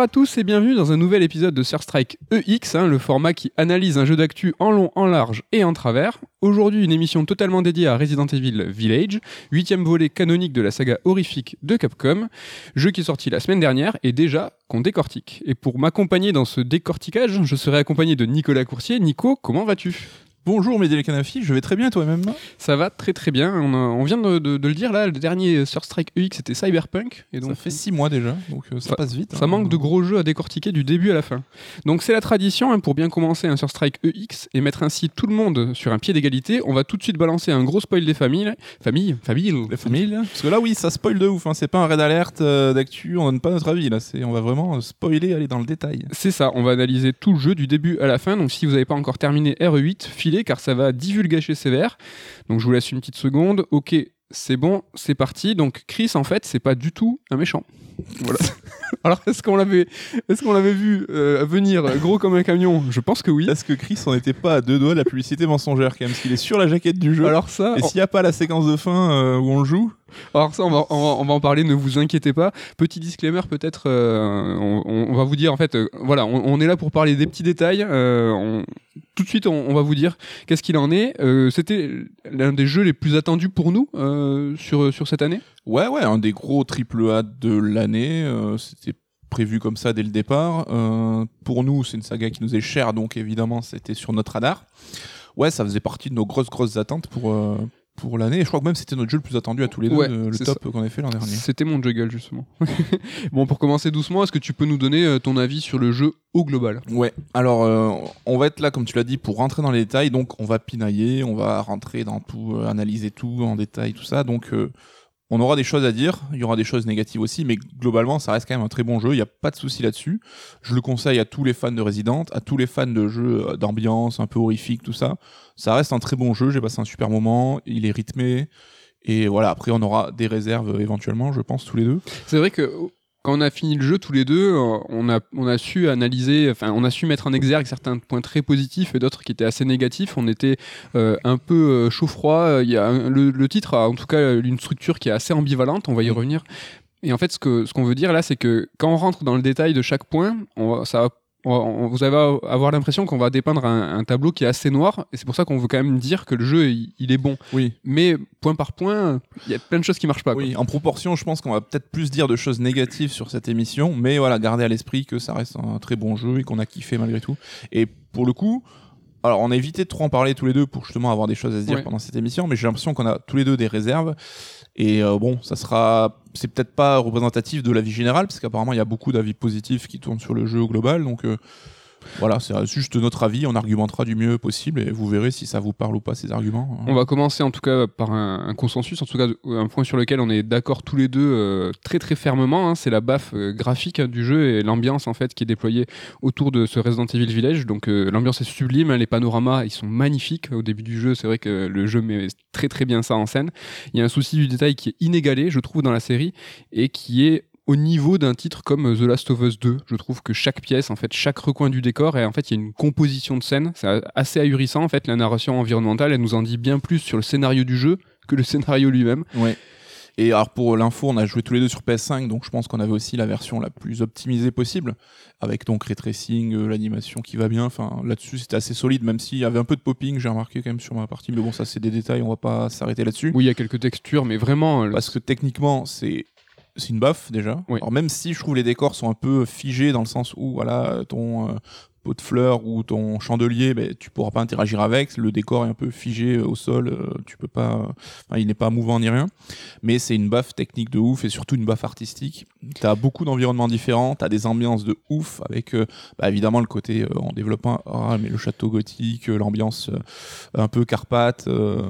à tous et bienvenue dans un nouvel épisode de Surstrike EX, le format qui analyse un jeu d'actu en long, en large et en travers. Aujourd'hui, une émission totalement dédiée à Resident Evil Village, 8e volet canonique de la saga horrifique de Capcom, jeu qui est sorti la semaine dernière et déjà qu'on décortique. Et pour m'accompagner dans ce décortiquage, je serai accompagné de Nicolas Coursier. Nico, comment vas-tu ? Bonjour Mehdi El Kanafi, je vais très bien toi-même. Ça va très très bien, on vient de le dire là, le dernier Surstrike EX c'était Cyberpunk. Et donc, ça fait 6 mois déjà, donc ça passe vite. Ça manque de gros jeux à décortiquer du début à la fin. Donc c'est la tradition pour bien commencer un Surstrike EX et mettre ainsi tout le monde sur un pied d'égalité, on va tout de suite balancer un gros spoil des familles. Les familles. Parce que là oui, ça spoil de ouf, c'est pas un raid alert d'actu, on donne pas notre avis là, on va vraiment spoiler, aller dans le détail. C'est ça, on va analyser tout le jeu du début à la fin, donc si vous n'avez pas encore terminé RE8, car ça va divulgacher sévère. Donc je vous laisse une petite seconde. Ok, c'est bon, c'est parti. Donc Chris, en fait, c'est pas du tout un méchant. Voilà. Alors, est-ce qu'on l'avait vu venir gros comme un camion ? Je pense que oui. Est-ce que Chris en était pas à deux doigts de la publicité mensongère quand même, parce qu'il est sur la jaquette du jeu. Alors ça, et s'il n'y a pas la séquence de fin où on le joue. Alors ça, on va en parler, ne vous inquiétez pas. Petit disclaimer peut-être, on va vous dire en fait, voilà, on est là pour parler des petits détails. Tout de suite, on va vous dire qu'est-ce qu'il en est. C'était l'un des jeux les plus attendus pour nous sur cette année. Ouais, un des gros AAA de l'année. C'était prévu comme ça dès le départ. Pour nous, c'est une saga qui nous est chère, donc évidemment, c'était sur notre radar. Ouais, ça faisait partie de nos grosses attentes pour l'année, et je crois que même c'était notre jeu le plus attendu à tous les deux, le top qu'on avait fait l'an dernier. C'était mon juggle justement. Bon, pour commencer doucement, est-ce que tu peux nous donner ton avis sur le jeu au global ? Ouais, alors on va être là comme tu l'as dit pour rentrer dans les détails, donc on va pinailler, on va rentrer dans tout, analyser tout en détail, tout ça, donc on aura des choses à dire, il y aura des choses négatives aussi, mais globalement ça reste quand même un très bon jeu, il n'y a pas de souci là-dessus. Je le conseille à tous les fans de Resident, à tous les fans de jeux d'ambiance, un peu horrifique, tout ça. Ça reste un très bon jeu, j'ai passé un super moment, il est rythmé, et voilà, après on aura des réserves éventuellement, je pense, tous les deux. C'est vrai que quand on a fini le jeu tous les deux, on a su analyser, enfin on a su mettre en exergue certains points très positifs et d'autres qui étaient assez négatifs. On était un peu chaud-froid. Il y a le titre a en tout cas une structure qui est assez ambivalente, on va y revenir. Et en fait, ce qu'on veut dire là, c'est que quand on rentre dans le détail de chaque point, vous allez avoir l'impression qu'on va dépeindre un tableau qui est assez noir, et c'est pour ça qu'on veut quand même dire que le jeu il est bon. Oui. Mais point par point, il y a plein de choses qui marchent pas. Oui, en proportion, je pense qu'on va peut-être plus dire de choses négatives sur cette émission, mais voilà, gardez à l'esprit que ça reste un très bon jeu et qu'on a kiffé malgré tout. Et pour le coup, alors on a évité de trop en parler tous les deux pour justement avoir des choses à se dire pendant cette émission, mais j'ai l'impression qu'on a tous les deux des réserves. Et bon, c'est peut-être pas représentatif de l'avis général, parce qu'apparemment il y a beaucoup d'avis positifs qui tournent sur le jeu au global, donc voilà, c'est juste notre avis, on argumentera du mieux possible et vous verrez si ça vous parle ou pas ces arguments. On va commencer en tout cas par un consensus, en tout cas un point sur lequel on est d'accord tous les deux très très fermement, c'est la baffe graphique du jeu et l'ambiance en fait qui est déployée autour de ce Resident Evil Village. Donc l'ambiance est sublime, les panoramas ils sont magnifiques au début du jeu, c'est vrai que le jeu met très très bien ça en scène. Il y a un souci du détail qui est inégalé je trouve dans la série et qui est au niveau d'un titre comme The Last of Us 2, je trouve que chaque pièce, en fait, chaque recoin du décor, et en fait, il y a une composition de scène, c'est assez ahurissant, en fait, la narration environnementale, elle nous en dit bien plus sur le scénario du jeu que le scénario lui-même. Ouais. Et alors pour l'info, on a joué tous les deux sur PS5, donc je pense qu'on avait aussi la version la plus optimisée possible, avec donc ray tracing, l'animation qui va bien, enfin là-dessus c'était assez solide, même s'il y avait un peu de popping, j'ai remarqué quand même sur ma partie, mais bon ça c'est des détails, on va pas s'arrêter là-dessus. Oui, il y a quelques textures, mais vraiment... Parce que techniquement, c'est une baffe déjà. Oui. Alors même si je trouve les décors sont un peu figés dans le sens où voilà ton pot de fleurs ou ton chandelier, tu pourras pas interagir avec. Le décor est un peu figé au sol. Tu peux pas. Il n'est pas mouvant ni rien. Mais c'est une baffe technique de ouf et surtout une baffe artistique. T'as beaucoup d'environnements différents. T'as des ambiances de ouf avec évidemment le côté en développant. Mais le château gothique, l'ambiance un peu Carpath.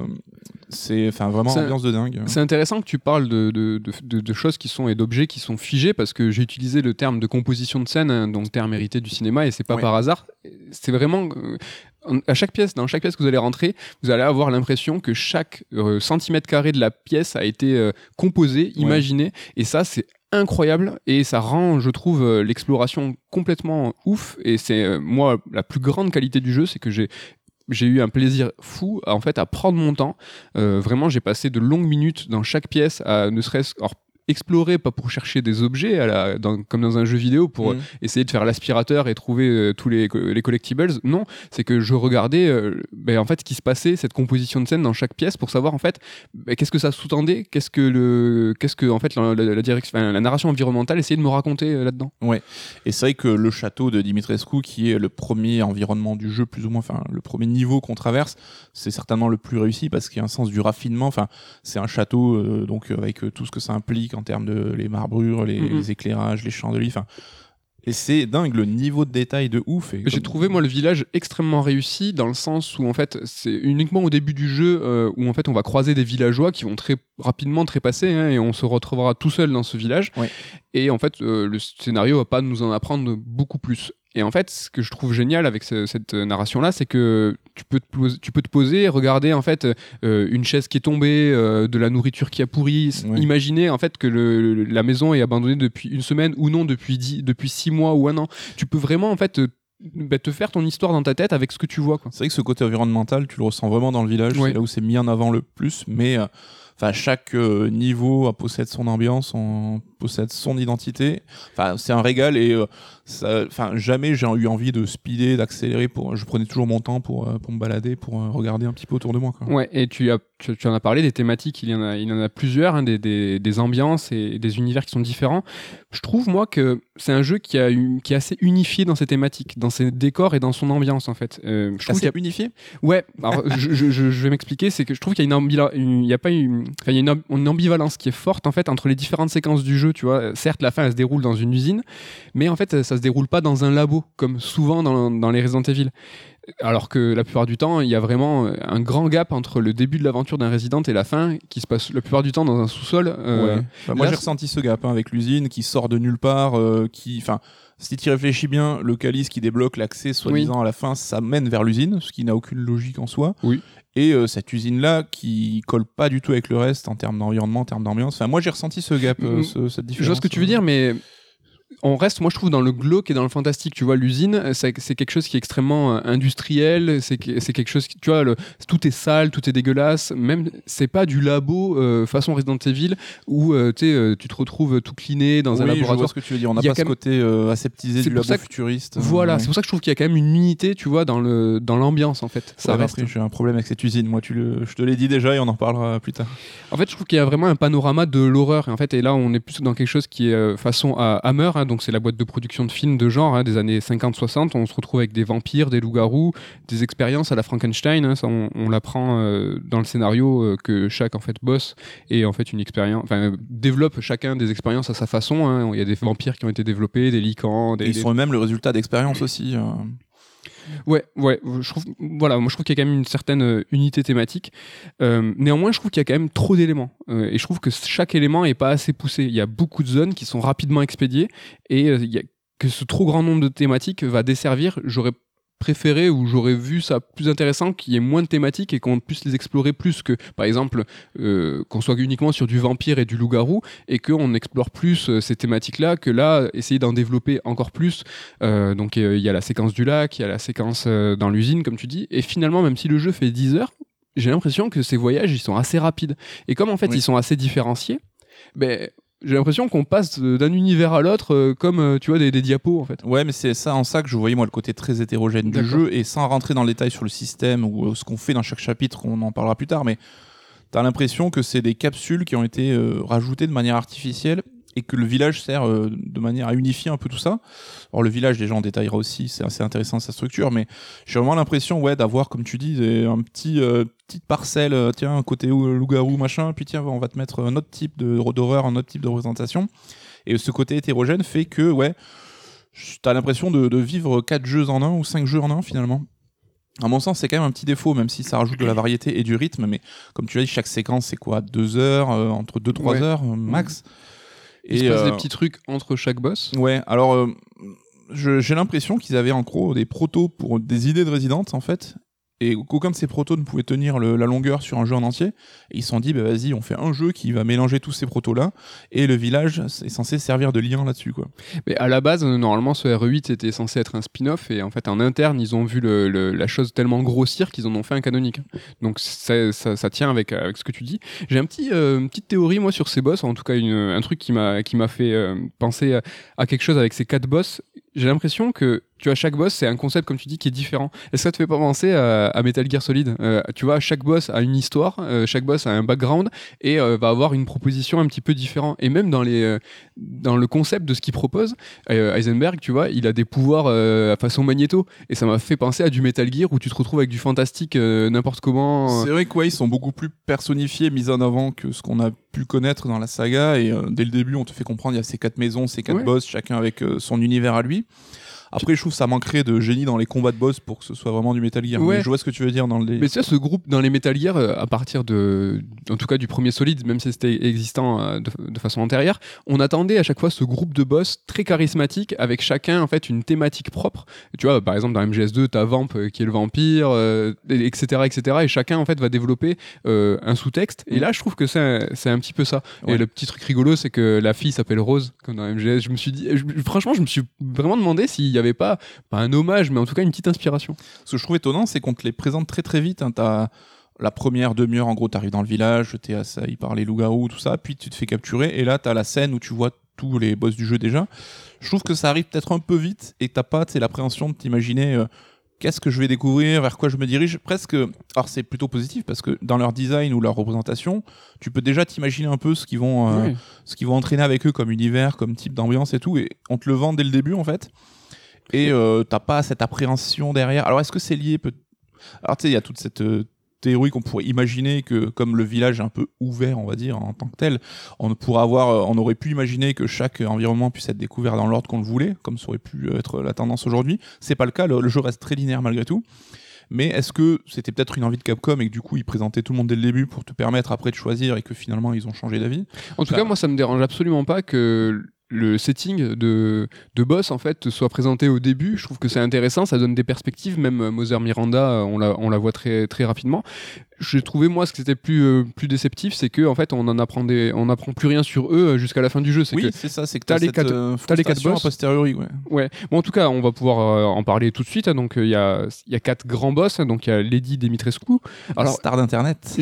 C'est vraiment ambiance de dingue. C'est intéressant que tu parles de choses qui sont et d'objets qui sont figés parce que j'ai utilisé le terme de composition de scène, donc terme hérité du cinéma, et c'est pas par hasard. C'est vraiment dans chaque pièce que vous allez rentrer, vous allez avoir l'impression que chaque centimètre carré de la pièce a été composé, imaginé, et ça c'est incroyable et ça rend, je trouve, l'exploration complètement ouf. Et c'est moi la plus grande qualité du jeu, c'est que j'ai eu un plaisir fou à prendre mon temps. Vraiment, j'ai passé de longues minutes dans chaque pièce à ne serait-ce... Alors, explorer, pas pour chercher des objets comme dans un jeu vidéo pour essayer de faire l'aspirateur et trouver tous les collectibles. Non, c'est que je regardais en fait ce qui se passait, cette composition de scène dans chaque pièce pour savoir en fait qu'est-ce que ça sous-tendait, qu'est-ce que en fait la narration environnementale essayait de me raconter là-dedans. Ouais. Et c'est vrai que le château de Dimitrescu, qui est le premier environnement du jeu plus ou moins, enfin le premier niveau qu'on traverse, c'est certainement le plus réussi parce qu'il y a un sens du raffinement. Enfin, c'est un château donc avec tout ce que ça implique en termes de les marbrures, les éclairages, les chandeliers. Enfin, et c'est dingue le niveau de détail de ouf. J'ai trouvé moi le village extrêmement réussi dans le sens où en fait c'est uniquement au début du jeu où en fait on va croiser des villageois qui vont très rapidement trépasser et on se retrouvera tout seul dans ce village. Ouais. Et en fait le scénario va pas nous en apprendre beaucoup plus. Et en fait, ce que je trouve génial avec cette narration-là, c'est que tu peux te poser, regarder en fait une chaise qui est tombée, de la nourriture qui a pourri, imaginer en fait que la maison est abandonnée depuis une semaine ou non depuis 6 mois ou un an. Tu peux vraiment en fait te faire ton histoire dans ta tête avec ce que tu vois, quoi. C'est vrai que ce côté environnemental, tu le ressens vraiment dans le village. C'est là où c'est mis en avant le plus, mais chaque niveau possède son ambiance, possède son identité. Enfin, c'est un régal et jamais j'ai eu envie de speeder, d'accélérer. Je prenais toujours mon temps pour me balader, pour regarder un petit peu autour de moi, quoi. Ouais, et tu en as parlé des thématiques. Il y en a plusieurs, des ambiances et des univers qui sont différents. Je trouve moi que c'est un jeu qui est assez unifié dans ses thématiques, dans ses décors et dans son ambiance en fait. Je trouve qu'il y a unifié. Ouais. Alors je vais m'expliquer. C'est que je trouve qu'il y a une ambivalence qui est forte en fait entre les différentes séquences du jeu. Tu vois, certes la fin elle se déroule dans une usine, mais en fait ça se déroule pas dans un labo comme souvent dans les Resident Evil. Alors que la plupart du temps, il y a vraiment un grand gap entre le début de l'aventure d'un Resident et la fin, qui se passe la plupart du temps dans un sous-sol. Moi, j'ai ressenti ce gap avec l'usine qui sort de nulle part, si tu y réfléchis bien, le calice qui débloque l'accès, soi-disant à la fin, ça mène vers l'usine, ce qui n'a aucune logique en soi. Oui. Et cette usine-là qui colle pas du tout avec le reste en termes d'environnement, en termes d'ambiance. Enfin, moi, j'ai ressenti ce gap, cette différence. Je vois ce que tu veux dire, mais on reste, moi je trouve, dans le glauque et dans le fantastique. Tu vois, l'usine, c'est quelque chose qui est extrêmement industriel, c'est quelque chose qui, tu vois, tout est sale, tout est dégueulasse, même c'est pas du labo façon Resident Evil où tu te retrouves tout cleané dans un laboratoire. Je vois ce que tu veux dire, on n'a pas ce côté aseptisé du labo futuriste. Voilà, c'est pour ça que je trouve qu'il y a quand même une unité, tu vois, dans l'ambiance en fait. Ça reste. Après, j'ai un problème avec cette usine, moi je te l'ai dit déjà et on en parlera plus tard. En fait, je trouve qu'il y a vraiment un panorama de l'horreur et là on est plus dans quelque chose qui est façon à Hammer, donc c'est la boîte de production de films de genre des années 50-60. On se retrouve avec des vampires, des loups-garous, des expériences à la Frankenstein. Ça, on l'apprend dans le scénario que chaque en fait boss et en fait une expérience, développe chacun des expériences à sa façon. Il y a des vampires qui ont été développés, des licans. Ils sont eux-mêmes le résultat d'expériences aussi. Ouais, je trouve qu'il y a quand même une certaine unité thématique. Néanmoins, je trouve qu'il y a quand même trop d'éléments. Et je trouve que chaque élément est pas assez poussé. Il y a beaucoup de zones qui sont rapidement expédiées et que ce trop grand nombre de thématiques va desservir. J'aurais préféré ou j'aurais vu ça plus intéressant qu'il y ait moins de thématiques et qu'on puisse les explorer plus que, par exemple, qu'on soit uniquement sur du vampire et du loup-garou et qu'on explore plus ces thématiques-là que là, essayer d'en développer encore plus. Donc il y a la séquence du lac, il y a la séquence dans l'usine, comme tu dis, et finalement, même si le jeu fait 10 heures, j'ai l'impression que ces voyages, ils sont assez rapides. Et comme en fait, ils sont assez différenciés, j'ai l'impression qu'on passe d'un univers à l'autre comme tu vois des diapos en fait. Ouais, mais c'est ça en ça que je voyais moi le côté très hétérogène du jeu, et sans rentrer dans le détail sur le système ou ce qu'on fait dans chaque chapitre, on en parlera plus tard, mais t'as l'impression que c'est des capsules qui ont été rajoutées de manière artificielle et que le village sert de manière à unifier un peu tout ça. Alors le village, déjà on détaillera aussi, c'est assez intéressant sa structure, mais j'ai vraiment l'impression d'avoir, comme tu dis, un petite parcelle, tiens, côté loup-garou, machin, puis tiens, on va te mettre un autre type d'horreur, un autre type de représentation. Et ce côté hétérogène fait que, t'as l'impression de vivre 4 jeux en un ou 5 jeux en un finalement. À mon sens, c'est quand même un petit défaut, même si ça rajoute de la variété et du rythme, mais comme tu l'as dit, chaque séquence c'est quoi, 2 heures, entre 2-3 heures max. Il se passe des petits trucs entre chaque boss. Ouais, alors j'ai l'impression qu'ils avaient en gros des protos pour des idées de Resident en fait, et qu'aucun de ces protos ne pouvait tenir la longueur sur un jeu en entier. Et ils se sont dit, vas-y, on fait un jeu qui va mélanger tous ces protos-là, et le village est censé servir de lien là-dessus, quoi. Mais à la base, normalement, ce RE8 était censé être un spin-off, et en fait, en interne, ils ont vu la chose tellement grossir qu'ils en ont fait un canonique. Donc ça tient avec ce que tu dis. J'ai une petite théorie, moi, sur ces boss, en tout cas un truc qui m'a fait penser à quelque chose avec ces 4 boss. J'ai l'impression que tu vois, chaque boss, c'est un concept, comme tu dis, qui est différent. Est-ce que ça te fait pas penser à Metal Gear Solid? Tu vois, chaque boss a une histoire, chaque boss a un background et va avoir une proposition un petit peu différente. Et même dans le concept de ce qu'il propose, Heisenberg, tu vois, il a des pouvoirs à façon Magneto. Et ça m'a fait penser à du Metal Gear où tu te retrouves avec du fantastique n'importe comment. C'est vrai que ils sont beaucoup plus personnifiés, mis en avant que ce qu'on a pu connaître dans la saga. Et dès le début, on te fait comprendre, il y a ces 4 maisons, ces 4 boss, chacun avec son univers à lui. Après, je trouve que ça manquerait de génie dans les combats de boss pour que ce soit vraiment du Metal Gear. Ouais. Mais je vois ce que tu veux dire dans le délire. Mais tu sais, ce groupe dans les Metal Gear, à partir en tout cas du premier Solid, même si c'était existant de façon antérieure, on attendait à chaque fois ce groupe de boss très charismatique avec chacun en fait une thématique propre. Tu vois, par exemple dans MGS2, t'as Vamp qui est le vampire, etc., etc. Et chacun en fait va développer un sous-texte. Et là, je trouve que c'est un petit peu ça. Ouais. Et le petit truc rigolo, c'est que la fille s'appelle Rose, comme dans MGS. Je me suis dit, franchement, je me suis vraiment demandé s'il y avait pas un hommage, mais en tout cas une petite inspiration. Ce que je trouve étonnant, c'est qu'on te les présente très très vite. T'as la première demi-heure, en gros, t'arrives dans le village, t'es assailli par les loups-garous, tout ça, puis tu te fais capturer, et là t'as la scène où tu vois tous les boss du jeu déjà. Je trouve que ça arrive peut-être un peu vite, et t'as pas l'appréhension de t'imaginer qu'est-ce que je vais découvrir, vers quoi je me dirige. Presque, alors c'est plutôt positif, parce que dans leur design ou leur représentation, tu peux déjà t'imaginer un peu ce qu'ils vont entraîner avec eux comme univers, comme type d'ambiance et tout, et on te le vend dès le début en fait. Et t'as pas cette appréhension derrière. Alors est-ce que c'est lié Alors tu sais, il y a toute cette théorie qu'on pourrait imaginer que comme le village est un peu ouvert, on va dire, en tant que tel, on aurait pu imaginer que chaque environnement puisse être découvert dans l'ordre qu'on le voulait, comme ça aurait pu être la tendance aujourd'hui. C'est pas le cas, le jeu reste très linéaire malgré tout. Mais est-ce que c'était peut-être une envie de Capcom et que du coup ils présentaient tout le monde dès le début pour te permettre après de choisir et que finalement ils ont changé d'avis? En tout cas, moi ça me dérange absolument pas que le setting de boss en fait soit présenté au début. Je trouve que c'est intéressant, ça donne des perspectives. Même Mother Miranda, on la voit très très rapidement. J'ai trouvé moi ce qui était plus déceptif, c'est que en fait on apprend plus rien sur eux jusqu'à la fin du jeu. C'est ça, c'est que t'as les 4 boss a posteriori. Ouais. Bon, en tout cas, on va pouvoir en parler tout de suite. Donc il y a 4 grands boss. Donc il y a Lady Dimitrescu. Alors star d'internet.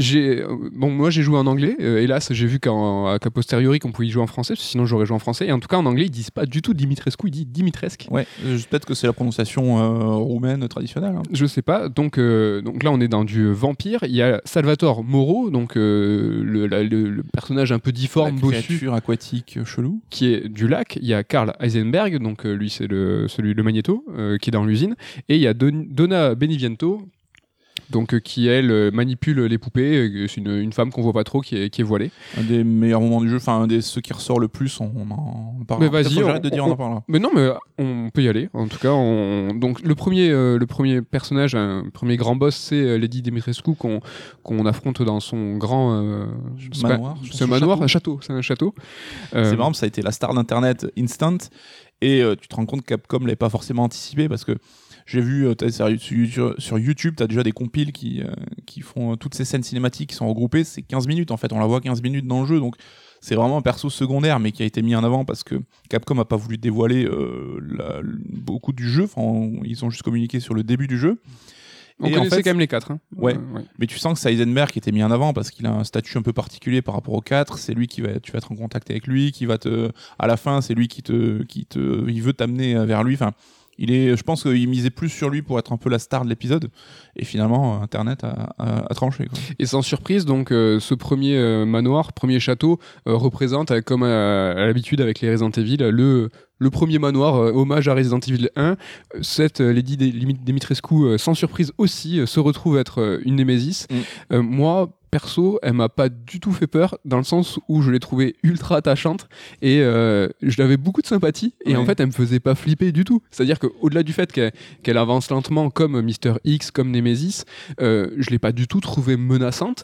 Moi j'ai joué en anglais. Hélas, j'ai vu qu'à posteriori qu'on pouvait y jouer en français, parce que sinon j'aurais joué en français. Et en tout cas en anglais ils disent pas du tout Dimitrescu, ils disent Dimitrescu. Ouais. Peut-être que c'est la prononciation roumaine traditionnelle. Hein. Je sais pas. Donc là on est dans du vampire. Il y a Salvatore Moro, donc le personnage un peu difforme, bossu, la créature aquatique chelou, qui est du lac. Il y a Karl Heisenberg, donc lui c'est le Magneto, qui est dans l'usine, et il y a Donna Beneviento, donc qui elle manipule les poupées. C'est une femme qu'on voit pas trop, qui est voilée. Un des meilleurs moments du jeu, enfin ceux qui ressort le plus, on en parle. Mais vas-y, j'arrête de dire on en parlera. Mais non, mais on peut y aller. En tout cas, donc le premier personnage, un premier grand boss, c'est Lady Dimitrescu qu'on affronte dans son grand manoir. C'est un manoir, château. C'est un château. C'est marrant, ça a été la star d'internet instant, et tu te rends compte que Capcom l'avait pas forcément anticipé, parce que j'ai vu sur YouTube, tu as déjà des compiles qui font toutes ces scènes cinématiques qui sont regroupées. C'est 15 minutes en fait, on la voit 15 minutes dans le jeu. Donc c'est vraiment un perso secondaire, mais qui a été mis en avant parce que Capcom n'a pas voulu dévoiler beaucoup du jeu. Enfin, ils ont juste communiqué sur le début du jeu. On connaissait quand même les 4. Hein. Ouais. Mais tu sens que c'est Heisenberg qui était mis en avant parce qu'il a un statut un peu particulier par rapport aux 4. C'est lui tu vas être en contact avec lui, à la fin, c'est lui il veut t'amener vers lui. Enfin, je pense qu'il misait plus sur lui pour être un peu la star de l'épisode, et finalement Internet a tranché, quoi. Et sans surprise, donc ce premier manoir, premier château représente, comme à l'habitude avec les Resident Evil, le premier manoir, hommage à Resident Evil 1. Cette Lady Dimitrescu, sans surprise aussi, se retrouve être une Némésis. Moi, perso, elle m'a pas du tout fait peur, dans le sens où je l'ai trouvée ultra attachante, et je l'avais beaucoup de sympathie, et en fait elle me faisait pas flipper du tout. C'est-à-dire qu'au-delà du fait qu'elle avance lentement comme Mr. X, comme Nemesis, je l'ai pas du tout trouvée menaçante.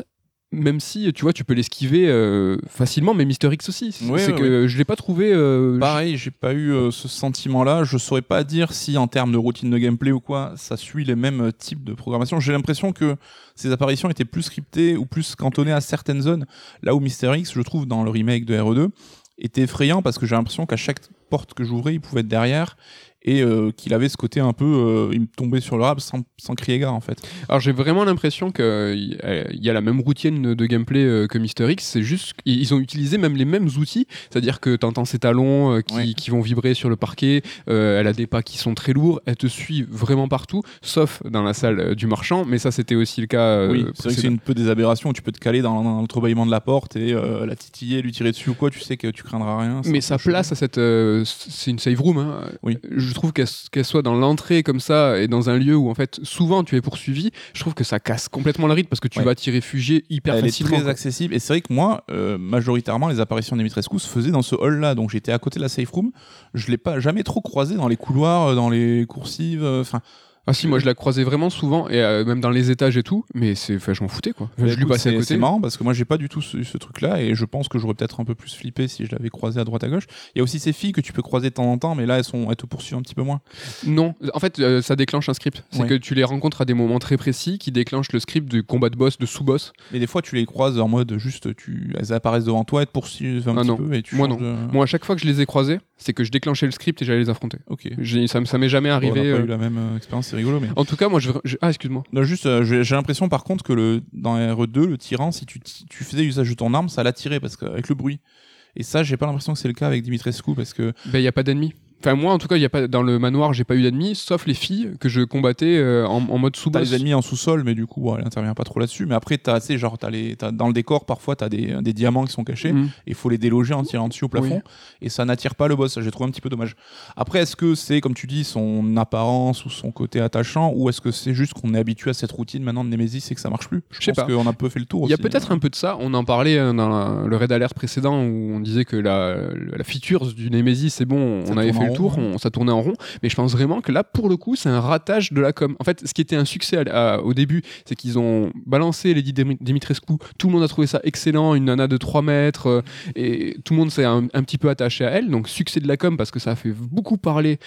même si tu vois tu peux l'esquiver facilement, mais Mister X aussi. C'est que je l'ai pas trouvé. Pareil, j'ai pas eu ce sentiment-là. Je saurais pas dire si en termes de routine de gameplay ou quoi, ça suit les mêmes types de programmation. J'ai l'impression que ces apparitions étaient plus scriptées ou plus cantonnées à certaines zones. Là où Mister X, je trouve dans le remake de RE2, était effrayant parce que j'ai l'impression qu'à chaque porte que j'ouvrais, il pouvait être derrière. Et qu'il avait ce côté un peu il me tombait sur le rab sans crier gare en fait. Alors j'ai vraiment l'impression qu'il y a la même routine de gameplay que Mister X, c'est juste qu'ils ont utilisé même les mêmes outils, c'est-à-dire que t'entends ses talons qui vont vibrer sur le parquet, elle a des pas qui sont très lourds, elle te suit vraiment partout, sauf dans la salle du marchand, mais ça c'était aussi le cas oui, c'est vrai que c'est un peu des aberrations, tu peux te caler dans l'entrebâillement de la porte et la titiller, lui tirer dessus ou quoi, tu sais que tu craindras rien. Mais sa place à cette c'est une save room, hein. Oui. Je trouve qu'elle soit dans l'entrée comme ça et dans un lieu où en fait souvent tu es poursuivi, je trouve que ça casse complètement le rythme parce que tu vas t'y réfugier hyper facilement. Elle est très accessible et c'est vrai que moi majoritairement les apparitions de Dimitrescu se faisaient dans ce hall là, donc j'étais à côté de la safe room, je l'ai pas jamais trop croisé dans les couloirs, dans les coursives, enfin ah si, moi je la croisais vraiment souvent et même dans les étages et tout, mais je m'en foutais quoi. Je lui passais à côté. C'est marrant parce que moi j'ai pas du tout ce truc là et je pense que j'aurais peut-être un peu plus flippé si je l'avais croisé à droite à gauche. Il y a aussi ces filles que tu peux croiser de temps en temps, mais là elles te poursuivent un petit peu moins. Non, en fait ça déclenche un script. C'est que tu les rencontres à des moments très précis qui déclenchent le script du combat de boss, de sous-boss. Mais des fois tu les croises en mode juste elles apparaissent devant toi, elles te poursuivent un petit peu et tu moi non. Moi à chaque fois que je les ai croisées, c'est que je déclenchais le script et j'allais les affronter. Ok. Ça m'est jamais arrivé. On n'a pas eu la même expérience, c'est rigolo mais. En tout cas moi ah excuse-moi. Non, juste j'ai l'impression par contre que dans RE2 le tyran, si tu faisais usage de ton arme, ça l'attirait parce qu'avec le bruit. Et ça j'ai pas l'impression que c'est le cas avec Dimitrescu parce que il y a pas d'ennemis. Enfin moi en tout cas il y a pas dans le manoir j'ai pas eu d'ennemis sauf les filles que je combattais en mode sous-boss. T'as les ennemis en sous-sol mais du coup elle intervient pas trop là-dessus, mais après t'as dans le décor parfois t'as des diamants qui sont cachés et il faut les déloger en tirant dessus au plafond et ça n'attire pas le boss, ça j'ai trouvé un petit peu dommage. Après est-ce que c'est comme tu dis son apparence ou son côté attachant ou est-ce que c'est juste qu'on est habitué à cette routine maintenant de Nemesis et que ça marche plus? Je pense qu'on a un peu fait le tour. Il y a peut-être un peu de ça, on en parlait dans le Red Alert précédent où on disait que la feature du Nemesis c'est bon, on avait fait le tour, ça tournait en rond, mais je pense vraiment que là pour le coup c'est un ratage de la com. En fait ce qui était un succès au début c'est qu'ils ont balancé Lady Dimitrescu, tout le monde a trouvé ça excellent, une nana de 3 mètres et tout le monde s'est un petit peu attaché à elle, donc succès de la com parce que ça a fait beaucoup parler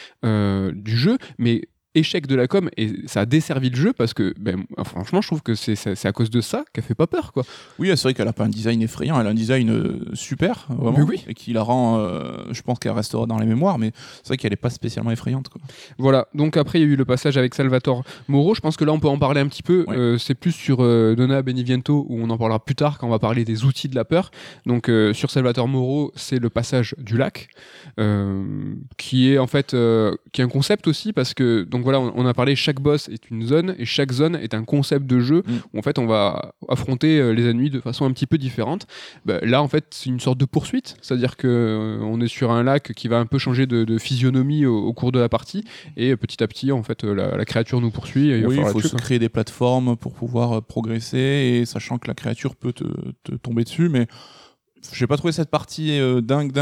du jeu, mais échec de la com et ça a desservi le jeu parce que franchement je trouve que c'est à cause de ça qu'elle fait pas peur quoi. Oui c'est vrai qu'elle a pas un design effrayant, elle a un design super vraiment, et qui la rend je pense qu'elle restera dans les mémoires, mais c'est vrai qu'elle est pas spécialement effrayante quoi. Voilà, donc après il y a eu le passage avec Salvatore Moro, je pense que là on peut en parler un petit peu. C'est plus sur Donna Beneviento où on en parlera plus tard quand on va parler des outils de la peur. Donc sur Salvatore Moro c'est le passage du lac qui est en fait qui est un concept aussi parce que donc voilà, on a parlé, chaque boss est une zone et chaque zone est un concept de jeu où en fait on va affronter les ennemis de façon un petit peu différente. Là en fait c'est une sorte de poursuite, c'est-à-dire que on est sur un lac qui va un peu changer de physionomie au cours de la partie et petit à petit en fait la créature nous poursuit. Et il faut se créer des plateformes pour pouvoir progresser et sachant que la créature peut te tomber dessus, mais j'ai pas trouvé cette partie dingue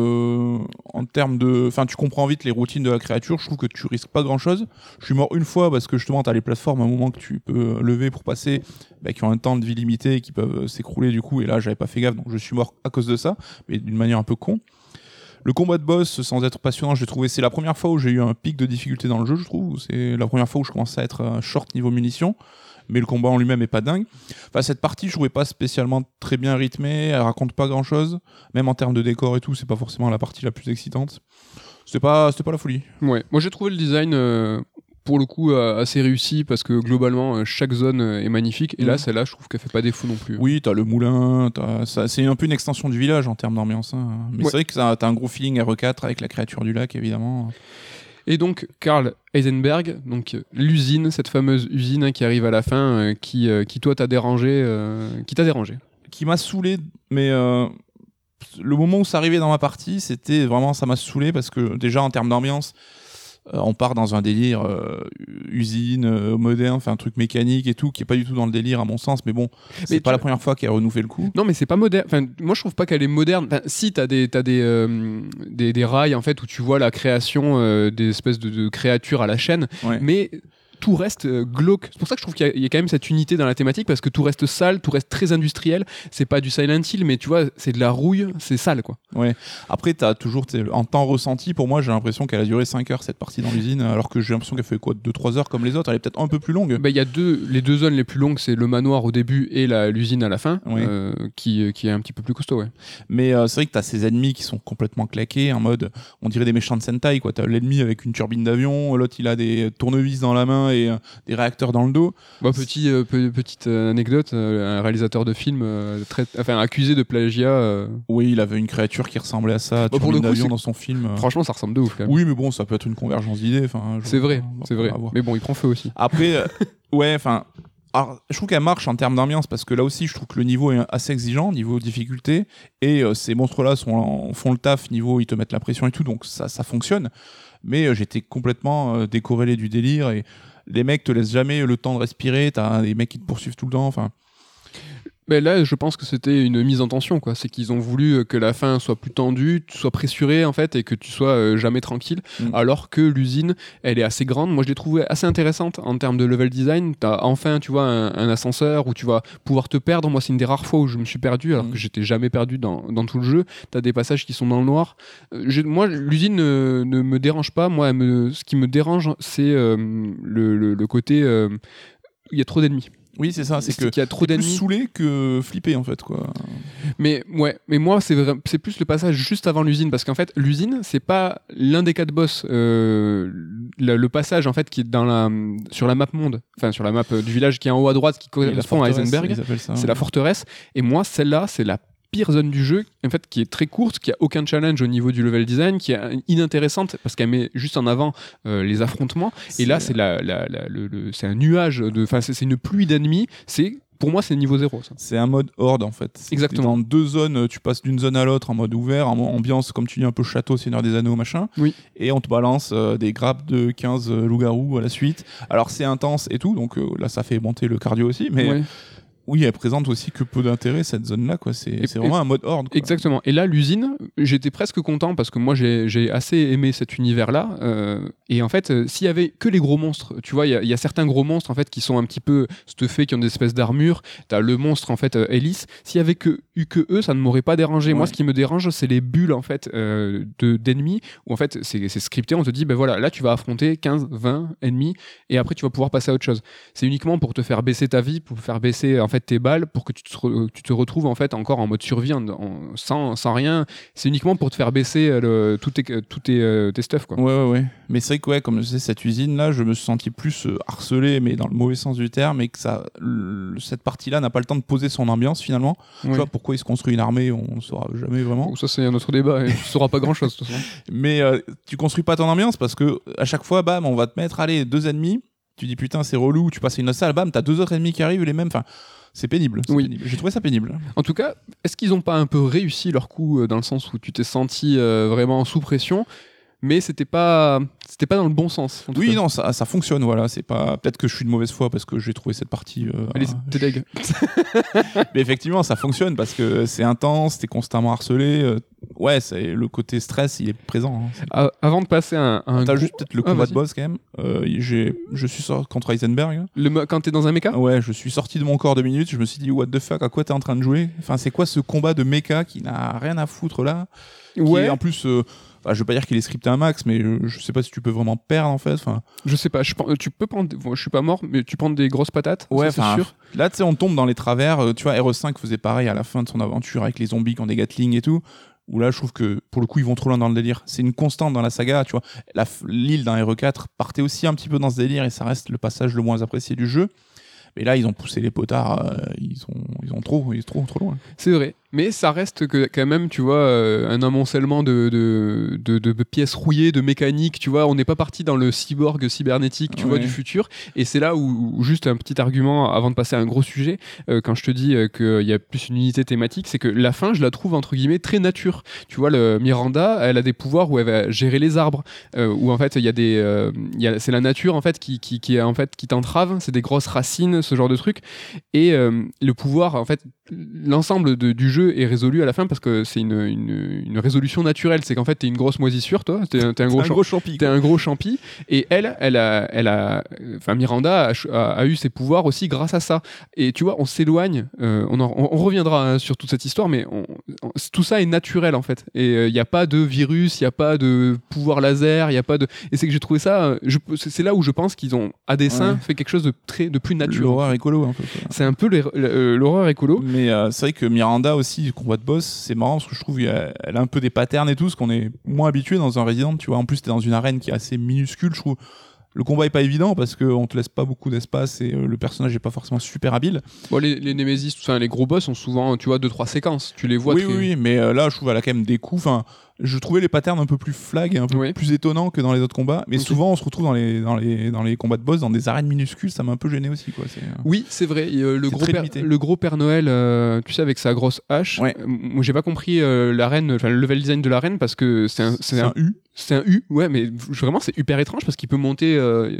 en termes de... Enfin, tu comprends vite les routines de la créature, je trouve que tu risques pas grand-chose. Je suis mort une fois parce que justement t'as les plateformes à un moment que tu peux lever pour passer, qui ont un temps de vie limité et qui peuvent s'écrouler du coup, et là j'avais pas fait gaffe, donc je suis mort à cause de ça, mais d'une manière un peu con. Le combat de boss, sans être passionnant, je l'ai trouvé, c'est la première fois où j'ai eu un pic de difficulté dans le jeu, je trouve. C'est la première fois où je commençais à être short niveau munitions. Mais le combat en lui-même est pas dingue. Enfin, cette partie, je trouvais pas spécialement très bien rythmée, elle raconte pas grand-chose. Même en termes de décor et tout, c'est pas forcément la partie la plus excitante. C'était pas la folie. Ouais, moi j'ai trouvé le design pour le coup assez réussi parce que globalement chaque zone est magnifique et là celle-là je trouve qu'elle fait pas défaut non plus. Oui, t'as le moulin, c'est un peu une extension du village en termes d'ambiance. Mais c'est vrai que t'as un gros feeling RE4 avec la créature du lac évidemment. Et donc Karl Heisenberg, donc l'usine, cette fameuse usine qui arrive à la fin, qui toi t'a dérangé, qui m'a saoulé, mais le moment où ça arrivait dans ma partie, c'était vraiment, ça m'a saoulé parce que déjà en termes d'ambiance, on part dans un délire usine moderne, enfin un truc mécanique et tout qui est pas du tout dans le délire à mon sens, mais bon, c'est pas la première fois qu'elle renouvelle le coup. Non, mais c'est pas moderne. Enfin, moi je trouve pas qu'elle est moderne. Enfin, si t'as des rails en fait où tu vois la création des espèces de créatures à la chaîne, mais tout reste glauque. C'est pour ça que je trouve qu'il y a quand même cette unité dans la thématique, parce que tout reste sale, tout reste très industriel. C'est pas du Silent Hill, mais tu vois, c'est de la rouille, c'est sale, quoi. Ouais. Après, t'as toujours, en temps ressenti, pour moi, j'ai l'impression qu'elle a duré 5 heures, cette partie dans l'usine, alors que j'ai l'impression qu'elle fait quoi, 2-3 heures comme les autres. Elle est peut-être un peu plus longue. Il y a les deux zones les plus longues, c'est le manoir au début et l'usine à la fin, qui est un petit peu plus costaud, ouais. Mais c'est vrai que t'as ces ennemis qui sont complètement claqués, en mode, on dirait des méchants de Sentai, quoi. T'as l'ennemi avec une turbine d'avion, l'autre il a des tournevis dans la main et des réacteurs dans le dos. Petite anecdote, un réalisateur de film accusé de plagiat. Oui, il avait une créature qui ressemblait à ça, turbine d'avion dans son film. Franchement, ça ressemble de ouf, quand même. Oui, mais bon, ça peut être une convergence d'idées. C'est vrai. Mais bon, il prend feu aussi. Après, alors, je trouve qu'elle marche en termes d'ambiance, parce que là aussi, je trouve que le niveau est assez exigeant, niveau difficulté, et ces monstres-là font le taf, niveau ils te mettent la pression et tout, donc ça fonctionne. Mais j'étais complètement décorrélé du délire, et les mecs te laissent jamais le temps de respirer, t'as des mecs qui te poursuivent tout le temps, enfin... Mais là, je pense que c'était une mise en tension, quoi. C'est qu'ils ont voulu que la fin soit plus tendue, soit pressurée, en fait, et que tu sois jamais tranquille. Alors que l'usine, elle est assez grande. Moi, je l'ai trouvée assez intéressante en termes de level design. T'as enfin, tu vois, un ascenseur où tu vas pouvoir te perdre. Moi, c'est une des rares fois où je me suis perdu, alors que j'étais jamais perdu dans tout le jeu. T'as des passages qui sont dans le noir. Moi, l'usine ne me dérange pas. Moi, ce qui me dérange, c'est le côté... il y a trop d'ennemis. Oui, c'est ça, c'est que qu'il y a trop d'ennemis. Plus saoulé que flippé, en fait, quoi. Mais moi, c'est plus le passage juste avant l'usine, parce qu'en fait, l'usine, c'est pas l'un des 4 boss. Le passage, en fait, qui est sur la map monde, enfin, sur la map du village qui est en haut à droite, qui correspond à Heisenberg, c'est la forteresse. Et moi, celle-là, c'est la pire zone du jeu, en fait, qui est très courte, qui a aucun challenge au niveau du level design, qui est inintéressante parce qu'elle met juste en avant les affrontements. Et là, c'est c'est un nuage c'est une pluie d'ennemis. Pour moi, c'est niveau 0. Ça. C'est un mode horde, en fait. Exactement. Dans 2 zones, tu passes d'une zone à l'autre en mode ouvert, en ambiance, comme tu dis, un peu château, Seigneur des Anneaux, machin. Oui. Et on te balance des grappes de 15 loups-garous à la suite. Alors, c'est intense et tout, donc là, ça fait monter le cardio aussi, mais... Ouais. Oui, elle présente aussi que peu d'intérêt, cette zone-là, quoi. C'est vraiment un mode horde, quoi. Exactement. Et là, l'usine, j'étais presque content parce que moi, j'ai assez aimé cet univers-là. Et en fait, s'il y avait que les gros monstres, tu vois, il y a certains gros monstres, en fait, qui sont un petit peu stuffés, qui ont des espèces d'armure. T'as le monstre, en fait, Ellis. S'il y avait eu que eux, ça ne m'aurait pas dérangé. Ouais. Moi, ce qui me dérange, c'est les bulles, en fait, d'ennemis, où, en fait, c'est scripté. On te dit, ben voilà, là, tu vas affronter 15, 20 ennemis, et après, tu vas pouvoir passer à autre chose. C'est uniquement pour te faire baisser ta vie, pour faire baisser, en fait, tes balles pour que tu te retrouves en fait encore en mode survie sans rien. C'est uniquement pour te faire baisser tous tes stuff, quoi. Ouais. Mais c'est vrai que comme je disais, cette usine là, je me suis senti plus harcelé, mais dans le mauvais sens du terme, et que cette partie là n'a pas le temps de poser son ambiance finalement. Tu vois pourquoi il se construit une armée, on ne saura jamais vraiment. Ça c'est un autre débat, et tu ne sauras pas grand chose de toute façon. Mais tu construis pas ton ambiance parce que à chaque fois, bam, on va te mettre 2 ennemis. Tu dis putain c'est relou, tu passes une salle, bam, t'as 2 autres ennemis qui arrivent les mêmes. Enfin, c'est pénible. Pénible. J'ai trouvé ça pénible. En tout cas, est-ce qu'ils n'ont pas un peu réussi leur coup dans le sens où tu t'es senti vraiment sous pression, mais c'était pas dans le bon sens. Oui, non, ça fonctionne, voilà. C'est pas... Peut-être que je suis de mauvaise foi parce que j'ai trouvé cette partie... Allez, t'es deg. Mais effectivement, ça fonctionne parce que c'est intense, t'es constamment harcelé. Ouais, le côté stress, il est présent. Hein. Avant de passer à un T'as juste peut-être le combat de boss quand même. Je suis sorti contre Heisenberg. Quand t'es dans un mecha ? Ouais, je suis sorti de mon corps 2 minutes. Je me suis dit, what the fuck, à quoi t'es en train de jouer ? Enfin, c'est quoi ce combat de mecha qui n'a rien à foutre là ? Ouais. Qui, en plus... je veux pas dire qu'il est scripté un max, mais je sais pas si tu peux vraiment perdre en fait. Enfin, je sais pas. Tu peux prendre. Je suis pas mort, mais tu prends des grosses patates. Ouais, c'est sûr. Là, tu sais, on tombe dans les travers. Tu vois, RE5 faisait pareil à la fin de son aventure avec les zombies qui ont des Gatling et tout. Où là, je trouve que pour le coup, ils vont trop loin dans le délire. C'est une constante dans la saga. Tu vois, l'île d'un RE4 partait aussi un petit peu dans ce délire et ça reste le passage le moins apprécié du jeu. Mais là, ils ont poussé les potards. Ils sont trop loin. C'est vrai. Mais ça reste quand même, tu vois, un amoncellement de pièces rouillées, de mécanique, tu vois. On n'est pas parti dans le cyborg cybernétique, tu vois, du futur. Et c'est là où juste un petit argument avant de passer à un gros sujet, quand je te dis qu'il y a plus une unité thématique, c'est que la fin, je la trouve entre guillemets très nature. Tu vois, Miranda, elle a des pouvoirs où elle va gérer les arbres, où en fait il y a c'est la nature en fait qui t'entrave. C'est des grosses racines, ce genre de truc. Et le pouvoir, en fait, l'ensemble du jeu jeu est résolu à la fin parce que c'est une résolution naturelle. C'est qu'en fait, t'es une grosse moisissure, toi. T'es un gros champi. T'es un gros champi. Et Miranda a eu ses pouvoirs aussi grâce à ça. Et tu vois, on s'éloigne. On reviendra sur toute cette histoire, mais tout ça est naturel en fait. Et il n'y a pas de virus, il n'y a pas de pouvoir laser, il y a pas de. Et c'est que j'ai trouvé ça. C'est là où je pense qu'ils ont à dessein fait quelque chose de plus naturel. L'horreur écolo un peu. C'est un peu l'horreur écolo. Mais c'est vrai que Miranda aussi, combat de boss, c'est marrant parce que je trouve elle a un peu des patterns et tout, ce qu'on est moins habitué dans un Resident. Tu vois, en plus t'es dans une arène qui est assez minuscule, je trouve. Le combat est pas évident parce qu'on te laisse pas beaucoup d'espace et le personnage est pas forcément super habile. Bon, les Nemesis, tout ça, les gros boss sont souvent, tu vois, 2-3 séquences. Tu les vois. Oui, mais là, je trouve elle a quand même des coups. Enfin, je trouvais les patterns un peu plus flag et un peu plus étonnants que dans les autres combats. Mais souvent, on se retrouve dans les combats de boss dans des arènes minuscules. Ça m'a un peu gêné aussi, quoi. Oui, c'est vrai. Le gros Père Noël, tu sais, avec sa grosse hache. Ouais. Moi, j'ai pas compris l'arène, le level design de l'arène parce que c'est un U. C'est un U, ouais, mais vraiment c'est hyper étrange parce qu'il peut monter,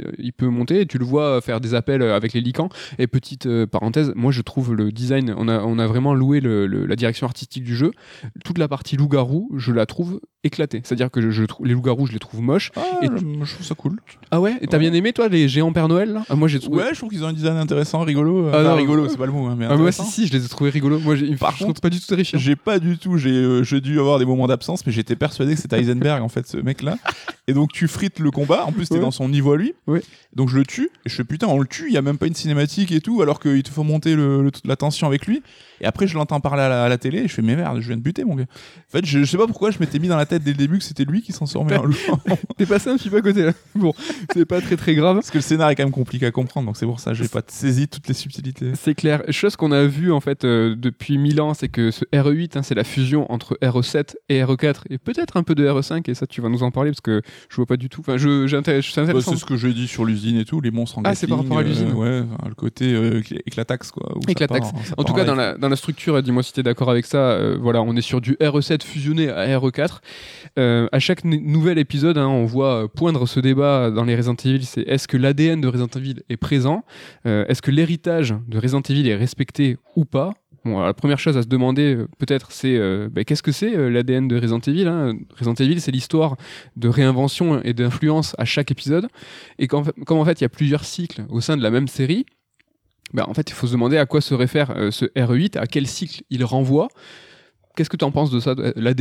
et tu le vois faire des appels avec les licans. Et petite parenthèse, moi je trouve le design, on a vraiment loué la direction artistique du jeu. Toute la partie loup-garou, je la trouve éclatée. C'est-à-dire que les loups-garous, je les trouve moches. Je trouve ça cool. Ah ouais, et t'as bien aimé toi les géants Père Noël là? Moi j'ai trouvé. Ouais, je trouve qu'ils ont un design intéressant, rigolo. Rigolo, c'est pas le mot. Mais moi si, je les ai trouvés rigolos. Moi, par contre, contre, pas du tout terrifiant. J'ai pas du tout. J'ai dû avoir des moments d'absence, mais j'étais persuadé que c'était Heisenberg en fait, ce mec-là. Et donc tu frites le combat. En plus, t'es dans son niveau à lui. Ouais. Donc je le tue. Et je fais putain, on le tue. Il y a même pas une cinématique et tout, alors qu'il te faut monter la tension avec lui. Et après, je l'entends parler à la télé. Et je fais mais merde, je viens de buter mon gars. En fait, je sais pas pourquoi je m'étais mis dans la tête dès le début que c'était lui qui s'en sortait en loup. T'es passé un petit peu à côté là. Bon, c'est pas très grave. Parce que le scénar est quand même compliqué à comprendre. Donc c'est pour ça, j'ai pas saisi toutes les subtilités. C'est clair. Chose qu'on a vu en fait depuis 1000 ans, c'est que ce RE8, c'est la fusion entre RE7 et RE4 et peut-être un peu de RE5. Et ça, tu vas nous en parler parce que je vois pas du tout. Enfin, c'est intéressant. C'est ce que j'ai dit sur l'usine et tout, les monstres en Gatling. C'est par rapport à l'usine. Ouais, le côté éclataxe quoi. Éclataxe. En tout cas, dans la structure, dis-moi si t'es d'accord avec ça. Voilà, on est sur du RE7 fusionné à RE4. À chaque nouvel épisode, on voit poindre ce débat dans les Resident Evil. C'est est-ce que l'ADN de Resident Evil est présent? Est-ce que l'héritage de Resident Evil est respecté ou pas? Bon, alors, la première chose à se demander, peut-être, c'est qu'est-ce que c'est l'ADN de Resident Evil, Resident Evil, c'est l'histoire de réinvention et d'influence à chaque épisode. Et comme en fait, il y a plusieurs cycles au sein de la même série, en fait, il faut se demander à quoi se réfère ce RE8, à quel cycle il renvoie. Qu'est-ce que tu en penses de ça,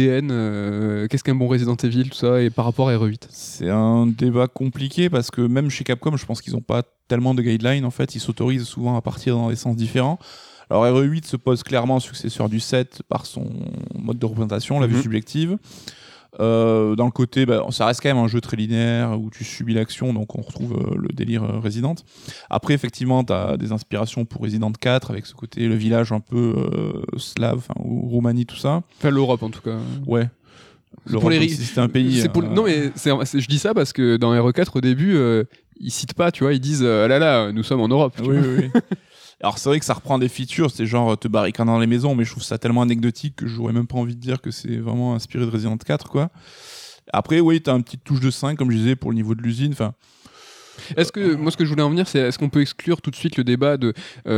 l'ADN, qu'est-ce qu'un bon Resident Evil, tout ça, et par rapport à RE8? C'est un débat compliqué parce que même chez Capcom, je pense qu'ils n'ont pas tellement de guidelines. En fait, ils s'autorisent souvent à partir dans des sens différents. Alors RE8 se pose clairement successeur du 7 par son mode de représentation, la vue subjective. Dans le côté, ça reste quand même un jeu très linéaire où tu subis l'action, donc on retrouve le délire Resident. Après, effectivement, tu as des inspirations pour Resident 4 avec ce côté, le village un peu slave, ou Roumanie, tout ça. Enfin, l'Europe en tout cas. Ouais. Pour les... si c'était un pays. Non, mais je dis ça parce que dans RE4, au début, ils citent pas, tu vois, ils disent ah là, nous sommes en Europe. Oui. Alors c'est vrai que ça reprend des features, c'est genre te barricader dans les maisons, mais je trouve ça tellement anecdotique que j'aurais même pas envie de dire que c'est vraiment inspiré de Resident 4 quoi. Après oui, t'as une petite touche de 5 comme je disais pour le niveau de l'usine, enfin. Est-ce que moi ce que je voulais en venir, c'est est-ce qu'on peut exclure tout de suite le débat de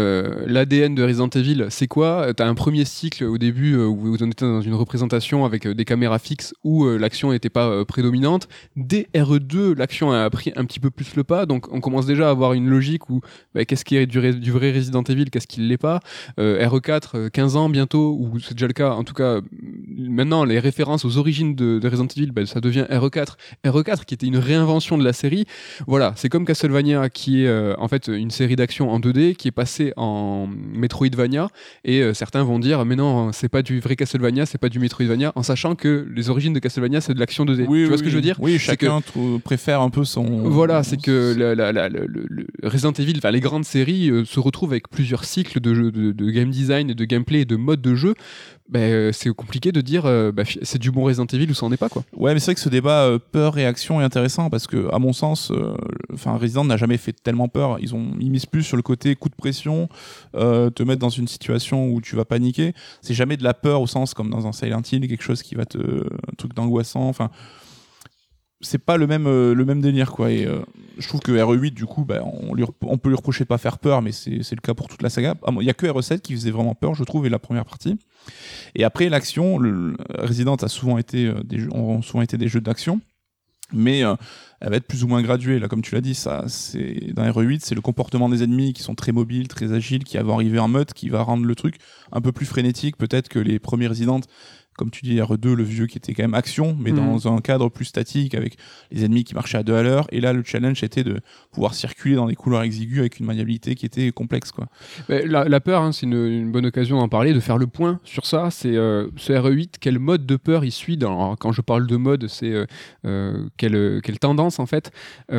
l'ADN de Resident Evil? C'est quoi? T'as un premier cycle au début où vous en étiez dans une représentation avec des caméras fixes où l'action n'était pas prédominante. Dès RE2, l'action a pris un petit peu plus le pas, donc on commence déjà à avoir une logique où qu'est-ce qui est du vrai Resident Evil, qu'est-ce qui ne l'est pas. RE4, 15 ans bientôt, ou c'est déjà le cas. En tout cas, maintenant les références aux origines de Resident Evil, ça devient RE4. RE4 qui était une réinvention de la série. Voilà, c'est comme Castlevania qui est en fait une série d'action en 2D qui est passée en Metroidvania, et certains vont dire mais non, c'est pas du vrai Castlevania, c'est pas du Metroidvania, en sachant que les origines de Castlevania c'est de l'action 2D. Tu vois ce que je veux dire? Oui, chacun préfère un peu son... Voilà, c'est que le Resident Evil, les grandes séries se retrouvent avec plusieurs cycles de game design, de gameplay et de mode de jeu. C'est compliqué de dire c'est du bon Resident Evil ou ça en est pas quoi. Ouais, mais c'est vrai que ce débat peur-réaction est intéressant parce que à mon sens Resident n'a jamais fait tellement peur. Ils misent plus sur le côté coup de pression, te mettre dans une situation où tu vas paniquer. C'est jamais de la peur au sens comme dans un Silent Hill, quelque chose qui va un truc d'angoissant. Enfin, c'est pas le même délire, quoi. Et je trouve que RE8, du coup, on peut lui reprocher de pas faire peur, mais c'est le cas pour toute la saga. Il y a que RE7 qui faisait vraiment peur, je trouve, et la première partie. Et après l'action, Resident a souvent été ont souvent été des jeux d'action, mais elle va être plus ou moins graduée. Là, comme tu l'as dit, ça, c'est dans RE8, c'est le comportement des ennemis qui sont très mobiles, très agiles, qui vont arriver en meute, qui va rendre le truc un peu plus frénétique, peut-être que les premiers Resident. Comme tu dis, RE2, le vieux qui était quand même action, mais dans un cadre plus statique, avec les ennemis qui marchaient à 2 à l'heure. Et là, le challenge était de pouvoir circuler dans des couloirs exigus avec une maniabilité qui était complexe, quoi. La peur, hein, c'est une bonne occasion d'en parler, de faire le point sur ça. C'est ce RE8, quel mode de peur il suit quand je parle de mode, c'est quelle tendance, en fait.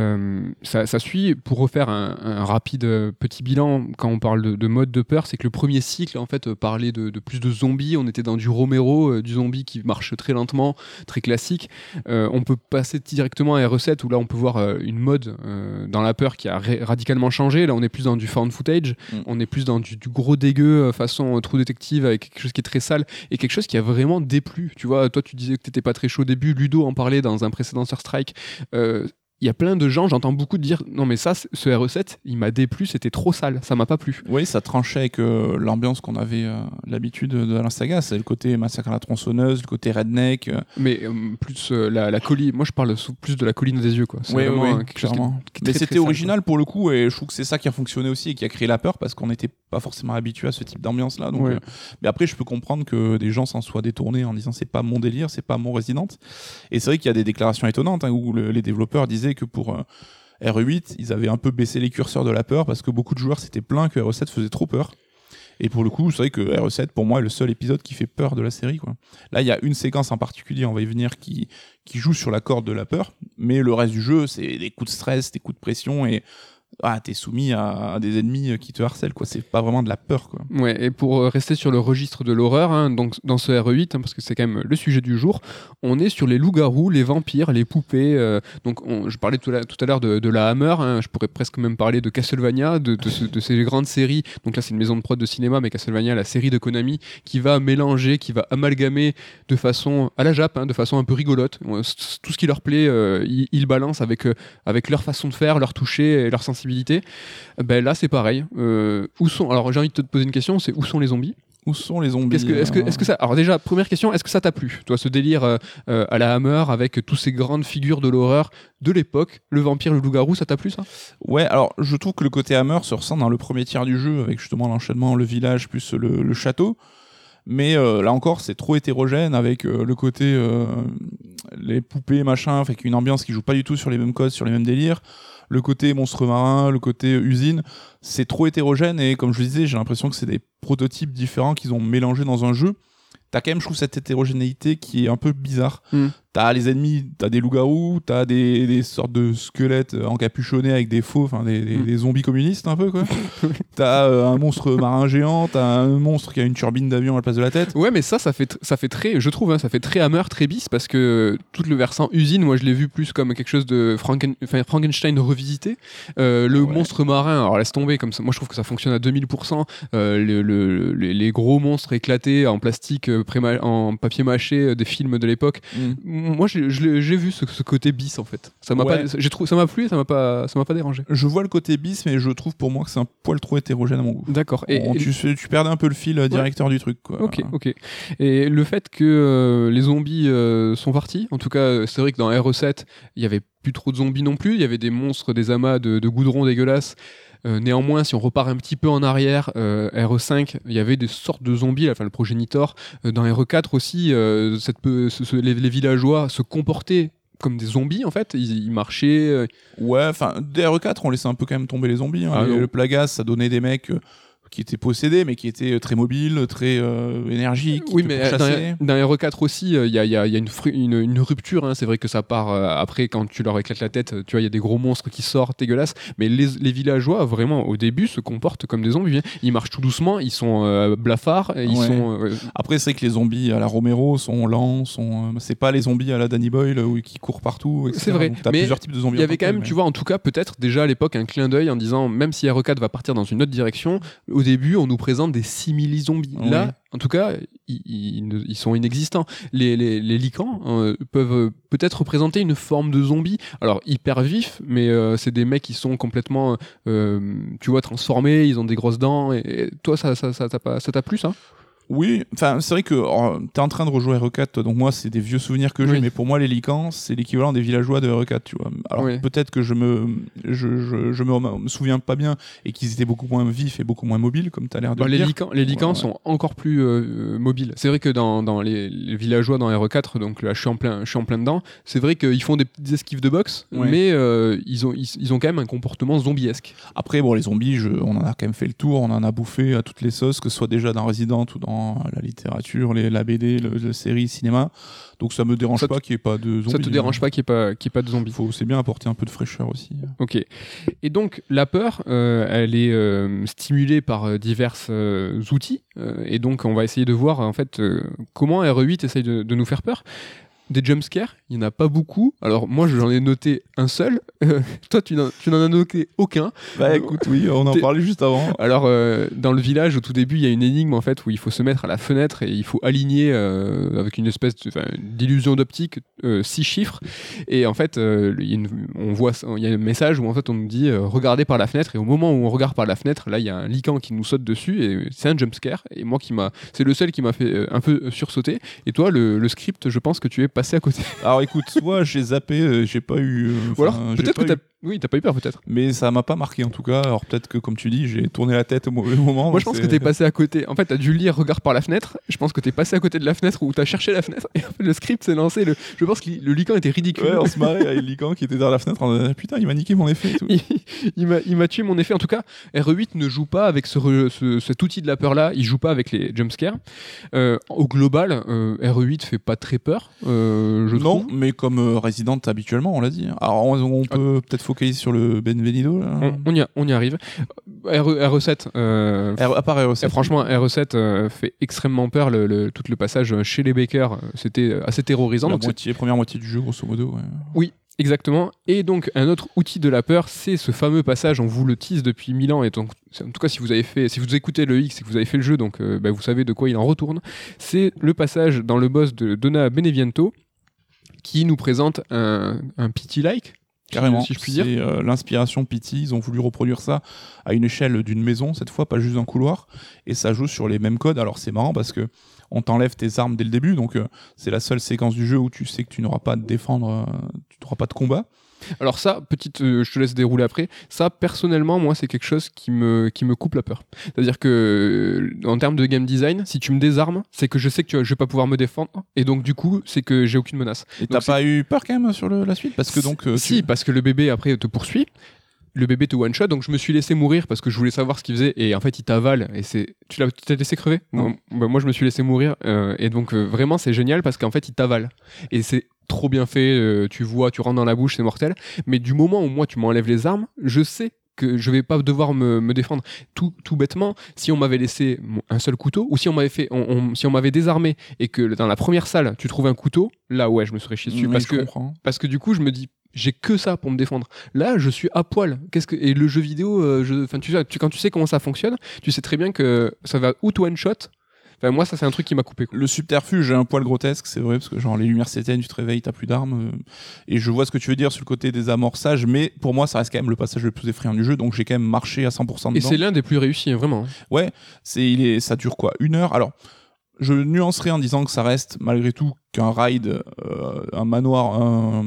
Ça suit, pour refaire un rapide petit bilan, quand on parle de mode de peur, c'est que le premier cycle, en fait, parlait de plus de zombies. On était dans du Romero, du zombie qui marche très lentement, très classique. On peut passer directement à RE7 où là on peut voir une mode dans la peur qui a radicalement changé. Là on est plus dans du found footage, on est plus dans du gros dégueu façon True Detective, avec quelque chose qui est très sale et quelque chose qui a vraiment déplu. Tu vois, toi tu disais que t'étais pas très chaud au début, Ludo en parlait dans un précédent Sur Strike. Il y a plein de gens, j'entends beaucoup dire non mais ça, ce RE7, il m'a déplu, c'était trop sale, ça m'a pas plu. Oui, ça tranchait avec l'ambiance qu'on avait l'habitude de la saga, c'est le côté massacre à la tronçonneuse, le côté redneck. Mais plus la colline, moi je parle plus de la colline des yeux, quoi. C'est vraiment quelque chose qui est mais très, c'était très original sale, pour le coup, et je trouve que c'est ça qui a fonctionné aussi et qui a créé la peur parce qu'on n'était pas forcément habitué à ce type d'ambiance là. Donc, mais après, je peux comprendre que des gens s'en soient détournés en disant c'est pas mon délire, c'est pas mon Resident. Et c'est vrai qu'il y a des déclarations étonnantes où les développeurs disaient que pour RE8, ils avaient un peu baissé les curseurs de la peur parce que beaucoup de joueurs s'étaient plaints que RE7 faisait trop peur. Et pour le coup, c'est vrai que RE7, pour moi, est le seul épisode qui fait peur de la série, quoi. Là, il y a une séquence en particulier, on va y venir, qui joue sur la corde de la peur, mais le reste du jeu, c'est des coups de stress, des coups de pression, et t'es soumis à des ennemis qui te harcèlent, quoi. C'est pas vraiment de la peur, quoi. Ouais, et pour rester sur le registre de l'horreur, hein, donc dans ce RE8, parce que c'est quand même le sujet du jour, on est sur les loups-garous, les vampires, les poupées. Donc je parlais tout à l'heure de la Hammer, hein, je pourrais presque même parler de Castlevania, de ces grandes séries. Donc là, c'est une maison de prod de cinéma, mais Castlevania, la série de Konami, qui va mélanger, qui va amalgamer de façon à la Jap, hein, de façon un peu rigolote. Tout ce qui leur plaît, ils balancent avec leur façon de faire, leur toucher et leur sensibilité. Ben là c'est pareil. Alors j'ai envie de te poser une question, c'est où sont les zombies ? Où sont les zombies ? Est-ce que ça... Alors déjà, première question, est-ce que ça t'a plu ? Toi, ce délire à la Hammer avec tous ces grandes figures de l'horreur de l'époque, le vampire, le loup-garou, ça t'a plu ça ? Ouais, alors je trouve que le côté Hammer se ressent dans le premier tiers du jeu avec justement l'enchaînement, le village plus le château. Mais là encore, c'est trop hétérogène avec le côté les poupées, machin, fait qu'une ambiance qui joue pas du tout sur les mêmes codes, sur les mêmes délires. Le côté monstre marin, le côté usine, c'est trop hétérogène et comme je le disais, j'ai l'impression que c'est des prototypes différents qu'ils ont mélangés dans un jeu. T'as quand même, je trouve, cette hétérogénéité qui est un peu bizarre. T'as les ennemis, t'as des loups-garous, t'as des sortes de squelettes encapuchonnés avec des faux, enfin des zombies communistes un peu, quoi. T'as un monstre marin géant, t'as un monstre qui a une turbine d'avion à la place de la tête. Ouais, mais ça fait très, je trouve, hein, ça fait très Hammer, très bis, parce que tout le versant usine, moi je l'ai vu plus comme quelque chose de Frankenstein revisité. Monstre marin, alors laisse tomber, comme ça, moi je trouve que ça fonctionne à 2000%. Les gros monstres éclatés en plastique, en papier mâché des films de l'époque. Moi j'ai vu ce côté bis en fait. Ça m'a ça m'a plu et ça m'a pas dérangé. Je vois le côté bis, mais je trouve pour moi que c'est un poil trop hétérogène à mon goût. D'accord. Tu perdais un peu le fil directeur du truc, quoi. Ok. Et le fait que les zombies sont partis, en tout cas c'est vrai que dans RE7 il y avait plus trop de zombies non plus, il y avait des monstres, des amas de goudron dégueulasses. Néanmoins, si on repart un petit peu en arrière, RE5, il y avait des sortes de zombies, enfin le progénitor. Dans RE4 aussi, les villageois se comportaient comme des zombies en fait, ils marchaient. Ouais, enfin, dès RE4, on laissait un peu quand même tomber les zombies. Hein. Le Plagas, ça donnait des mecs qui étaient possédés, mais qui étaient très mobiles, très énergiques. Oui, mais dans RE4 aussi, il y a une rupture. Hein. C'est vrai que ça part après, quand tu leur éclates la tête, tu vois, il y a des gros monstres qui sortent, dégueulasses. Mais les villageois, vraiment, au début, se comportent comme des zombies. Ils marchent tout doucement, ils sont blafards. Ils sont, Après, c'est vrai que les zombies à la Romero sont lents, c'est pas les zombies à la Danny Boyle qui courent partout, etc. C'est vrai. Donc, t'as plusieurs types de zombies. Il y avait quand même, tu vois, en tout cas, peut-être déjà à l'époque, un clin d'œil en disant, même si RE4 va partir dans une autre direction, au au début, on nous présente des simili-zombies. Oui. Là, en tout cas, ils sont inexistants. Les licans peuvent peut-être représenter une forme de zombie. Alors, hyper vif, mais c'est des mecs qui sont complètement, tu vois, transformés, ils ont des grosses dents. Et toi, ça t'a plu, ça ? Oui, enfin c'est vrai que t'es en train de rejouer RE4, toi, donc moi c'est des vieux souvenirs que j'ai, Oui. mais pour moi les Lycans c'est l'équivalent des villageois de RE4, tu vois. Alors Oui. peut-être que je me souviens pas bien et qu'ils étaient beaucoup moins vifs et beaucoup moins mobiles comme t'as l'air de le dire. Les Lycans Ouais. sont encore plus mobiles. C'est vrai que dans les villageois dans RE4, donc là je suis en plein dedans, c'est vrai qu'ils font des petites esquives de boxe, Ouais. mais ils ont quand même un comportement zombiesque. Après bon les zombies, on en a quand même fait le tour, on en a bouffé à toutes les sauces, que ce soit déjà dans Resident ou dans la littérature, la BD, la série, cinéma. Donc ça me dérange pas qu'il n'y ait pas de zombies. Ça te dérange pas qu'il n'y ait pas de zombies. C'est bien apporter un peu de fraîcheur aussi. Ok. Et donc la peur, elle est stimulée par divers outils, et donc on va essayer de voir en fait comment RE8 essaye de nous faire peur. Des jumpscares, il n'y en a pas beaucoup. Alors moi j'en ai noté un seul. Toi tu n'en as noté aucun. Bah écoute, oui, on en parlait juste avant. Alors dans le village au tout début il y a une énigme en fait où il faut se mettre à la fenêtre et il faut aligner avec une espèce d'illusion d'optique 6 chiffres, et en fait il y a un message où en fait on nous dit regardez par la fenêtre, et au moment où on regarde par la fenêtre là il y a un lycan qui nous saute dessus et c'est un jumpscare, et moi c'est le seul qui m'a fait un peu sursauter. Et toi le script, je pense que tu es passé à côté. Alors écoute, soit j'ai zappé, j'ai pas eu. Ou alors peut-être que t'as pas eu peur peut-être. Mais ça m'a pas marqué en tout cas. Alors peut-être que comme tu dis, j'ai tourné la tête au mauvais moment. Moi je pense que t'es passé à côté. En fait t'as dû lire regarde par la fenêtre. Je pense que t'es passé à côté de la fenêtre ou t'as cherché la fenêtre. Et en fait le script s'est lancé. Je pense que le lycan était ridicule. Ouais, on se marrait avec le lycan qui était derrière la fenêtre. Putain, il m'a niqué mon effet. Et tout. il m'a tué mon effet. En tout cas, RE8 ne joue pas avec cet outil de la peur là. Il joue pas avec les jumpscares. Au global, RE8 fait pas très peur. Je trouve. Non, mais comme Resident habituellement, on l'a dit. Alors on peut peut-être focaliser sur le Benvenido. Là. On y arrive. RE7. À part RE7. Franchement, RE7 fait extrêmement peur. Tout le passage chez les Baker, c'était assez terrorisant. La donc première moitié du jeu, grosso modo. Ouais. Oui. Exactement. Et donc, un autre outil de la peur, c'est ce fameux passage, on vous le tease depuis 1000 ans, et donc, en tout cas, si vous écoutez le X et que vous avez fait le jeu, donc vous savez de quoi il en retourne. C'est le passage dans le boss de Donna Beneviento, qui nous présente un pity-like. Carrément, si je puis dire. C'est l'inspiration Pity. Ils ont voulu reproduire ça à une échelle d'une maison, cette fois, pas juste d'un couloir. Et ça joue sur les mêmes codes. Alors c'est marrant parce que on t'enlève tes armes dès le début, donc c'est la seule séquence du jeu où tu sais que tu n'auras pas à te défendre, tu n'auras pas de combat. Alors ça, je te laisse dérouler après. Ça, personnellement, moi, c'est quelque chose qui me coupe la peur. C'est-à-dire que, en termes de game design, si tu me désarmes, c'est que je sais que je vais pas pouvoir me défendre, et donc du coup, c'est que j'ai aucune menace. Et donc, t'as pas eu peur quand même sur la suite, parce que donc si, parce que le bébé après te poursuit. Le bébé te one shot, donc je me suis laissé mourir parce que je voulais savoir ce qu'il faisait, et en fait il t'avale, et tu t'es laissé crever. Moi je me suis laissé mourir, et donc vraiment c'est génial parce qu'en fait il t'avale et c'est trop bien fait. Tu rentres dans la bouche, c'est mortel, mais du moment où moi tu m'enlèves les armes, je sais que je vais pas devoir me défendre. Tout bêtement, si on m'avait laissé un seul couteau, ou si on m'avait désarmé et que dans la première salle tu trouves un couteau, là ouais je me serais chié dessus, parce que du coup je me dis j'ai que ça pour me défendre. Là, je suis à poil. Et le jeu vidéo, quand tu sais comment ça fonctionne, tu sais très bien que ça va ou one shot. Enfin, moi, ça c'est un truc qui m'a coupé. Le subterfuge, j'ai un poil grotesque, c'est vrai, parce que genre les lumières s'éteignent, tu te réveilles, t'as plus d'armes. Et je vois ce que tu veux dire sur le côté des amorçages, mais pour moi, ça reste quand même le passage le plus effrayant du jeu, donc j'ai quand même marché à 100% dedans. Et c'est l'un des plus réussis, hein, vraiment. Ouais, ça dure quoi, 1 heure. Alors, je nuancerai en disant que ça reste malgré tout qu'un ride, un manoir,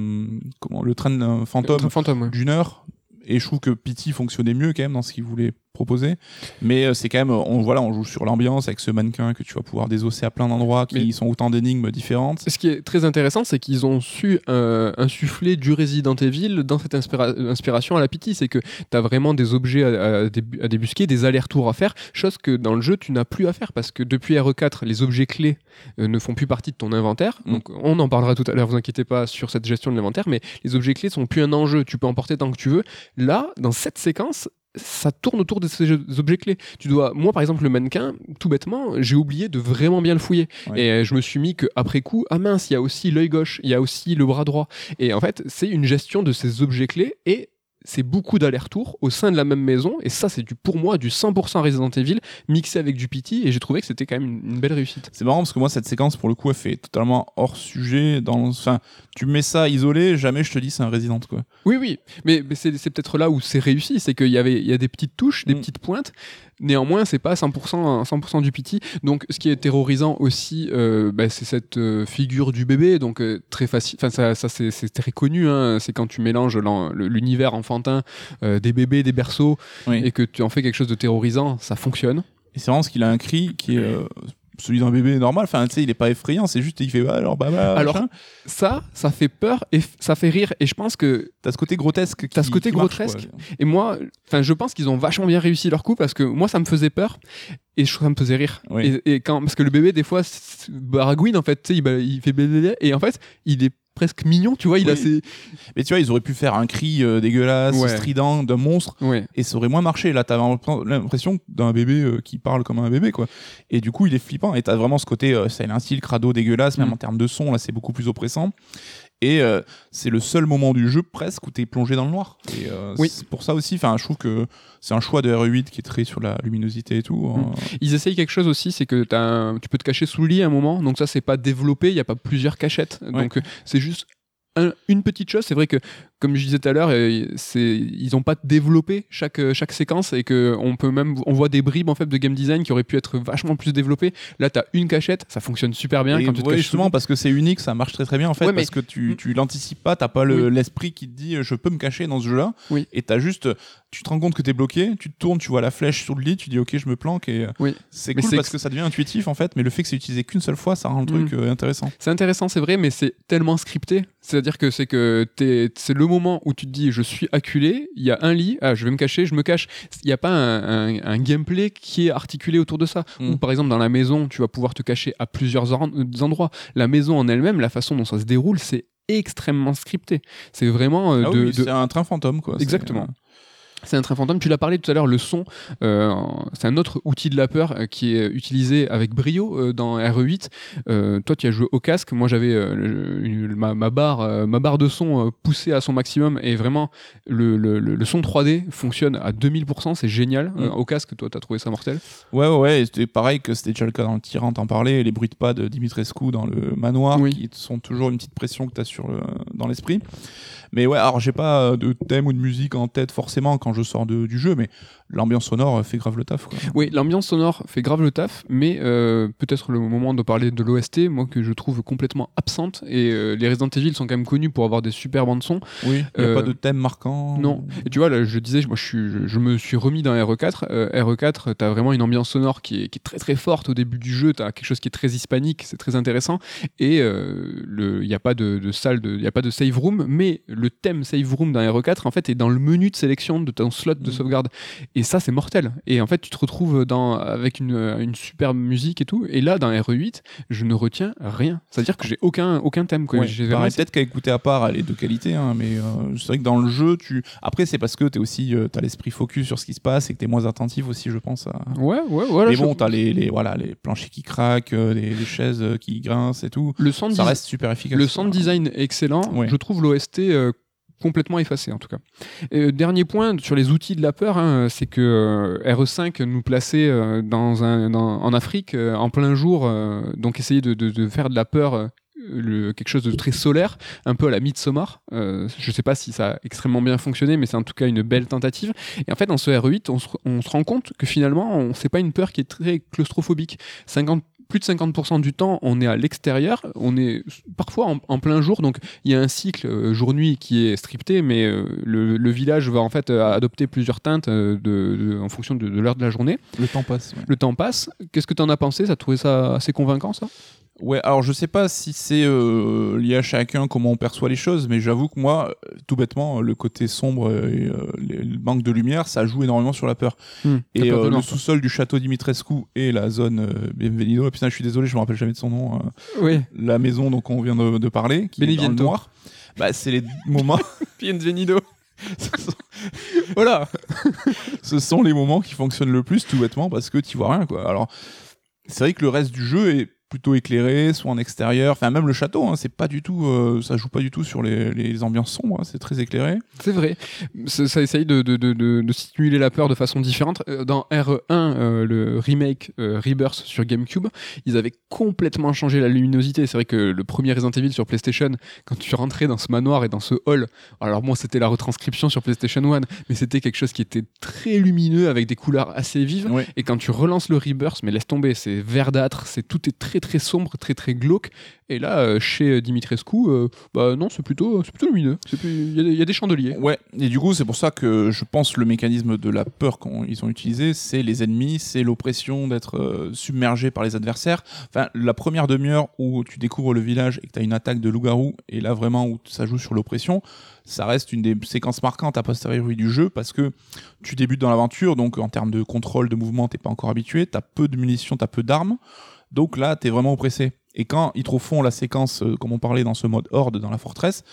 le train fantôme, ouais. d'1 heure. Et je trouve que Pity fonctionnait mieux quand même dans ce qu'il voulait proposer. Mais c'est quand même, on joue sur l'ambiance avec ce mannequin que tu vas pouvoir désosser à plein d'endroits qui sont autant d'énigmes différentes. Ce qui est très intéressant, c'est qu'ils ont su insuffler du Resident Evil dans cette inspiration à la Pity. C'est que tu as vraiment des objets à débusquer, des allers-retours à faire, chose que dans le jeu tu n'as plus à faire parce que depuis RE4, les objets clés ne font plus partie de ton inventaire. Donc on en parlera tout à l'heure, vous inquiétez pas sur cette gestion de l'inventaire, mais les objets clés sont plus un enjeu, tu peux en porter tant que tu veux. Là, dans cette séquence, ça tourne autour de ces objets clés. Moi par exemple le mannequin, tout bêtement, j'ai oublié de vraiment bien le fouiller. Ouais. Et je me suis mis qu'après coup, ah mince, il y a aussi l'œil gauche, il y a aussi le bras droit. Et en fait, c'est une gestion de ces objets clés et c'est beaucoup d'allers-retours au sein de la même maison, et ça, c'est pour moi du 100% Resident Evil mixé avec du pity, et j'ai trouvé que c'était quand même une belle réussite. C'est marrant parce que moi, cette séquence, pour le coup, elle fait totalement hors sujet. Enfin, tu mets ça isolé, jamais je te dis c'est un Resident, quoi. Oui, mais c'est peut-être là où c'est réussi, c'est qu'il y a des petites touches, des petites pointes. Néanmoins, c'est pas 100% du pity. Donc, ce qui est terrorisant aussi, c'est cette figure du bébé, donc très facile. Enfin, ça c'est très connu. Hein, c'est quand tu mélanges l'univers enfantin des bébés, des berceaux, et que tu en fais quelque chose de terrorisant, ça fonctionne. Et c'est vraiment parce qu'il a un cri qui est celui d'un bébé normal. Enfin, tu sais, il est pas effrayant. C'est juste, il fait alors ça fait peur et ça fait rire. Et je pense que t'as ce côté grotesque. Grotesque. Et moi, je pense qu'ils ont vachement bien réussi leur coup parce que moi, ça me faisait peur et ça me faisait rire. Oui. Et parce que le bébé, des fois, baragouine en fait. Tu sais, il fait bébé et en fait, il est presque mignon, tu vois, il a ses... Mais tu vois, ils auraient pu faire un cri dégueulasse, strident, d'un monstre, et ça aurait moins marché. Là, t'as l'impression d'un bébé qui parle comme un bébé, quoi. Et du coup, il est flippant, et t'as vraiment ce côté Silent Hill, crado, dégueulasse, même en termes de son, là, c'est beaucoup plus oppressant. Et c'est le seul moment du jeu presque où t'es plongé dans le noir. Et c'est pour ça aussi, je trouve que c'est un choix de RE8 qui est très sur la luminosité et tout. Ils essayent quelque chose aussi, c'est que tu peux te cacher sous le lit à un moment, donc ça c'est pas développé, il y a pas plusieurs cachettes, donc c'est juste une petite chose. C'est vrai que, comme je disais tout à l'heure, ils n'ont pas développé chaque séquence et que on voit des bribes en fait de game design qui auraient pu être vachement plus développées. Là, t'as une cachette, ça fonctionne super bien. Et quand tu te caches justement, parce que c'est unique, ça marche très très bien en fait, parce que tu l'anticipes pas, t'as pas l'esprit qui te dit je peux me cacher dans ce jeu-là. Et t'as juste, tu te rends compte que t'es bloqué, tu te tournes, tu vois la flèche sur le lit, tu dis ok, je me planque et c'est cool parce que ça devient intuitif en fait, mais le fait que c'est utilisé qu'une seule fois, ça rend le truc intéressant. C'est intéressant, c'est vrai, mais c'est tellement scripté. C'est-à-dire que c'est le moment où tu te dis je suis acculé, il y a un lit, je vais me cacher, je me cache. Il n'y a pas un gameplay qui est articulé autour de ça. Ou par exemple dans la maison, tu vas pouvoir te cacher à plusieurs endroits. La maison en elle-même, la façon dont ça se déroule, c'est extrêmement scripté. C'est vraiment c'est un train fantôme, quoi. Exactement. C'est un train fantôme. Tu l'as parlé tout à l'heure, le son, c'est un autre outil de la peur qui est utilisé avec brio dans RE8. Toi, tu as joué au casque. Moi, j'avais ma barre de son poussée à son maximum et vraiment, le son 3D fonctionne à 2000%. C'est génial. Au casque, toi, tu as trouvé ça mortel? Ouais. C'était pareil que c'était déjà le cas dans le Tyran, t'en parlais. Les bruits de pas de Dimitrescu dans le manoir qui sont toujours une petite pression que tu as dans l'esprit. Mais ouais, alors j'ai pas de thème ou de musique en tête forcément quand je sors du jeu, mais l'ambiance sonore fait grave le taf, quoi. Oui, l'ambiance sonore fait grave le taf, mais peut-être le moment de parler de l'OST, moi que je trouve complètement absente, et les Resident Evil sont quand même connus pour avoir des super bandes son. Oui, il n'y a pas de thème marquant. Non, et tu vois, là je disais, moi je me suis remis dans RE4. RE4, t'as vraiment une ambiance sonore qui est très très forte au début du jeu, t'as quelque chose qui est très hispanique, c'est très intéressant, et il n'y a pas de salle, il n'y a pas de save room, mais le thème save room dans RE4 en fait est dans le menu de sélection de ton slot de sauvegarde, et ça c'est mortel, et en fait tu te retrouves avec une superbe musique et tout, et là dans RE8 je ne retiens rien, c'est à dire que j'ai aucun thème, quoi. Peut-être qu'à écouter à part elle est de qualité, hein, mais c'est vrai que dans le jeu après c'est parce que t'es aussi t'as l'esprit focus sur ce qui se passe et que t'es moins attentif aussi, je pense voilà, mais bon, t'as les planchers qui craquent, les chaises qui grincent et tout, ça reste super efficace. Le sound design est excellent, je trouve l'OST complètement effacé en tout cas. Dernier point sur les outils de la peur, c'est que RE5 nous plaçait en Afrique en plein jour, donc essayer de faire de la peur quelque chose de très solaire, un peu à la Midsommar. Je sais pas si ça a extrêmement bien fonctionné, mais c'est en tout cas une belle tentative. Et en fait, dans ce RE8, on se rend compte que finalement, c'est pas une peur qui est très claustrophobique. Plus de 50% du temps, on est à l'extérieur, on est parfois en plein jour, donc il y a un cycle jour-nuit qui est scripté, mais le village va en fait adopter plusieurs teintes en fonction de l'heure de la journée. Le temps passe. Le temps passe. Qu'est-ce que tu en as pensé? Ça a trouvé ça assez convaincant, ça? Ouais, alors je sais pas si c'est lié à chacun comment on perçoit les choses, mais j'avoue que moi, tout bêtement, le côté sombre et le manque de lumière, ça joue énormément sur la peur. Et le sous-sol du château Dimitrescu et la zone Bienvenido, putain, je suis désolé, je me rappelle jamais de son nom. La maison dont on vient de parler, qui est dans le noir. Bah, c'est les moments. Bienvenido. Voilà. Ce sont les moments qui fonctionnent le plus, tout bêtement, parce que tu vois rien, quoi. Alors, c'est vrai que le reste du jeu est plutôt éclairé, soit en extérieur. Enfin, même le château, hein, c'est pas du tout, ça joue pas du tout sur les ambiances sombres. Hein, c'est très éclairé. C'est vrai. Ça essaye de stimuler la peur de façon différente. Dans RE1, le remake Rebirth sur GameCube, ils avaient complètement changé la luminosité. C'est vrai que le premier Resident Evil sur PlayStation, quand tu rentrais dans ce manoir et dans ce hall, alors bon, c'était la retranscription sur PlayStation 1, mais c'était quelque chose qui était très lumineux avec des couleurs assez vives. Ouais. Et quand tu relances le Rebirth, mais laisse tomber, c'est verdâtre, tout est très très sombre, très très glauque. Et là, chez Dimitrescu, non, c'est plutôt lumineux. Il y a des chandeliers. Ouais, et du coup, c'est pour ça que je pense le mécanisme de la peur qu'ils ont utilisé, c'est les ennemis, c'est l'oppression d'être submergé par les adversaires. Enfin, la première demi-heure où tu découvres le village et que tu as une attaque de loup-garou, et là vraiment où ça joue sur l'oppression, ça reste une des séquences marquantes a posteriori du jeu parce que tu débutes dans l'aventure, donc en termes de contrôle de mouvement, t'es pas encore habitué, t'as peu de munitions, t'as peu d'armes, donc là, t'es vraiment oppressé. Et quand ils te refont la séquence, comme on parlait dans ce mode horde dans la forteresse,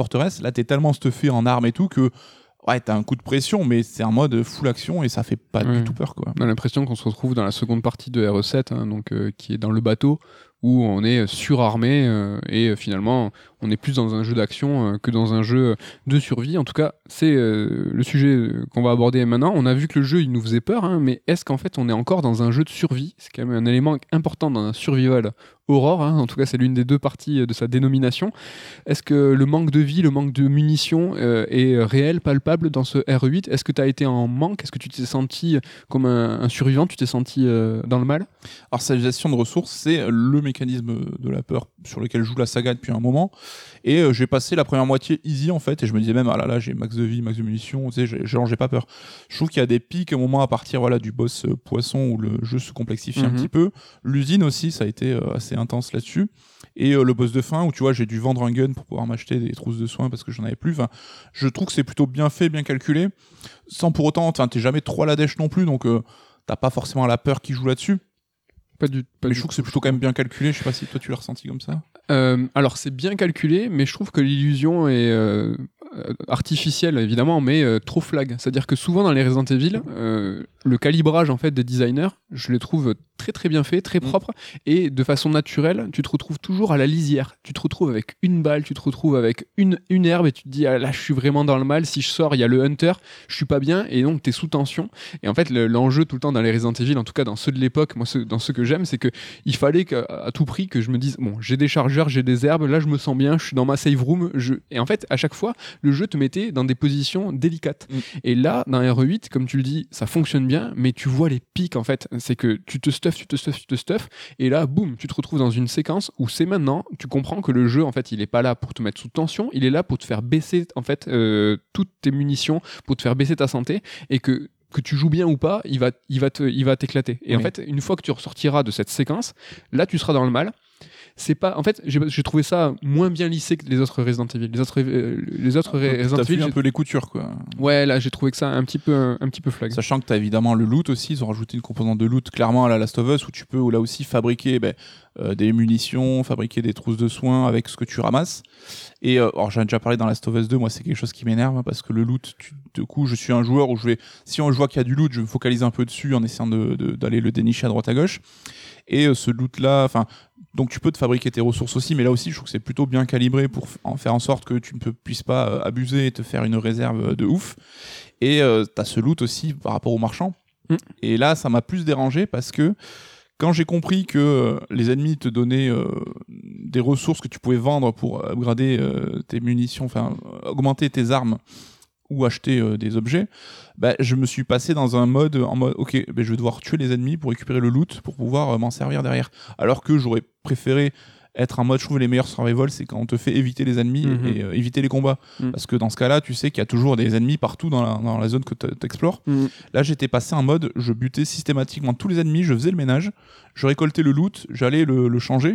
là t'es tellement stuffé en armes et tout que ouais, t'as un coup de pression, mais c'est un mode full action et ça fait pas du tout peur, quoi. On a l'impression qu'on se retrouve dans la seconde partie de RE7, hein, donc, qui est dans le bateau, où on est surarmé et finalement on est plus dans un jeu d'action que dans un jeu de survie. En tout cas, c'est le sujet qu'on va aborder maintenant. On a vu que le jeu il nous faisait peur, hein, mais est-ce qu'en fait on est encore dans un jeu de survie ? C'est quand même un élément important dans un survival horror, hein. En tout cas c'est l'une des deux parties de sa dénomination. Est-ce que le manque de vie, le manque de munitions est réel, palpable dans ce RE8 ? Est-ce que tu as été en manque ? Est-ce que tu t'es senti comme un survivant ? Tu t'es senti dans le mal ? Alors sa gestion de ressources, c'est le mécanisme de la peur sur lequel joue la saga depuis un moment. Et j'ai passé la première moitié easy en fait, et je me disais même ah là j'ai max de vie, max de munitions, tu sais, j'ai pas peur. Je trouve qu'il y a des pics à un moment à partir du boss poisson où le jeu se complexifie un petit peu. L'usine aussi, ça a été assez intense là-dessus. Et le boss de fin où tu vois j'ai dû vendre un gun pour pouvoir m'acheter des trousses de soins parce que j'en avais plus. Enfin, je trouve que c'est plutôt bien fait, bien calculé, sans pour autant, t'es jamais trop à la dèche non plus, donc t'as pas forcément la peur qui joue là-dessus. Mais je trouve que c'est plutôt quand même bien calculé. Je sais pas si toi tu l'as ressenti comme ça. Alors c'est bien calculé, mais je trouve que l'illusion est artificielle évidemment, mais trop flag. C'est-à-dire que souvent dans les Resident Evil, le calibrage en fait des designers, je les trouve très très bien fait, très propre, et de façon naturelle, tu te retrouves toujours à la lisière. Tu te retrouves avec une balle, tu te retrouves avec une herbe, et tu te dis ah, là je suis vraiment dans le mal. Si je sors, il y a le hunter, je suis pas bien, et donc t'es sous tension. Et en fait l'enjeu tout le temps dans les Resident Evil, en tout cas dans ceux de l'époque, moi dans ceux que j'aime, c'est que il fallait qu'à tout prix que je me dise bon, j'ai des chargeurs, j'ai des herbes, là je me sens bien, je suis dans ma save room, et en fait à chaque fois le jeu te mettait dans des positions délicates. Et là dans RE8, comme tu le dis, ça fonctionne bien, mais tu vois les pics en fait, c'est que tu te stuffes, et là boum, tu te retrouves dans une séquence où c'est maintenant, tu comprends que le jeu en fait il est pas là pour te mettre sous tension, il est là pour te faire baisser en fait toutes tes munitions, pour te faire baisser ta santé, et que tu joues bien ou pas, il va t'éclater. Et en fait, une fois que tu ressortiras de cette séquence, là, tu seras dans le mal. C'est pas, en fait, j'ai trouvé ça moins bien lissé que les autres Resident Evil. Les autres Resident Evil, t'as un peu les coutures, quoi. Ouais, là, j'ai trouvé que ça un petit peu flag. Sachant que t'as évidemment le loot aussi. Ils ont rajouté une composante de loot clairement à la Last of Us où tu peux là aussi fabriquer des munitions, fabriquer des trousses de soins avec ce que tu ramasses. Et alors j'en ai déjà parlé dans Last of Us 2, moi c'est quelque chose qui m'énerve hein, parce que le loot, du coup je suis un joueur où si on voit qu'il y a du loot, je me focalise un peu dessus en essayant d'aller le dénicher à droite à gauche. Et ce loot là, enfin donc tu peux te fabriquer tes ressources aussi, mais là aussi je trouve que c'est plutôt bien calibré pour faire en sorte que tu ne puisses pas abuser et te faire une réserve de ouf. Et t'as ce loot aussi par rapport aux marchands. Et là ça m'a plus dérangé parce que quand j'ai compris que les ennemis te donnaient des ressources que tu pouvais vendre pour upgrader tes munitions, enfin augmenter tes armes ou acheter des objets, je me suis passé dans un mode ok, je vais devoir tuer les ennemis pour récupérer le loot pour pouvoir m'en servir derrière. Alors que j'aurais préféré être en mode, je trouve les meilleurs survival, c'est quand on te fait éviter les ennemis et éviter les combats. Parce que dans ce cas-là, tu sais qu'il y a toujours des ennemis partout dans la zone que tu explores. Là, j'étais passé en mode, je butais systématiquement tous les ennemis, je faisais le ménage, je récoltais le loot, j'allais le changer.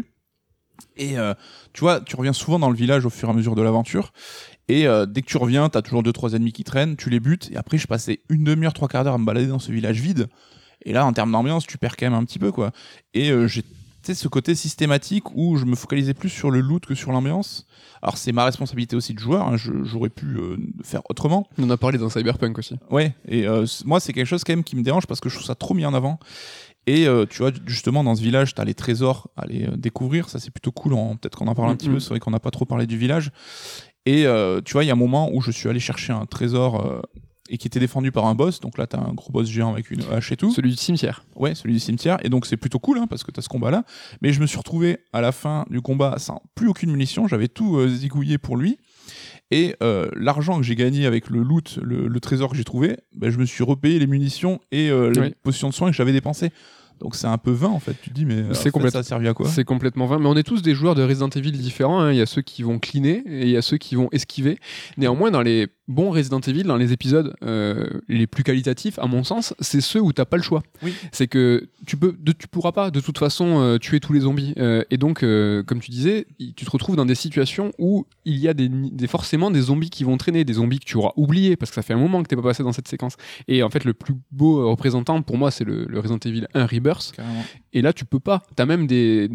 Et tu vois, tu reviens souvent dans le village au fur et à mesure de l'aventure. Et dès que tu reviens, t'as toujours 2-3 ennemis qui traînent, tu les butes. Et après, je passais une demi-heure, 3/4 d'heure à me balader dans ce village vide. Et là, en termes d'ambiance, tu perds quand même un petit peu, quoi. Et j'ai ce côté systématique où je me focalisais plus sur le loot que sur l'ambiance. Alors c'est ma responsabilité aussi de joueur, hein, j'aurais pu faire autrement. On en a parlé dans Cyberpunk aussi. Ouais, et moi c'est quelque chose quand même qui me dérange parce que je trouve ça trop mis en avant. Et tu vois, justement, dans ce village, t'as les trésors à aller découvrir. Ça, c'est plutôt cool. Peut-être qu'on en parle un petit peu. C'est vrai qu'on n'a pas trop parlé du village. Et tu vois, il y a un moment où je suis allé chercher un trésor et qui était défendu par un boss. Donc là, t'as un gros boss géant avec une hache et tout. Celui du cimetière. Ouais, celui du cimetière. Et donc, c'est plutôt cool parce que t'as ce combat-là. Mais je me suis retrouvé à la fin du combat sans plus aucune munition. J'avais tout zigouillé pour lui. Et l'argent que j'ai gagné avec le loot, le trésor que j'ai trouvé, je me suis repayé les munitions et les potions de soins que j'avais dépensées. Donc c'est un peu vain en fait, tu te dis mais ça a servi à quoi? C'est complètement vain, mais on est tous des joueurs de Resident Evil différents, hein. Il y a ceux qui vont cleaner et il y a ceux qui vont esquiver. Néanmoins dans les bons Resident Evil, dans les épisodes les plus qualitatifs à mon sens, c'est ceux où t'as pas le choix. Oui. C'est que tu pourras pas de toute façon tuer tous les zombies et donc comme tu disais, tu te retrouves dans des situations où il y a forcément des zombies qui vont traîner, des zombies que tu auras oubliés parce que ça fait un moment que t'es pas passé dans cette séquence. Et en fait le plus beau représentant pour moi c'est le Resident Evil 1 Rebirth. Carrément. Et là tu peux pas, t'as même les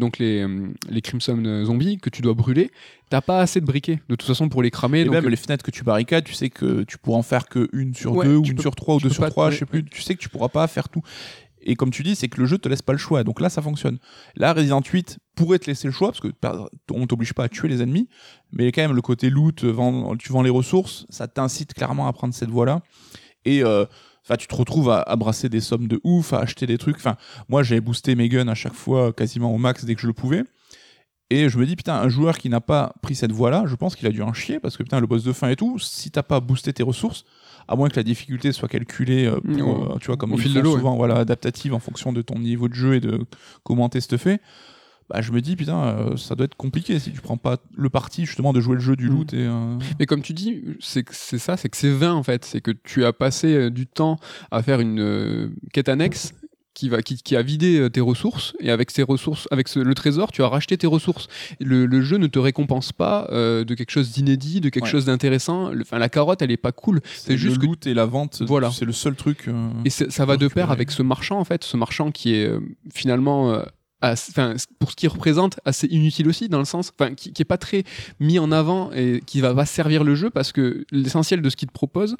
Crimson zombies que tu dois brûler, t'as pas assez de briquets de toute façon pour les cramer. Et donc même les fenêtres que tu barricades, tu sais que tu pourras en faire que une sur deux ou une sur trois ou deux sur trois, je sais plus, tu sais que tu pourras pas faire tout. Et comme tu dis, c'est que le jeu te laisse pas le choix. Donc là, ça fonctionne. Là, Resident 8 pourrait te laisser le choix, parce que on t'oblige pas à tuer les ennemis, mais quand même, le côté loot, tu vends les ressources, ça t'incite clairement à prendre cette voie-là. Et tu te retrouves à brasser des sommes de ouf, à acheter des trucs. Enfin, moi, j'avais boosté mes guns à chaque fois, quasiment au max dès que je le pouvais. Et je me dis, putain, un joueur qui n'a pas pris cette voie-là, je pense qu'il a dû en chier, parce que putain, le boss de fin et tout, si t'as pas boosté tes ressources, à moins que la difficulté soit calculée tu vois, comme au fil ils font de l'eau, souvent, voilà, adaptative en fonction de ton niveau de jeu et de comment t'es fait, je me dis, putain, ça doit être compliqué si tu prends pas le parti justement de jouer le jeu du loot. Mais comme tu dis, c'est que c'est vain en fait, c'est que tu as passé du temps à faire une quête annexe qui a vidé tes ressources, et avec ces ressources, le trésor, tu as racheté tes ressources. Le jeu ne te récompense pas de quelque chose d'inédit, de quelque chose d'intéressant. La carotte, elle est pas cool. C'est juste le loot et la vente, voilà. C'est le seul truc. Et ça va de pair avec ce marchand, en fait, ce marchand qui est finalement... pour ce qu'il représente, assez inutile aussi, dans le sens qui est pas très mis en avant et qui va servir le jeu, parce que l'essentiel de ce qu'il te propose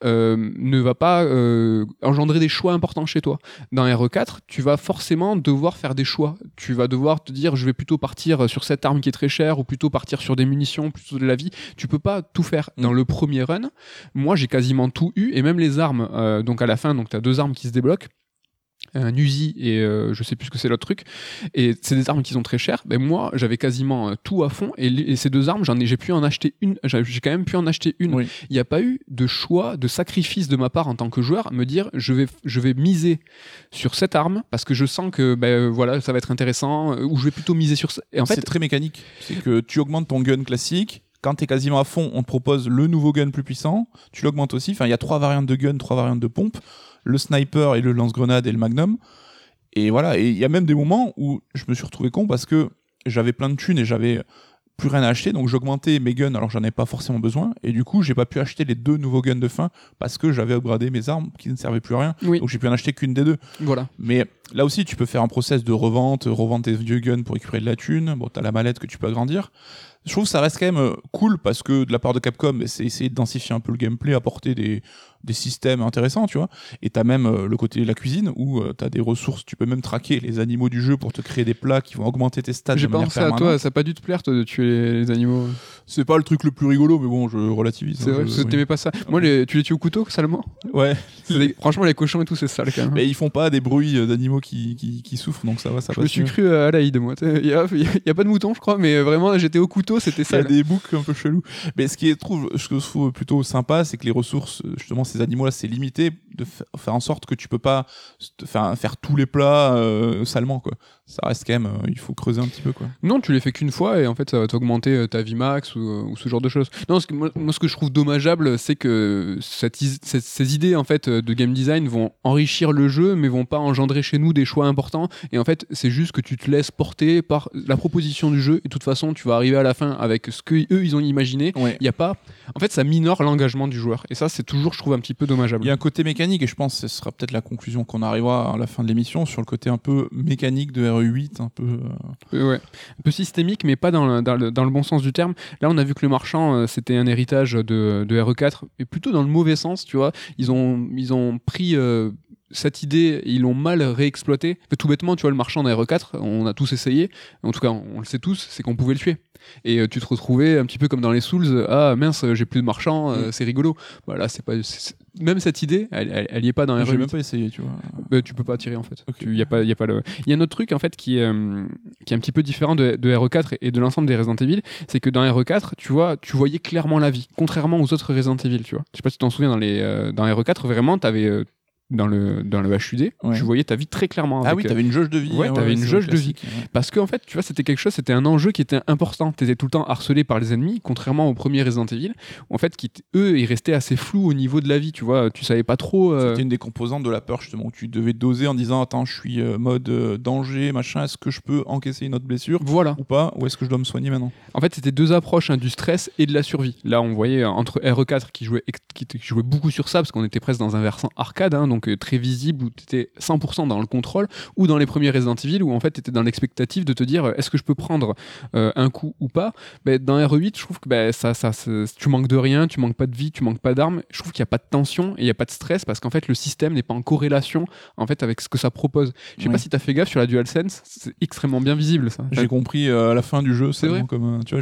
ne va pas engendrer des choix importants chez toi. Dans RE4, tu vas forcément devoir faire des choix. Tu vas devoir te dire, je vais plutôt partir sur cette arme qui est très chère, ou plutôt partir sur des munitions, plutôt de la vie. Tu peux pas tout faire. Dans le premier run, moi j'ai quasiment tout eu, et même les armes, donc à la fin, donc t'as 2 armes qui se débloquent, un Uzi et je sais plus ce que c'est l'autre truc, et c'est des armes qui sont très chères. Moi j'avais quasiment tout à fond, et ces 2 armes j'ai pu en acheter une, j'ai quand même pu en acheter une. Il n'y a pas eu de choix, de sacrifice de ma part en tant que joueur, me dire je vais miser sur cette arme parce que je sens que voilà, ça va être intéressant, ou je vais plutôt miser sur ça. Et en fait, c'est très mécanique, c'est que tu augmentes ton gun classique. Quand t'es quasiment à fond, on te propose le nouveau gun plus puissant, tu l'augmentes aussi. Enfin, il y a 3 variantes de gun, 3 variantes de pompe, le sniper et le lance-grenade et le magnum. Et voilà, et il y a même des moments où je me suis retrouvé con parce que j'avais plein de thunes et j'avais plus rien à acheter, donc j'augmentais mes guns alors que j'en avais pas forcément besoin, et du coup j'ai pas pu acheter les 2 nouveaux guns de fin parce que j'avais upgradé mes armes qui ne servaient plus à rien, donc j'ai pu en acheter qu'une des 2. Voilà. Mais là aussi tu peux faire un process de revendre tes vieux guns pour récupérer de la thune. Bon, t'as la mallette que tu peux agrandir. Je trouve que ça reste quand même cool parce que de la part de Capcom, c'est essayer de densifier un peu le gameplay, apporter des systèmes intéressants, tu vois. Et t'as même le côté de la cuisine où t'as des ressources, tu peux même traquer les animaux du jeu pour te créer des plats qui vont augmenter tes stats. J'ai pensé à toi, ça n'a pas dû te plaire toi, de tuer les animaux. C'est pas le truc le plus rigolo, mais bon, je relativise. C'est vrai, parce que t'aimais pas ça. Moi, tu les tues au couteau, salement. Ouais. Franchement, les cochons et tout, c'est sale quand même. Mais ils font pas des bruits d'animaux qui souffrent, donc ça va, ça passe. Je me suis cru à l'Aïd, moi. Il y a pas de mouton, je crois, mais vraiment, j'étais au couteau, c'était sale. Il y a des boucs un peu chelous. Mais ce que je trouve plutôt sympa, c'est que les ressources, justement, ces animaux-là, c'est limité, de faire en sorte que tu peux pas faire tous les plats salement, quoi. Ça reste quand même, il faut creuser un petit peu, quoi. Non, tu les fais qu'une fois et en fait ça va t'augmenter ta vie max ou ce genre de choses. Non, moi ce que je trouve dommageable, c'est que ces idées en fait de game design vont enrichir le jeu, mais vont pas engendrer chez nous des choix importants. Et en fait, c'est juste que tu te laisses porter par la proposition du jeu. Et de toute façon, tu vas arriver à la fin avec ce que eux ils ont imaginé. Il y a pas, en fait, ça minore l'engagement du joueur. Et ça, c'est toujours, je trouve, un petit peu dommageable. Il y a un côté mécanique, et je pense que ce sera peut-être la conclusion qu'on arrivera à la fin de l'émission sur le côté un peu mécanique de RE8, un peu. Ouais, un peu systémique, mais pas dans le bon sens du terme. Là, on a vu que le marchand, c'était un héritage de RE4, mais plutôt dans le mauvais sens, tu vois. Ils ont pris cette idée, ils l'ont mal réexploitée. Tout bêtement, tu vois, le marchand dans RE4, on a tous essayé, en tout cas, on le sait tous, c'est qu'on pouvait le tuer. Et tu te retrouvais un petit peu comme dans les Souls, ah mince, j'ai plus de marchand, c'est rigolo. Voilà, c'est pas. Même cette idée, elle y est pas dans RE8. J'ai même pas essayé, tu vois. Tu peux pas tirer en fait. Okay. Il y a pas le. Il y a un autre truc en fait qui est un petit peu différent de RE4 et de l'ensemble des Resident Evil, c'est que dans RE4, tu vois, tu voyais clairement la vie, contrairement aux autres Resident Evil, tu vois. Je sais pas si tu t'en souviens dans RE4, vraiment, t'avais dans le HUD, tu voyais ta vie très clairement. Ah oui, t'avais une jauge de vie. Ouais, t'avais une jauge de vie. Ouais. Parce que en fait, tu vois, c'était quelque chose, c'était un enjeu qui était important. T'étais tout le temps harcelé par les ennemis, contrairement au premier Resident Evil, où en fait, eux, ils restaient assez flous au niveau de la vie, tu vois. Tu savais pas trop. C'était une des composantes de la peur, justement, où tu devais doser en disant, attends, je suis mode danger, machin, est-ce que je peux encaisser une autre blessure ou pas, ou est-ce que je dois me soigner maintenant? En fait, c'était deux approches, du stress et de la survie. Là, on voyait entre RE4 qui jouait beaucoup sur ça, parce qu'on était presque dans un versant arcade, donc très visible, où tu étais 100% dans le contrôle, ou dans les premiers Resident Evil où en fait tu étais dans l'expectative de te dire est-ce que je peux prendre un coup ou pas. Dans RE8 je trouve que tu manques de rien, tu manques pas de vie, tu manques pas d'armes, je trouve qu'il n'y a pas de tension et il n'y a pas de stress parce qu'en fait le système n'est pas en corrélation en fait avec ce que ça propose. Je sais pas si tu as fait gaffe sur la DualSense, c'est extrêmement bien visible ça. J'ai compris à la fin du jeu, c'est vrai comme tu vois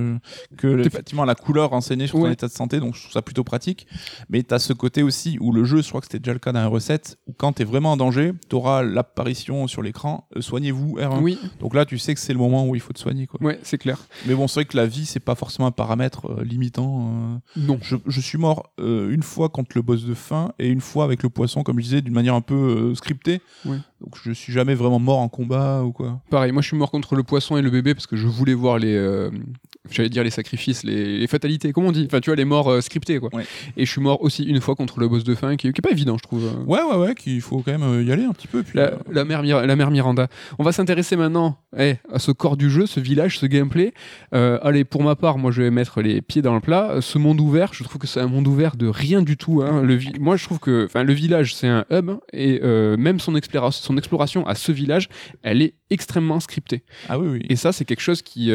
que effectivement la couleur renseignée sur ton état de santé, donc je trouve ça plutôt pratique, mais tu as ce côté aussi où le jeu, je crois que c'était déjà le cas dans RE7, où quand t'es vraiment en danger, t'auras l'apparition sur l'écran, soignez-vous R1. Oui. Donc là, tu sais que c'est le moment où il faut te soigner, quoi. Ouais, c'est clair. Mais bon, c'est vrai que la vie, c'est pas forcément un paramètre limitant. Non. Je suis mort une fois contre le boss de fin et une fois avec le poisson, comme je disais, d'une manière un peu scriptée. Ouais. Donc je suis jamais vraiment mort en combat ou quoi. Pareil, moi je suis mort contre le poisson et le bébé parce que je voulais voir j'allais dire les sacrifices, les fatalités, comment on dit, enfin tu vois les morts scriptées quoi. Ouais. Et je suis mort aussi une fois contre le boss de fin qui est pas évident je trouve. Ouais, qu'il faut quand même y aller un petit peu. Puis, la mère Miranda. On va s'intéresser maintenant à ce corps du jeu, ce village, ce gameplay. Allez, pour ma part, moi je vais mettre les pieds dans le plat. Ce monde ouvert, je trouve que c'est un monde ouvert de rien du tout. Moi je trouve que le village c'est un hub et même son exploration à ce village, elle est extrêmement scriptée. Ah oui. Et ça c'est quelque chose qui...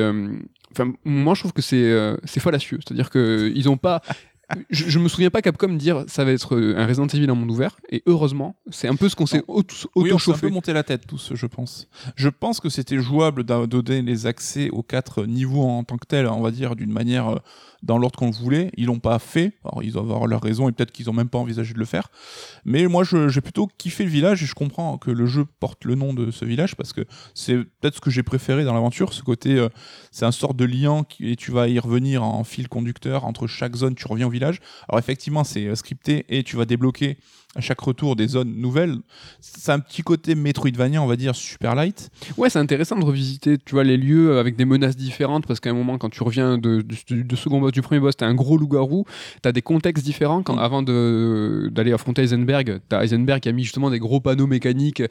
moi je trouve que c'est fallacieux. C'est-à-dire qu'ils n'ont pas... Je me souviens pas Capcom dire ça va être un Resident Evil en monde ouvert, et heureusement c'est un peu ce qu'on s'est auto-chauffé. Oui, on s'est un peu monté la tête tous, je pense. Je pense que c'était jouable de donner les accès aux 4 niveaux en tant que tel, on va dire d'une manière dans l'ordre qu'on le voulait. Ils l'ont pas fait, alors ils doivent avoir leur raison et peut-être qu'ils ont même pas envisagé de le faire, mais moi j'ai plutôt kiffé le village et je comprends que le jeu porte le nom de ce village parce que c'est peut-être ce que j'ai préféré dans l'aventure, ce côté c'est un sort de lien et tu vas y revenir en fil conducteur entre chaque zone, tu reviens au village. Alors effectivement c'est scripté et tu vas débloquer à chaque retour des zones nouvelles. C'est un petit côté Metroidvania, on va dire, super light. Ouais, c'est intéressant de revisiter, tu vois, les lieux avec des menaces différentes, parce qu'à un moment, quand tu reviens du second boss, du premier boss, t'as un gros loup-garou, t'as des contextes différents. Avant d'aller affronter Heisenberg, t'as Heisenberg qui a mis justement des gros panneaux mécaniques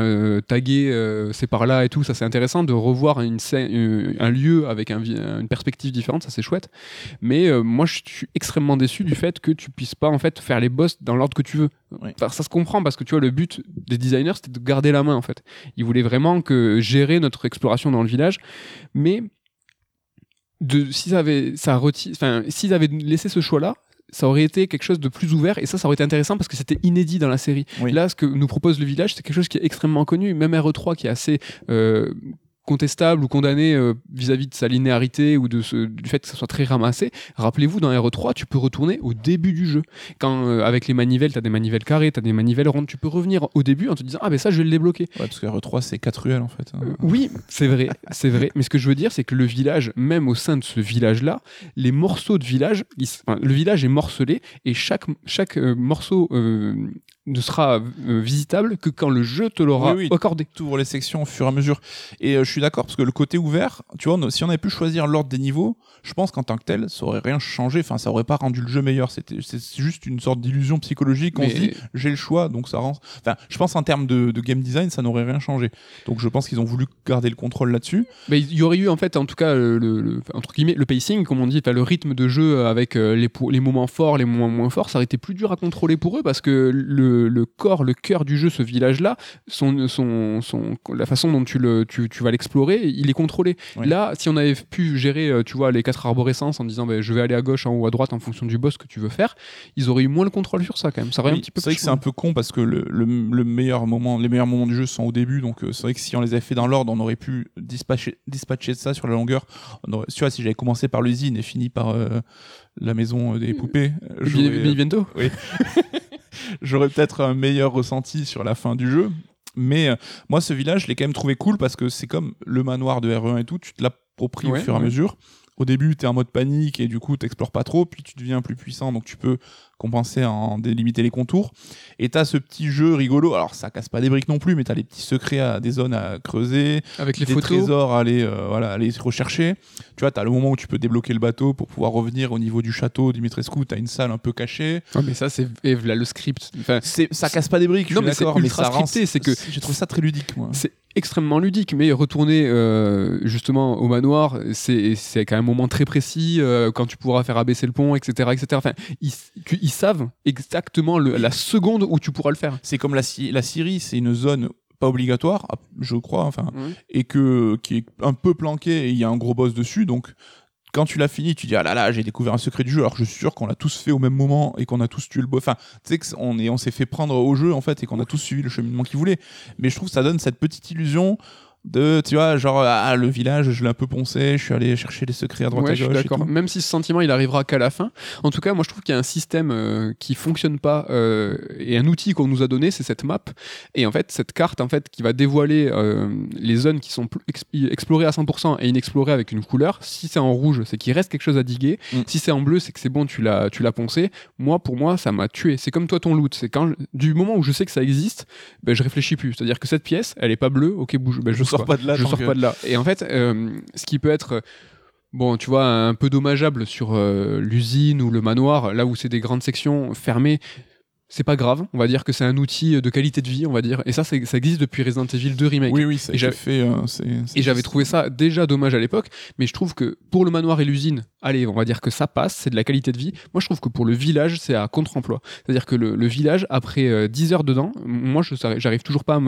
tagués, c'est par là et tout. Ça, c'est intéressant de revoir un lieu avec une perspective différente, ça c'est chouette. Mais moi, je suis extrêmement déçu du fait que tu puisses pas en fait faire les boss dans l'ordre que tu veux. Oui. Enfin, ça se comprend parce que tu vois le but des designers c'était de garder la main en fait. Ils voulaient vraiment gérer notre exploration dans le village, mais s'ils avaient laissé ce choix-là, ça aurait été quelque chose de plus ouvert et ça aurait été intéressant parce que c'était inédit dans la série. Oui. Là, ce que nous propose le village, c'est quelque chose qui est extrêmement connu, même RE3 qui est assez contestable ou condamné vis-à-vis de sa linéarité ou du fait que ça soit très ramassé. Rappelez-vous, dans RE3, tu peux retourner au début du jeu. Quand avec les manivelles, tu as des manivelles carrées, tu as des manivelles rondes, tu peux revenir au début en te disant « Ah ben ça, je vais le débloquer ». Ouais, parce que RE3, c'est 4 ruelles en fait. Oui, c'est vrai. Mais ce que je veux dire, c'est que le village, même au sein de ce village-là, les morceaux de village, le village est morcelé et chaque morceau ne sera visitable que quand le jeu te l'aura accordé. Tu ouvres les sections au fur et à mesure. Et je suis d'accord, parce que le côté ouvert, tu vois, si on avait pu choisir l'ordre des niveaux, je pense qu'en tant que tel, ça aurait rien changé, enfin, ça aurait pas rendu le jeu meilleur. C'est juste une sorte d'illusion psychologique. On se dit, j'ai le choix, donc ça rend... Enfin, je pense en termes de game design, ça n'aurait rien changé. Donc je pense qu'ils ont voulu garder le contrôle là-dessus. Mais il y aurait eu, en fait, en tout cas, entre guillemets, le pacing, comme on dit, le rythme de jeu avec les moments forts, les moments moins forts, ça aurait été plus dur à contrôler pour eux, parce que le corps, le cœur du jeu, ce village-là, la façon dont tu vas l'explorer, il est contrôlé. Oui. Là, si on avait pu gérer, tu vois, les 4 arborescences en disant je vais aller à gauche, en haut, à droite en fonction du boss que tu veux faire, ils auraient eu moins le contrôle sur ça quand même. Ça aurait un petit peu c'est vrai que c'est un peu con parce que les meilleurs moments du jeu sont au début, donc c'est vrai que si on les avait fait dans l'ordre, on aurait pu dispatcher ça sur la longueur. Tu vois, si j'avais commencé par l'usine et fini par la maison des poupées, Benevento. Oui. J'aurais peut-être un meilleur ressenti sur la fin du jeu. Mais moi, ce village, je l'ai quand même trouvé cool parce que c'est comme le manoir de RE1 et tout, tu te l'appropries au fur et à mesure. Au début, t'es en mode panique et du coup, t'explores pas trop, puis tu deviens plus puissant, donc tu peux compenser en délimiter les contours. Et t'as ce petit jeu rigolo, alors ça casse pas des briques non plus, mais t'as les petits secrets, des zones à creuser, avec les des photos, trésors à aller rechercher. Tu vois, t'as le moment où tu peux débloquer le bateau pour pouvoir revenir au niveau du château Dimitrescu, t'as une salle un peu cachée. Ouais, mais ça, c'est là, le script. Enfin, ça casse pas des briques, non, je suis d'accord, mais ultra scripté, c'est que j'ai trouvé ça très ludique, moi. C'est extrêmement ludique, mais retourner justement au manoir, c'est quand même un moment très précis, quand tu pourras faire abaisser le pont, etc. Enfin, ils savent exactement la seconde où tu pourras le faire. C'est comme la Syrie, c'est une zone pas obligatoire, je crois, et qui est un peu planquée et il y a un gros boss dessus, donc quand tu l'as fini, tu dis ah là là, j'ai découvert un secret du jeu, alors que je suis sûr qu'on l'a tous fait au même moment et qu'on a tous tué le boss. Enfin, tu sais qu'on s'est fait prendre au jeu en fait et qu'on a tous suivi le cheminement qu'il voulait. Mais je trouve que ça donne cette petite illusion de, tu vois, genre le village, je l'ai un peu poncé, je suis allé chercher les secrets à droite à gauche. Je suis d'accord. Même si ce sentiment il arrivera qu'à la fin. En tout cas, moi je trouve qu'il y a un système qui fonctionne pas et un outil qu'on nous a donné, c'est cette map. Et en fait, cette carte en fait qui va dévoiler les zones qui sont explorées à 100% et inexplorées avec une couleur. Si c'est en rouge, c'est qu'il reste quelque chose à diguer. Si c'est en bleu, c'est que c'est bon, tu l'as poncé. Pour moi, ça m'a tué. C'est comme toi ton loot. C'est du moment où je sais que ça existe, je réfléchis plus. C'est-à-dire que cette pièce, elle est pas bleue, ok, bouge. Je sors pas de là. Et en fait, ce qui peut être tu vois, un peu dommageable sur l'usine ou le manoir, là où c'est des grandes sections fermées, c'est pas grave. On va dire que c'est un outil de qualité de vie, on va dire. Et ça existe depuis Resident Evil 2 Remake. Oui, ça a été fait. Et j'avais trouvé ça déjà dommage à l'époque, mais je trouve que pour le manoir et l'usine, allez, on va dire que ça passe, c'est de la qualité de vie. Moi, je trouve que pour le village, c'est à contre-emploi. C'est-à-dire que le village, après 10 heures dedans, moi, j'arrive toujours pas à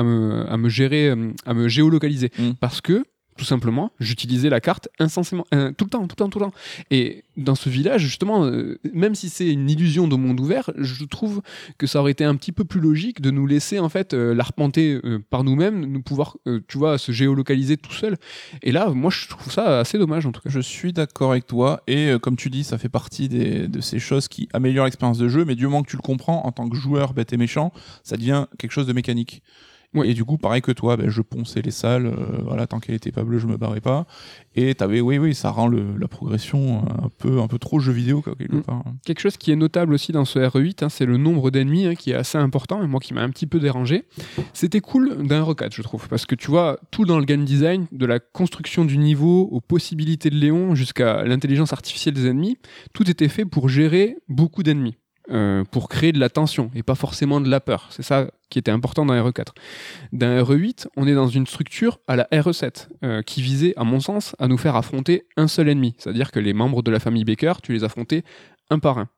me gérer, à me géolocaliser. Parce que tout simplement, j'utilisais la carte incessamment, tout le temps. Et dans ce village, justement, même si c'est une illusion de monde ouvert, je trouve que ça aurait été un petit peu plus logique de nous laisser en fait l'arpenter par nous-mêmes, nous pouvoir, tu vois, se géolocaliser tout seul. Et là, moi, je trouve ça assez dommage en tout cas. Je suis d'accord avec toi. Et comme tu dis, ça fait partie de ces choses qui améliorent l'expérience de jeu. Mais du moment que tu le comprends, en tant que joueur bête et méchant, ça devient quelque chose de mécanique. Oui. Et du coup, pareil que toi, je ponçais les salles, tant qu'elle était pas bleue, je me barrais pas. Et t'avais, ça rend la progression un peu trop jeu vidéo, quoi, quelque part. Quelque chose qui est notable aussi dans ce RE8, c'est le nombre d'ennemis qui est assez important, et moi qui m'a un petit peu dérangé. C'était cool d'un RE4, je trouve, parce que tu vois, tout dans le game design, de la construction du niveau, aux possibilités de Léon, jusqu'à l'intelligence artificielle des ennemis, tout était fait pour gérer beaucoup d'ennemis. Pour créer de la tension et pas forcément de la peur. C'est ça qui était important dans RE4. Dans RE8, on est dans une structure à la RE7 qui visait, à mon sens, à nous faire affronter un seul ennemi. C'est-à-dire que les membres de la famille Baker, tu les affrontais un par un.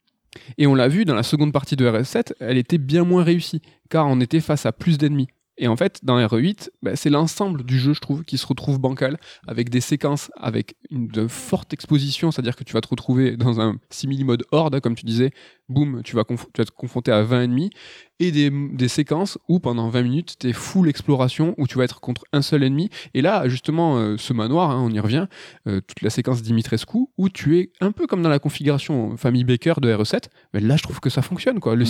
Et on l'a vu, dans la seconde partie de RE7, elle était bien moins réussie, car on était face à plus d'ennemis. Et en fait, dans RE8, c'est l'ensemble du jeu, je trouve, qui se retrouve bancal, avec des séquences avec une forte exposition, c'est-à-dire que tu vas te retrouver dans un simili-mode horde, comme tu disais, boum, tu vas te confronter à 20 ennemis, et des séquences où pendant 20 minutes, t'es full exploration, où tu vas être contre un seul ennemi. Et là, justement, ce manoir, on y revient, toute la séquence Dimitrescu, où tu es un peu comme dans la configuration famille Baker de RE7, mais là, je trouve que ça fonctionne, quoi.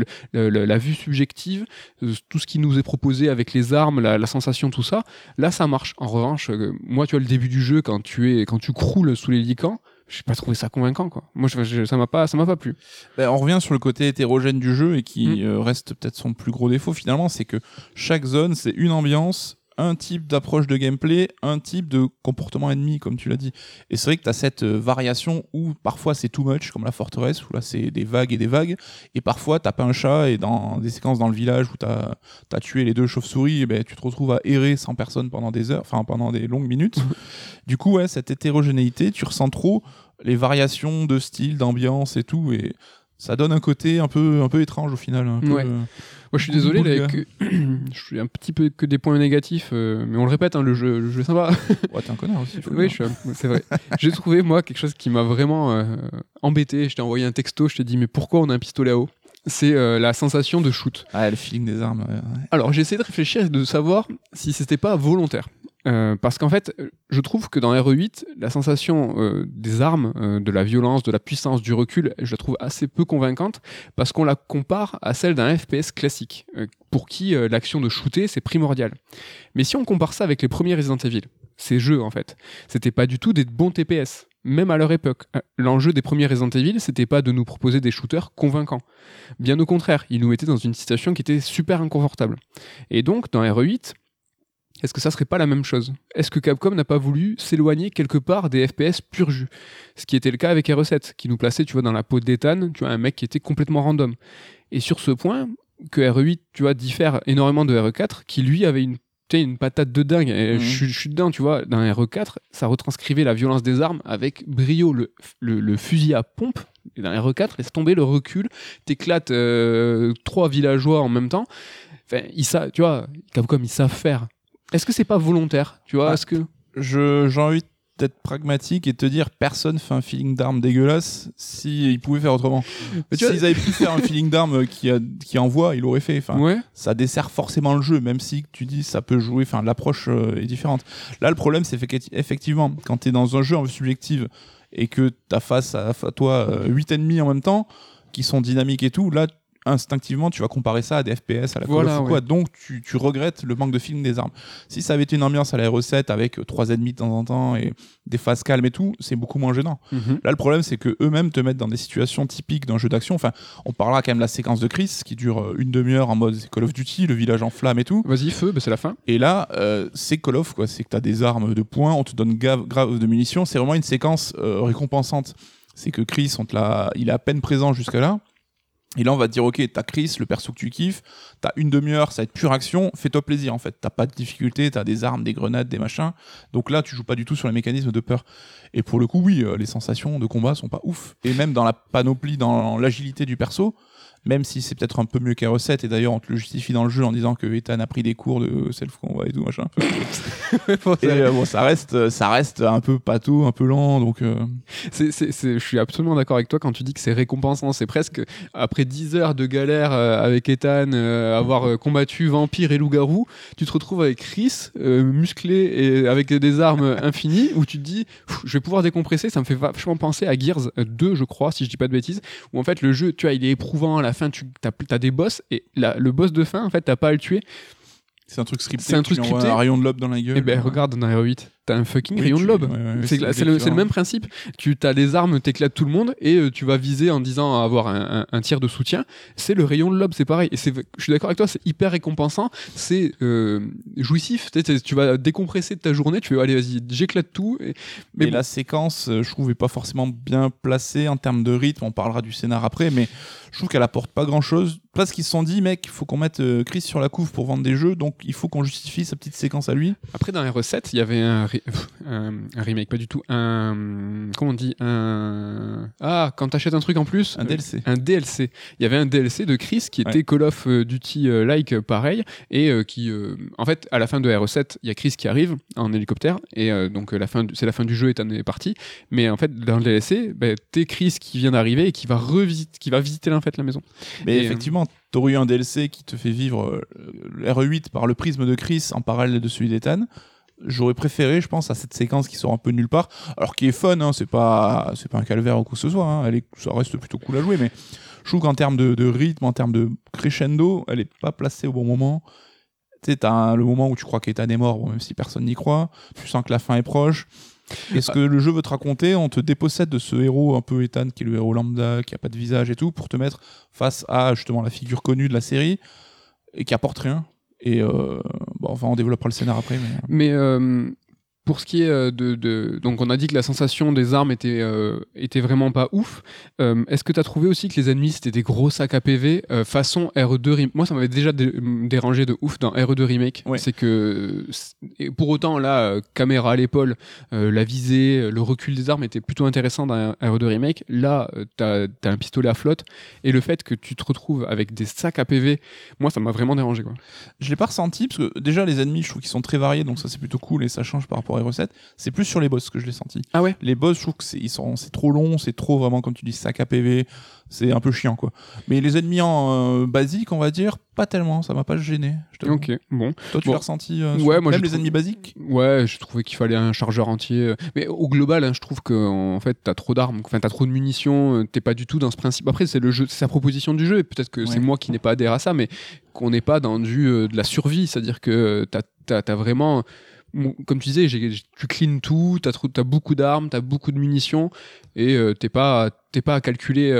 La vue subjective, tout ce qui nous est proposé avec les armes, la sensation, tout ça, là, ça marche. En revanche, moi, tu vois, le début du jeu, quand tu croules sous les licans, j'ai pas trouvé ça convaincant, quoi. Moi, ça m'a pas plu. On revient sur le côté hétérogène du jeu et qui reste peut-être son plus gros défaut finalement, c'est que chaque zone, c'est une ambiance, un type d'approche de gameplay, un type de comportement ennemi, comme tu l'as dit. Et c'est vrai que t'as cette variation où parfois c'est too much, comme la forteresse, où là c'est des vagues et des vagues, et parfois t'as pas un chat, et dans des séquences dans le village où t'as tué les 2 chauves-souris, et tu te retrouves à errer sans personne pendant des heures, enfin pendant des longues minutes. Du coup, cette hétérogénéité, tu ressens trop les variations de style, d'ambiance et tout, et ça donne un côté un peu étrange au final. Ouais. Moi, je suis désolé, là, je suis un petit peu que des points négatifs, mais on le répète, le jeu est sympa. Ouais, t'es un connard aussi. Oui, c'est vrai. J'ai trouvé, moi, quelque chose qui m'a vraiment embêté. Je t'ai envoyé un texto, je t'ai dit, mais pourquoi on a un pistolet à eau ? C'est la sensation de shoot. Ah, le feeling des armes. Ouais. Alors, j'ai essayé de réfléchir et de savoir si c'était pas volontaire. Parce qu'en fait, je trouve que dans RE8, la sensation des armes, de la violence, de la puissance, du recul, je la trouve assez peu convaincante parce qu'on la compare à celle d'un FPS classique, pour qui l'action de shooter, c'est primordial. Mais si on compare ça avec les premiers Resident Evil, ces jeux en fait, c'était pas du tout des bons TPS. Même à leur époque, l'enjeu des premiers Resident Evil, c'était pas de nous proposer des shooters convaincants. Bien au contraire, ils nous mettaient dans une situation qui était super inconfortable. Et donc, dans RE8, est-ce que ça serait pas la même chose ? Est-ce que Capcom n'a pas voulu s'éloigner quelque part des FPS pur jus ? Ce qui était le cas avec RE7, qui nous plaçait, tu vois, dans la peau d'Ethan, tu vois, un mec qui était complètement random. Et sur ce point, que RE8, tu vois, diffère énormément de RE4, qui lui avait une patate de dingue. Et je suis dedans, tu vois, dans RE4, ça retranscrivait la violence des armes avec brio, le fusil à pompe. Et dans RE4, laisse tomber le recul, t'éclates 3 villageois en même temps. Enfin, tu vois, Capcom, ils savent faire. Est-ce que c'est pas volontaire, tu vois ? Est-ce que j'ai envie d'être pragmatique et de te dire personne fait un feeling d'arme dégueulasse s'ils pouvaient faire autrement. S'ils avaient pu faire un feeling d'arme qui envoie, ils l'auraient fait. Enfin, ouais. Ça dessert forcément le jeu, même si tu dis ça peut jouer. Enfin, l'approche est différente. Là, le problème, c'est effectivement quand t'es dans un jeu en vue subjective et que t'as face à toi 8 ennemis en même temps qui sont dynamiques et tout, là instinctivement tu vas comparer ça à des FPS à la Call of ou quoi, donc tu regrettes le manque de feeling des armes. Si ça avait été une ambiance à la RE7 avec 3 ennemis de temps en temps et des phases calmes et tout, c'est beaucoup moins gênant. Là le problème c'est que eux-mêmes te mettent dans des situations typiques d'un jeu d'action. Enfin, on parlera quand même de la séquence de Chris qui dure une demi-heure en mode Call of Duty, le village en flammes et tout. Vas-y, feu, c'est la fin. Et là c'est Call of, quoi. C'est que t'as des armes de poing, on te donne grave de munitions, c'est vraiment une séquence récompensante. C'est que Chris, il est à peine présent jusque là. Et là, on va te dire, ok, t'as Chris, le perso que tu kiffes, t'as une demi-heure, ça va être pure action, fais-toi plaisir en fait. T'as pas de difficulté, t'as des armes, des grenades, des machins. Donc là, tu joues pas du tout sur les mécanismes de peur. Et pour le coup, oui, les sensations de combat sont pas ouf. Et même dans la panoplie, dans l'agilité du perso, même si c'est peut-être un peu mieux qu'RE7, et d'ailleurs on te le justifie dans le jeu en disant que Ethan a pris des cours de self-combat et tout machin. Ça reste un peu pâteau, un peu lent, donc. Je suis absolument d'accord avec toi quand tu dis que c'est récompensant. C'est presque après 10 heures de galère avec Ethan, avoir combattu vampire et loup-garou, tu te retrouves avec Chris, musclé et avec des armes infinies, où tu te dis, je vais pouvoir décompresser. Ça me fait vachement penser à Gears 2, je crois, si je dis pas de bêtises, où en fait le jeu, tu vois, il est éprouvant. À la fin, t'as des boss et le boss de fin, en fait, t'as pas à le tuer. C'est un truc scripté. C'est un truc scripté. Un rayon de lobe dans la gueule. Et ben regarde dans RE8, t'as un fucking rayon de lobe. C'est le même principe. Tu as les armes, t'éclates tout le monde et tu vas viser en disant avoir un tir de soutien. C'est le rayon de lobe, c'est pareil. Et je suis d'accord avec toi, c'est hyper récompensant. C'est jouissif. Tu vas décompresser de ta journée. Tu vas aller, vas-y, j'éclate tout. Mais la séquence, je trouve, est pas forcément bien placée en termes de rythme. On parlera du scénar après, mais je trouve qu'elle apporte pas grand-chose. Parce qu'ils se sont dit, mec, il faut qu'on mette Chris sur la couve pour vendre des jeux, donc il faut qu'on justifie sa petite séquence à lui. Après, dans RE7, il y avait un remake, pas du tout, comment on dit, quand t'achètes un truc en plus, un DLC. Un DLC. Il y avait un DLC de Chris qui était Call of Duty like pareil, et qui, en fait, à la fin de RE7, il y a Chris qui arrive en hélicoptère, et donc c'est la fin du jeu, Ethan est parti, mais en fait, dans le DLC, t'es Chris qui vient d'arriver et qui va visiter en fait la maison. Mais effectivement, t'aurais eu un DLC qui te fait vivre le RE8 par le prisme de Chris en parallèle de celui d'Ethan. J'aurais préféré, je pense, à cette séquence qui sort un peu nulle part, alors qui est fun, hein, c'est pas un calvaire ou quoi que ce soit, hein, ça reste plutôt cool à jouer, mais je trouve qu'en termes de rythme, en termes de crescendo, elle est pas placée au bon moment. Tu sais, t'as le moment où tu crois qu'Ethan est mort, même si personne n'y croit, tu sens que la fin est proche. Et ce que le jeu veut te raconter, on te dépossède de ce héros un peu Ethan, qui est le héros lambda, qui a pas de visage et tout, pour te mettre face à justement la figure connue de la série, et qui apporte rien. Et on développera le scénar après. Mais Pour ce qui est donc on a dit que la sensation des armes était vraiment pas ouf. Est-ce que tu as trouvé aussi que les ennemis c'était des gros sacs à PV façon RE2 Remake? Moi ça m'avait déjà dérangé de ouf dans RE2 Remake. Ouais. C'est que et pour autant là caméra à l'épaule, la visée, le recul des armes était plutôt intéressant dans RE2 Remake. Là t'as un pistolet à flotte et le fait que tu te retrouves avec des sacs à PV, moi ça m'a vraiment dérangé quoi. Je l'ai pas ressenti parce que déjà les ennemis je trouve qu'ils sont très variés, donc ça c'est plutôt cool et ça change par rapport à RE7. C'est plus sur les boss que je l'ai senti. Ah ouais. Les boss je trouve que c'est trop long, c'est trop vraiment comme tu dis sac à PV, c'est un peu chiant quoi. Mais les ennemis en basique on va dire pas tellement, ça m'a pas gêné. Ok, bon. Toi tu l'as ressenti ouais, moi même les ennemis basiques? Ouais, je trouvais qu'il fallait un chargeur entier. Mais au global, hein, je trouve que en fait, t'as trop d'armes, enfin t'as trop de munitions. T'es pas du tout dans ce principe. Après, c'est le jeu, c'est sa proposition du jeu. Et peut-être que c'est moi qui n'ai pas adhéré à ça, mais qu'on n'est pas dans de la survie, c'est-à-dire que t'as vraiment. Comme tu disais, tu clean tout, t'as beaucoup d'armes, t'as beaucoup de munitions, et t'es pas à calculer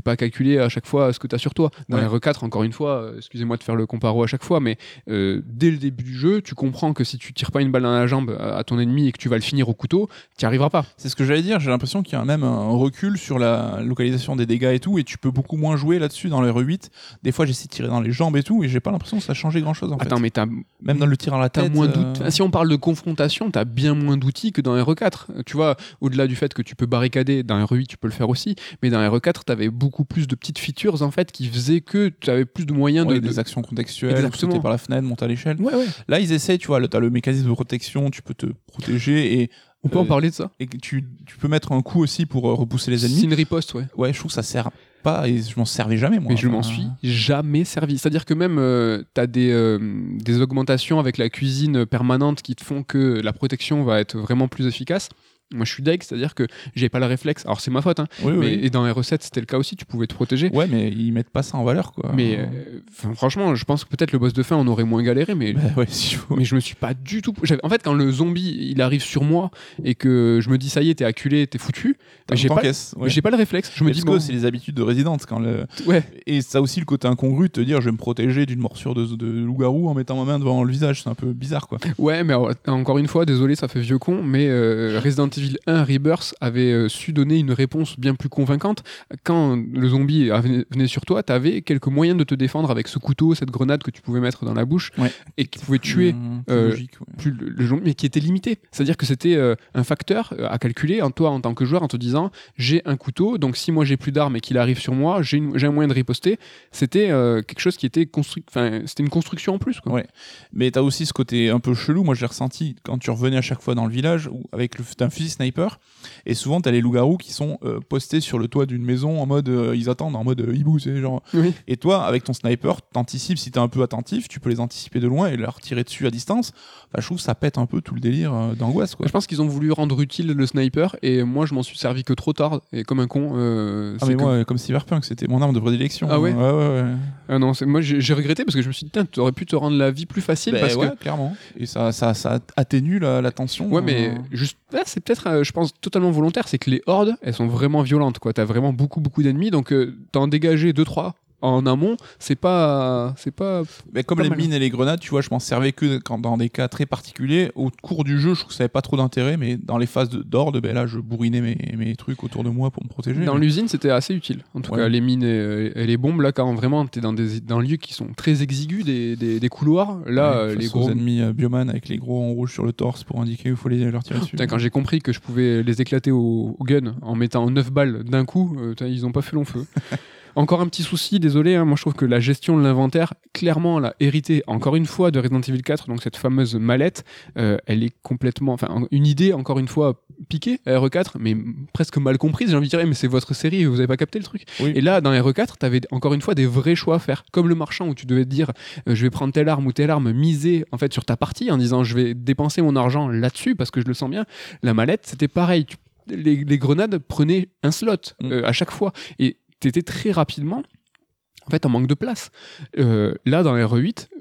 à chaque fois ce que t'as sur toi. Dans RE4, encore une fois, excusez-moi de faire le comparo à chaque fois, mais dès le début du jeu, tu comprends que si tu tires pas une balle dans la jambe à ton ennemi et que tu vas le finir au couteau, t'y arriveras pas. C'est ce que j'allais dire, j'ai l'impression qu'il y a même un recul sur la localisation des dégâts et tout, et tu peux beaucoup moins jouer là-dessus dans le RE8. Des fois, j'essaie de tirer dans les jambes et tout, et j'ai pas l'impression que ça a changé grand-chose en fait. Attends, mais même dans le tir à la tête, t'as moins d'outils. Si on parle de confrontation, t'as bien moins d'outils que dans RE4. Tu vois, au-delà du fait que tu peux barricader, dans RE8 tu peux le faire aussi, mais dans RE4 t'avais beaucoup plus de petites features en fait qui faisaient que tu avais plus de moyens des actions contextuelles, sauter par la fenêtre, monter à l'échelle. Ouais. Là ils essayent, tu vois, t'as le mécanisme de protection, tu peux te protéger et on peut en parler de ça. Et tu peux mettre un coup aussi pour repousser les ennemis. C'est une riposte, ouais. Ouais, je trouve que ça sert pas et je m'en servais jamais moi. Mais je m'en suis jamais servi. C'est-à-dire que même t'as des augmentations avec la cuisine permanente qui te font que la protection va être vraiment plus efficace. Moi, je suis deg, c'est-à-dire que j'ai pas le réflexe. Alors, c'est ma faute, hein. Oui. Et dans RE7, c'était le cas aussi, tu pouvais te protéger. Ouais, mais ils mettent pas ça en valeur, quoi. Mais franchement, je pense que peut-être le boss de fin, on aurait moins galéré, mais mais je me suis pas du tout. En fait, quand le zombie il arrive sur moi et que je me dis ça y est, t'es acculé, t'es foutu, j'ai pas le réflexe. Je me dis que c'est les habitudes de Resident quand le. Ouais. Et ça aussi le côté incongru de te dire je vais me protéger d'une morsure de loup-garou en mettant ma main devant le visage, c'est un peu bizarre, quoi. Ouais, mais encore une fois, désolé, ça fait vieux con, mais Resident Evil 1 Rebirth avait su donner une réponse bien plus convaincante. Quand le zombie venait sur toi, t'avais quelques moyens de te défendre avec ce couteau, cette grenade que tu pouvais mettre dans la bouche et qui pouvait tuer plus le zombie, mais qui était limité. C'est-à-dire que c'était un facteur à calculer en toi en tant que joueur en te disant j'ai un couteau, donc si moi j'ai plus d'armes et qu'il arrive sur moi, j'ai un moyen de riposter. C'était quelque chose qui était c'était une construction en plus, quoi. Ouais. Mais t'as aussi ce côté un peu chelou, moi je l'ai ressenti quand tu revenais à chaque fois dans le village avec un fusil sniper. Et souvent t'as les loups-garous qui sont postés sur le toit d'une maison en mode ils attendent en mode hibou, c'est genre. Oui. Et toi avec ton sniper t'anticipes, si t'es un peu attentif tu peux les anticiper de loin et leur tirer dessus à distance. Enfin, je trouve que ça pète un peu tout le délire d'angoisse, quoi. Je pense qu'ils ont voulu rendre utile le sniper et moi je m'en suis servi que trop tard et comme un con. Moi comme Cyberpunk c'était mon arme de prédilection. Ah ouais. Ouais. Non, moi j'ai regretté parce que je me suis dit t'aurais pu te rendre la vie plus facile parce que clairement. Et ça atténue la tension. Ouais, mais juste c'est peut-être je pense totalement volontaire, c'est que les hordes elles sont vraiment violentes, quoi. T'as vraiment beaucoup d'ennemis, donc t'en dégager 2-3 en amont, c'est pas mais comme pas les mal. mines et les grenades, tu vois, je m'en servais que dans des cas très particuliers. Au cours du jeu, je trouve que ça avait pas trop d'intérêt, mais dans les phases d'horde, là, je bourrinais mes trucs autour de moi pour me protéger. Dans l'usine, c'était assez utile. En tout cas, les mines et les bombes, là, quand vraiment t'es dans des lieux qui sont très exigus, des couloirs, là, les gros ennemis bioman avec les gros en rouge sur le torse pour indiquer où il faut leur tirer dessus. Putain, quand j'ai compris que je pouvais les éclater au gun en mettant 9 balles d'un coup, ils ont pas fait long feu. Encore un petit souci, désolé, hein, moi je trouve que la gestion de l'inventaire, clairement, elle a hérité encore une fois de Resident Evil 4, donc cette fameuse mallette, elle est complètement, une idée encore une fois piquée à RE4, mais presque mal comprise, j'ai envie de dire, mais c'est votre série, vous avez pas capté le truc. Oui. Et là, dans RE4, t'avais encore une fois des vrais choix à faire, comme le marchand où tu devais te dire, je vais prendre telle arme ou telle arme, miser en fait sur ta partie en disant je vais dépenser mon argent là-dessus parce que je le sens bien. La mallette, c'était pareil, les grenades prenaient un slot à chaque fois, et t'étais très rapidement en fait en manque de place. Là dans RE8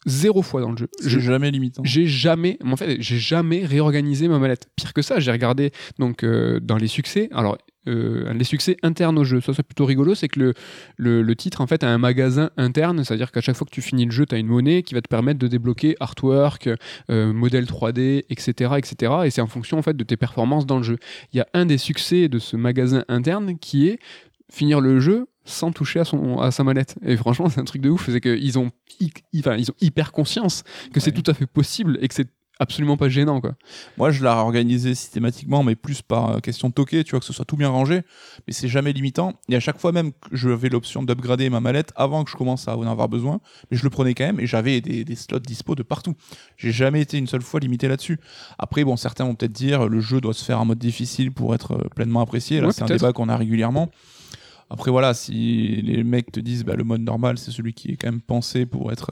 0 fois dans le jeu. C'est jamais limitant. J'ai jamais réorganisé ma mallette. Pire que ça, j'ai regardé donc dans les succès. Alors les succès internes au jeu, ça c'est plutôt rigolo, c'est que le titre en fait a un magasin interne, c'est-à-dire qu'à chaque fois que tu finis le jeu, tu as une monnaie qui va te permettre de débloquer artwork, modèle 3D, etc., etc. Et c'est en fonction en fait de tes performances dans le jeu. Il y a un des succès de ce magasin interne qui est finir le jeu sans toucher à sa mallette. Et franchement, c'est un truc de ouf, c'est qu'ils ont hyper conscience que c'est tout à fait possible et que c'est absolument pas gênant, quoi. Moi, je l'ai organisé systématiquement, mais plus par question de toquer, tu vois, que ce soit tout bien rangé, mais c'est jamais limitant. Et à chaque fois même que j'avais l'option d'upgrader ma mallette avant que je commence à en avoir besoin, mais je le prenais quand même et j'avais des slots dispo de partout. J'ai jamais été une seule fois limité là-dessus. Après, bon, certains vont peut-être dire le jeu doit se faire en mode difficile pour être pleinement apprécié. Là, c'est un débat qu'on a régulièrement. Après voilà, si les mecs te disent le mode normal c'est celui qui est quand même pensé pour être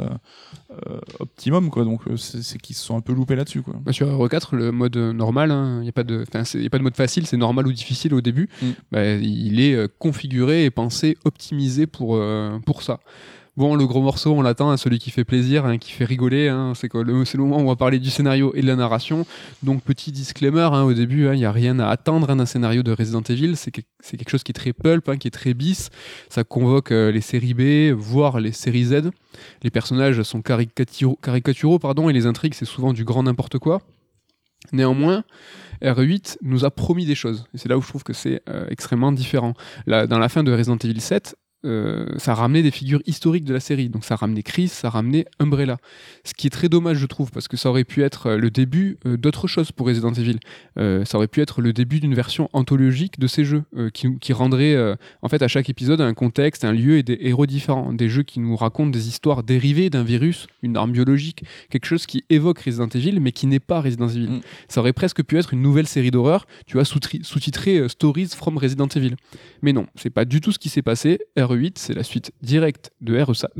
optimum, quoi, donc c'est qu'ils se sont un peu loupés là-dessus, quoi. Sur RE4 le mode normal, il n'y a pas de mode facile, c'est normal ou difficile au début. Il est configuré et pensé, optimisé pour ça. Bon, le gros morceau, on l'attend, celui qui fait plaisir, qui fait rigoler. C'est le moment où on va parler du scénario et de la narration. Donc, petit disclaimer, au début, il n'y a rien à attendre d'un scénario de Resident Evil. C'est quelque chose qui est très pulp, qui est très bis. Ça convoque les séries B, voire les séries Z. Les personnages sont caricaturaux, et les intrigues, c'est souvent du grand n'importe quoi. Néanmoins, R8 nous a promis des choses. Et c'est là où je trouve que c'est extrêmement différent. Là, dans la fin de Resident Evil 7, ça a ramené des figures historiques de la série. Donc ça a ramené Chris, ça a ramené Umbrella. Ce qui est très dommage, je trouve, parce que ça aurait pu être le début d'autre chose pour Resident Evil. Ça aurait pu être le début d'une version anthologique de ces jeux, qui rendrait en fait à chaque épisode un contexte, un lieu et des héros différents. Des jeux qui nous racontent des histoires dérivées d'un virus, une arme biologique, quelque chose qui évoque Resident Evil, mais qui n'est pas Resident Evil. Ça aurait presque pu être une nouvelle série d'horreur, tu vois, sous-titrée Stories from Resident Evil. Mais non, c'est pas du tout ce qui s'est passé. RE8, c'est la suite directe de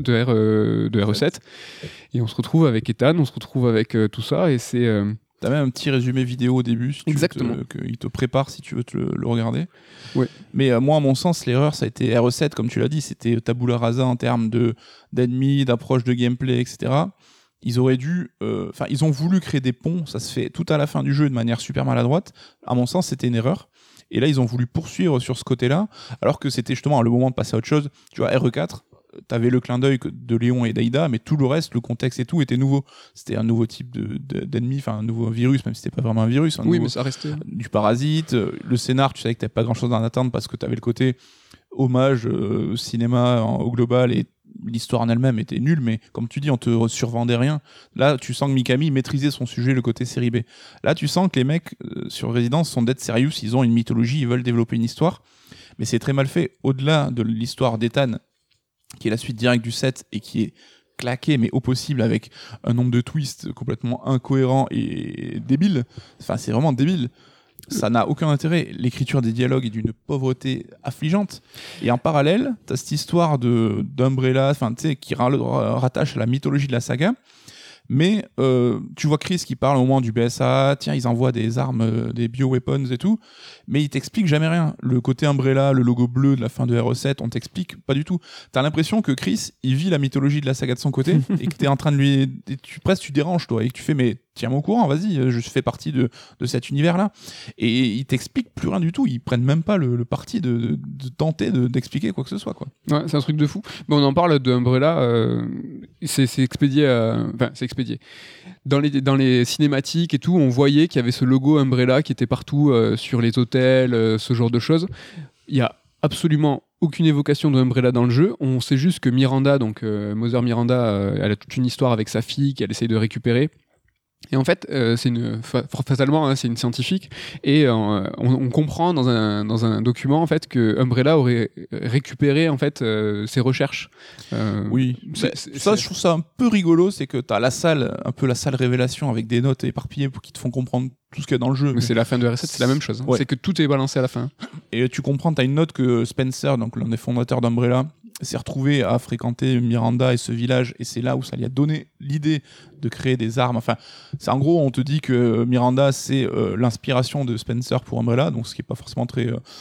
RE7. Et on se retrouve avec Ethan, on se retrouve avec tout ça, et c'est... T'as même un petit résumé vidéo au début, si exactement, qu'il te prépare si tu veux le regarder. Ouais. Mais moi, à mon sens, l'erreur, ça a été RE7, comme tu l'as dit, c'était tabula rasa en termes d'ennemis, d'approche de gameplay, etc. Ils auraient dû... ils ont voulu créer des ponts, ça se fait tout à la fin du jeu de manière super maladroite. À mon sens, c'était une erreur. Et là, ils ont voulu poursuivre sur ce côté-là, alors que c'était justement le moment de passer à autre chose. Tu vois, RE4, t'avais le clin d'œil de Léon et d'Aïda, mais tout le reste, le contexte et tout était nouveau. C'était un nouveau type d'ennemi, un nouveau virus, même si c'était pas vraiment un virus. Mais ça restait. Du parasite. Le scénar, tu savais que t'avais pas grand-chose à en attendre parce que t'avais le côté hommage au cinéma au global, et l'histoire en elle-même était nulle, mais comme tu dis, on te survendait rien. Là, tu sens que Mikami maîtrisait son sujet, le côté série B. Là, tu sens que les mecs sur Resident sont dead serious, ils ont une mythologie, ils veulent développer une histoire, mais c'est très mal fait. Au-delà de l'histoire d'Ethan, qui est la suite directe du 7 et qui est claqué mais au possible avec un nombre de twists complètement incohérents et débiles, c'est vraiment débile. Ça n'a aucun intérêt. L'écriture des dialogues est d'une pauvreté affligeante. Et en parallèle, t'as cette histoire d'Umbrella, qui rattache à la mythologie de la saga. Mais tu vois Chris qui parle au moment du BSA, tiens, ils envoient des armes, des bio-weapons et tout, mais ils t'expliquent jamais rien. Le côté Umbrella, le logo bleu de la fin de RE7, on t'explique pas du tout. T'as l'impression que Chris, il vit la mythologie de la saga de son côté, et que t'es en train de lui... tu déranges, toi, et que tu fais, mais tiens-moi au courant, vas-y, je fais partie de cet univers-là. Et ils t'expliquent plus rien du tout, ils prennent même pas le parti de tenter d'expliquer quoi que ce soit, quoi. Ouais, c'est un truc de fou. Mais on en parle de Umbrella, c'est expédié c'est expédié. Dans les cinématiques et tout, on voyait qu'il y avait ce logo Umbrella qui était partout sur les hôtels, ce genre de choses. Il y a absolument aucune évocation de Umbrella dans le jeu. On sait juste que Miranda, donc Mother Miranda, elle a toute une histoire avec sa fille qu'elle essaye de récupérer. Et en fait, fatalement, c'est une scientifique, et on comprend dans un document en fait que Umbrella aurait récupéré en fait ses recherches. Oui, je trouve ça un peu rigolo, c'est que t'as la salle révélation avec des notes éparpillées qui te font comprendre tout ce qu'il y a dans le jeu. Mais c'est la fin de R7, c'est la même chose. Ouais. C'est que tout est balancé à la fin. Et tu comprends, t'as une note que Spencer, donc l'un des fondateurs d'Umbrella, s'est retrouvé à fréquenter Miranda et ce village, et c'est là où ça lui a donné l'idée de créer des armes. C'est en gros, on te dit que Miranda c'est l'inspiration de Spencer pour Umbrella, donc ce qui est pas forcément très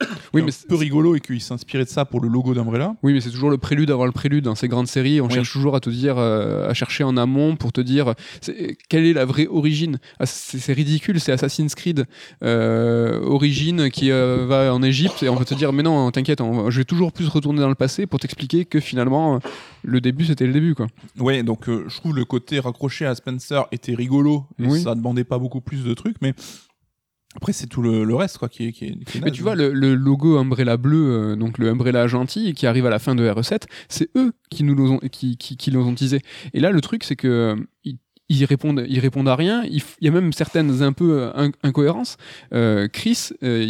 Oui, mais c'est un peu rigolo et qu'il s'inspirait de ça pour le logo d'Umbrella. Oui, mais c'est toujours le prélude avant le prélude dans ces grandes séries. On cherche toujours à te dire, à chercher en amont pour te dire quelle est la vraie origine. C'est ridicule, c'est Assassin's Creed origine qui va en Égypte et on va te dire mais non, t'inquiète, je vais toujours plus retourner dans le passé pour t'expliquer que finalement le début c'était le début, quoi. Ouais, donc je trouve le côté raccroché à Spencer était rigolo et ça demandait pas beaucoup plus de trucs, mais après, c'est tout le reste, quoi, qui est mais tu vois, le logo Umbrella bleu, donc le Umbrella gentil, qui arrive à la fin de RE7, c'est eux qui nous l'ont teasé. Et là, le truc, c'est que ils répondent à rien. Il y a même certaines un peu incohérences. Chris,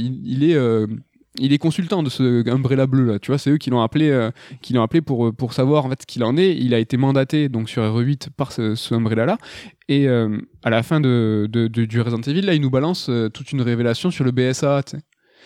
il est consultant de ce Umbrella bleu là, tu vois, c'est eux qui l'ont appelé pour savoir en fait ce qu'il en est. Il a été mandaté donc sur RE8 par ce Umbrella là, et à la fin du Resident Evil là, il nous balance toute une révélation sur le BSA, tu sais.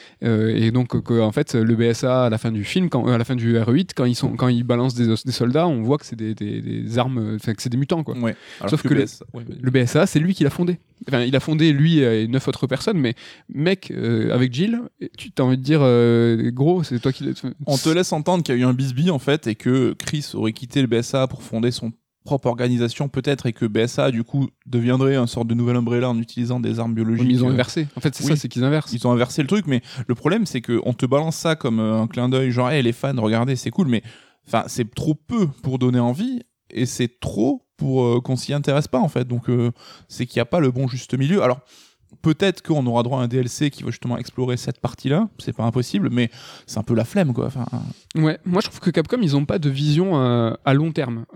Et donc en fait le BSA à la fin du film, à la fin du RE8, quand ils balancent des soldats, on voit que c'est des armes, enfin que c'est des mutants, quoi. Ouais. Sauf que le BSA, c'est lui qui l'a fondé. Enfin, il a fondé lui et 9 autres personnes, mais mec, avec Jill, tu t'as envie de dire gros, c'est toi qui l'as. On te laisse entendre qu'il y a eu un bisbille en fait et que Chris aurait quitté le BSA pour fonder son propre organisation peut-être, et que BSA du coup deviendrait un sorte de nouvel Umbrella en utilisant des armes biologiques. Oui, ils ont inversé. En fait, c'est ça, c'est qu'ils inversent. Ils ont inversé le truc, mais le problème c'est que on te balance ça comme un clin d'œil, genre hey, les fans, regardez, c'est cool, mais enfin c'est trop peu pour donner envie et c'est trop pour qu'on s'y intéresse pas en fait. Donc c'est qu'il n'y a pas le bon juste milieu. Alors peut-être qu'on aura droit à un DLC qui va justement explorer cette partie-là, c'est pas impossible, mais c'est un peu la flemme, quoi. Enfin... Ouais, moi je trouve que Capcom, ils ont pas de vision à long terme.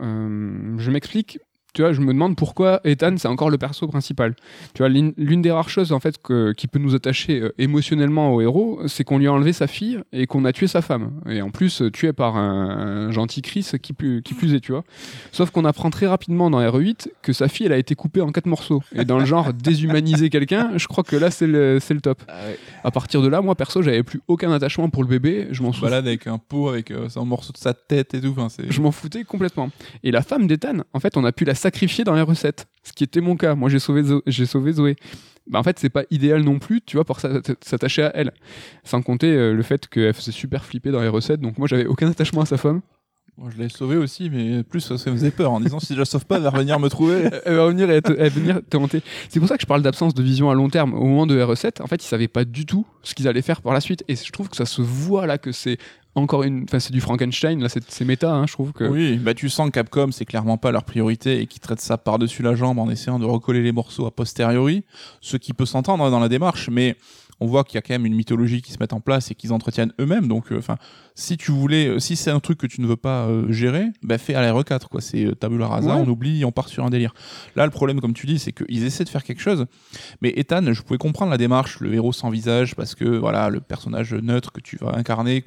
Je m'explique. Tu vois, je me demande pourquoi Ethan, c'est encore le perso principal. Tu vois, l'une des rares choses en fait qui peut nous attacher émotionnellement au héros, c'est qu'on lui a enlevé sa fille et qu'on a tué sa femme. Et en plus, tué par un gentil Chris qui plus est, tu vois. Sauf qu'on apprend très rapidement dans RE8 que sa fille, elle a été coupée en 4 morceaux. Et dans le genre déshumaniser quelqu'un, je crois que là, c'est le top. Ah ouais. À partir de là, moi perso, j'avais plus aucun attachement pour le bébé. Je m'en balade avec un pot avec un morceau de sa tête et tout. Enfin, je m'en foutais complètement. Et la femme d'Ethan, en fait, on a pu la sacrifier dans les recettes, ce qui était mon cas. Moi, j'ai sauvé Zoé. Bah, en fait, c'est pas idéal non plus, tu vois, pour s'attacher à elle. Sans compter le fait qu'elle faisait super flipper dans les recettes, donc moi, j'avais aucun attachement à sa femme. Moi, je l'ai sauvée aussi, mais plus ça me faisait peur en disant si je la sauve pas, elle va revenir me trouver. Elle va revenir et venir te hanter. C'est pour ça que je parle d'absence de vision à long terme. Au moment de RE7, en fait, ils savaient pas du tout ce qu'ils allaient faire par la suite. Et je trouve que ça se voit là que c'est c'est du Frankenstein, là, c'est méta, hein, je trouve que. Oui, bah tu sens que Capcom, c'est clairement pas leur priorité et qu'ils traitent ça par-dessus la jambe en essayant de recoller les morceaux a posteriori, ce qui peut s'entendre dans la démarche, mais on voit qu'il y a quand même une mythologie qui se met en place et qu'ils entretiennent eux-mêmes. Donc, si c'est un truc que tu ne veux pas gérer, bah fais à la RE4, quoi. C'est tabula rasa, on oublie, on part sur un délire. Là, le problème, comme tu dis, c'est qu'ils essaient de faire quelque chose. Mais Ethan, je pouvais comprendre la démarche, le héros sans visage, parce que voilà, le personnage neutre que tu vas incarner,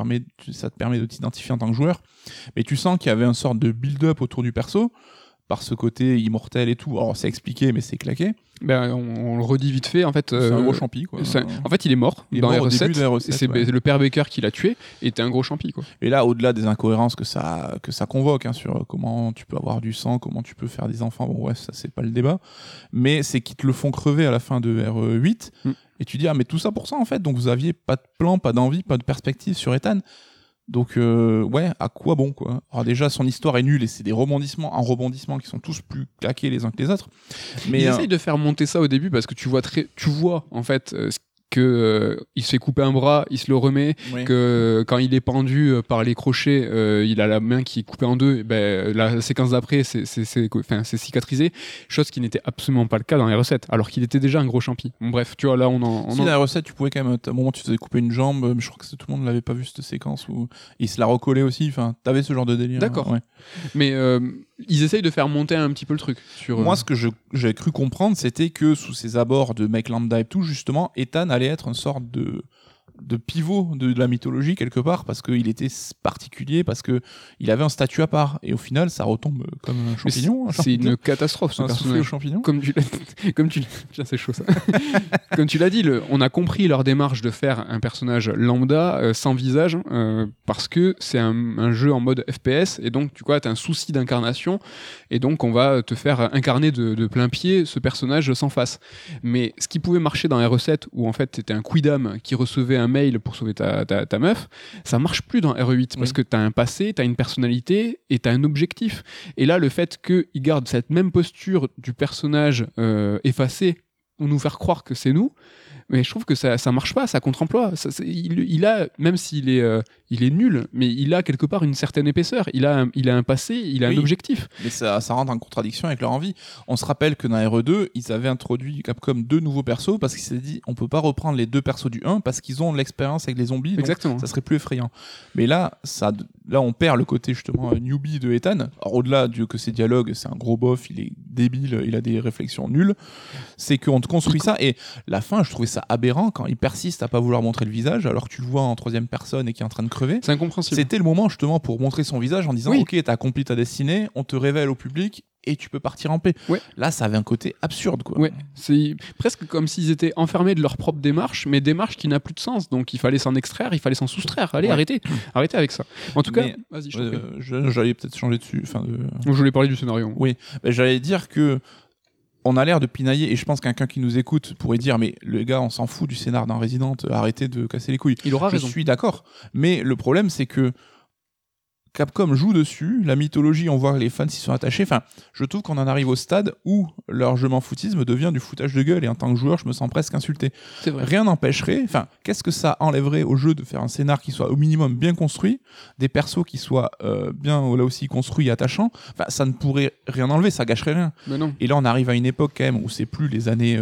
ça te permet de t'identifier en tant que joueur. Mais tu sens qu'il y avait une sorte de build-up autour du perso, par ce côté immortel et tout. Alors c'est expliqué, mais c'est claqué. Ben, on le redit vite fait, en fait. C'est un gros champi, quoi. En fait, il est mort dans RE7. C'est le père Baker qui l'a tué, et était un gros champi, quoi. Et là, au-delà des incohérences que ça convoque, hein, sur comment tu peux avoir du sang, comment tu peux faire des enfants, bon bref, ça c'est pas le débat. Mais c'est qu'ils te le font crever à la fin de RE8, et tu dis, ah mais tout ça pour ça en fait, donc vous aviez pas de plan, pas d'envie, pas de perspective sur Ethan. Donc ouais, à quoi bon, quoi. Alors déjà son histoire est nulle et c'est des rebondissements qui sont tous plus claqués les uns que les autres. Mais ils essayent de faire monter ça au début parce que tu vois en fait il se fait couper un bras, il se le remet, que quand il est pendu par les crochets, il a la main qui est coupée en deux, la séquence d'après c'est cicatrisé, chose qui n'était absolument pas le cas dans les recettes, alors qu'il était déjà un gros champi. Bon, bref, tu vois, là dans la recette tu pouvais quand même, à un moment tu te faisais couper une jambe, mais je crois que tout le monde ne l'avait pas vu cette séquence où il se la recollait aussi, enfin t'avais ce genre de délire. D'accord. Ouais. Mais ils essayent de faire monter un petit peu le truc. Moi, ce que j'avais cru comprendre, c'était que sous ses abords de mec lambda et tout, justement, Ethan allait être une sorte de pivot de la mythologie quelque part, parce qu'il était particulier, parce que il avait un statut à part, et au final ça retombe comme un champignon. C'est une catastrophe, ce personnage. Champignon. Comme tu c'est chaud ça. Comme tu l'as dit, on a compris leur démarche de faire un personnage lambda sans visage, parce que c'est un jeu en mode FPS, et donc tu as un souci d'incarnation, et donc on va te faire incarner de plein pied ce personnage sans face. Mais ce qui pouvait marcher dans les recettes où en fait c'était un quidam qui recevait un mail pour sauver ta meuf, ça marche plus dans RE8 parce que t'as un passé, t'as une personnalité et t'as un objectif. Et là, le fait qu'il garde cette même posture du personnage effacé pour nous faire croire que c'est nous, mais je trouve que ça marche pas, ça contre-emploi. Il a, même s'il est nul, mais il a quelque part une certaine épaisseur. Il a un passé, il a un objectif. Mais ça rentre en contradiction avec leur envie. On se rappelle que dans RE2, ils avaient introduit Capcom 2 nouveaux persos parce qu'ils s'étaient dit on peut pas reprendre les 2 persos du 1 parce qu'ils ont de l'expérience avec les zombies. Exactement. Donc ça serait plus effrayant. Mais là on perd le côté justement newbie de Ethan. Alors, au-delà du que ses dialogues, c'est un gros bof, il est débile, il a des réflexions nulles. C'est qu'on te construit ça et la fin, je trouvais ça aberrant quand il persiste à pas vouloir montrer le visage alors que tu le vois en 3e personne et qui est en train de crever. C'est incompréhensible. C'était le moment justement pour montrer son visage en disant ok, t'as accompli ta destinée, on te révèle au public et tu peux partir en paix. Là, ça avait un côté absurde, quoi. C'est presque comme s'ils étaient enfermés de leur propre démarche, mais démarche qui n'a plus de sens. Donc il fallait s'en extraire, il fallait s'en soustraire. Allez, arrêtez avec ça. En tout cas, vas-y, j'allais peut-être changer dessus. Je voulais parler du scénario. Oui, j'allais dire que on a l'air de pinailler, et je pense que quelqu'un qui nous écoute pourrait dire mais le gars, on s'en fout du scénar d'un Resident, arrêtez de casser les couilles. Il aura raison. Je suis d'accord, mais le problème c'est que Capcom joue dessus, la mythologie, on voit les fans s'y sont attachés. Enfin, je trouve qu'on en arrive au stade où leur je m'en foutisme devient du foutage de gueule et en tant que joueur, je me sens presque insulté. C'est vrai. Rien n'empêcherait, enfin, qu'est-ce que ça enlèverait au jeu de faire un scénar qui soit au minimum bien construit, des persos qui soient bien là aussi construits et attachants. Enfin, ça ne pourrait rien enlever, ça gâcherait rien. Mais non. Et là, on arrive à une époque quand même où c'est plus les années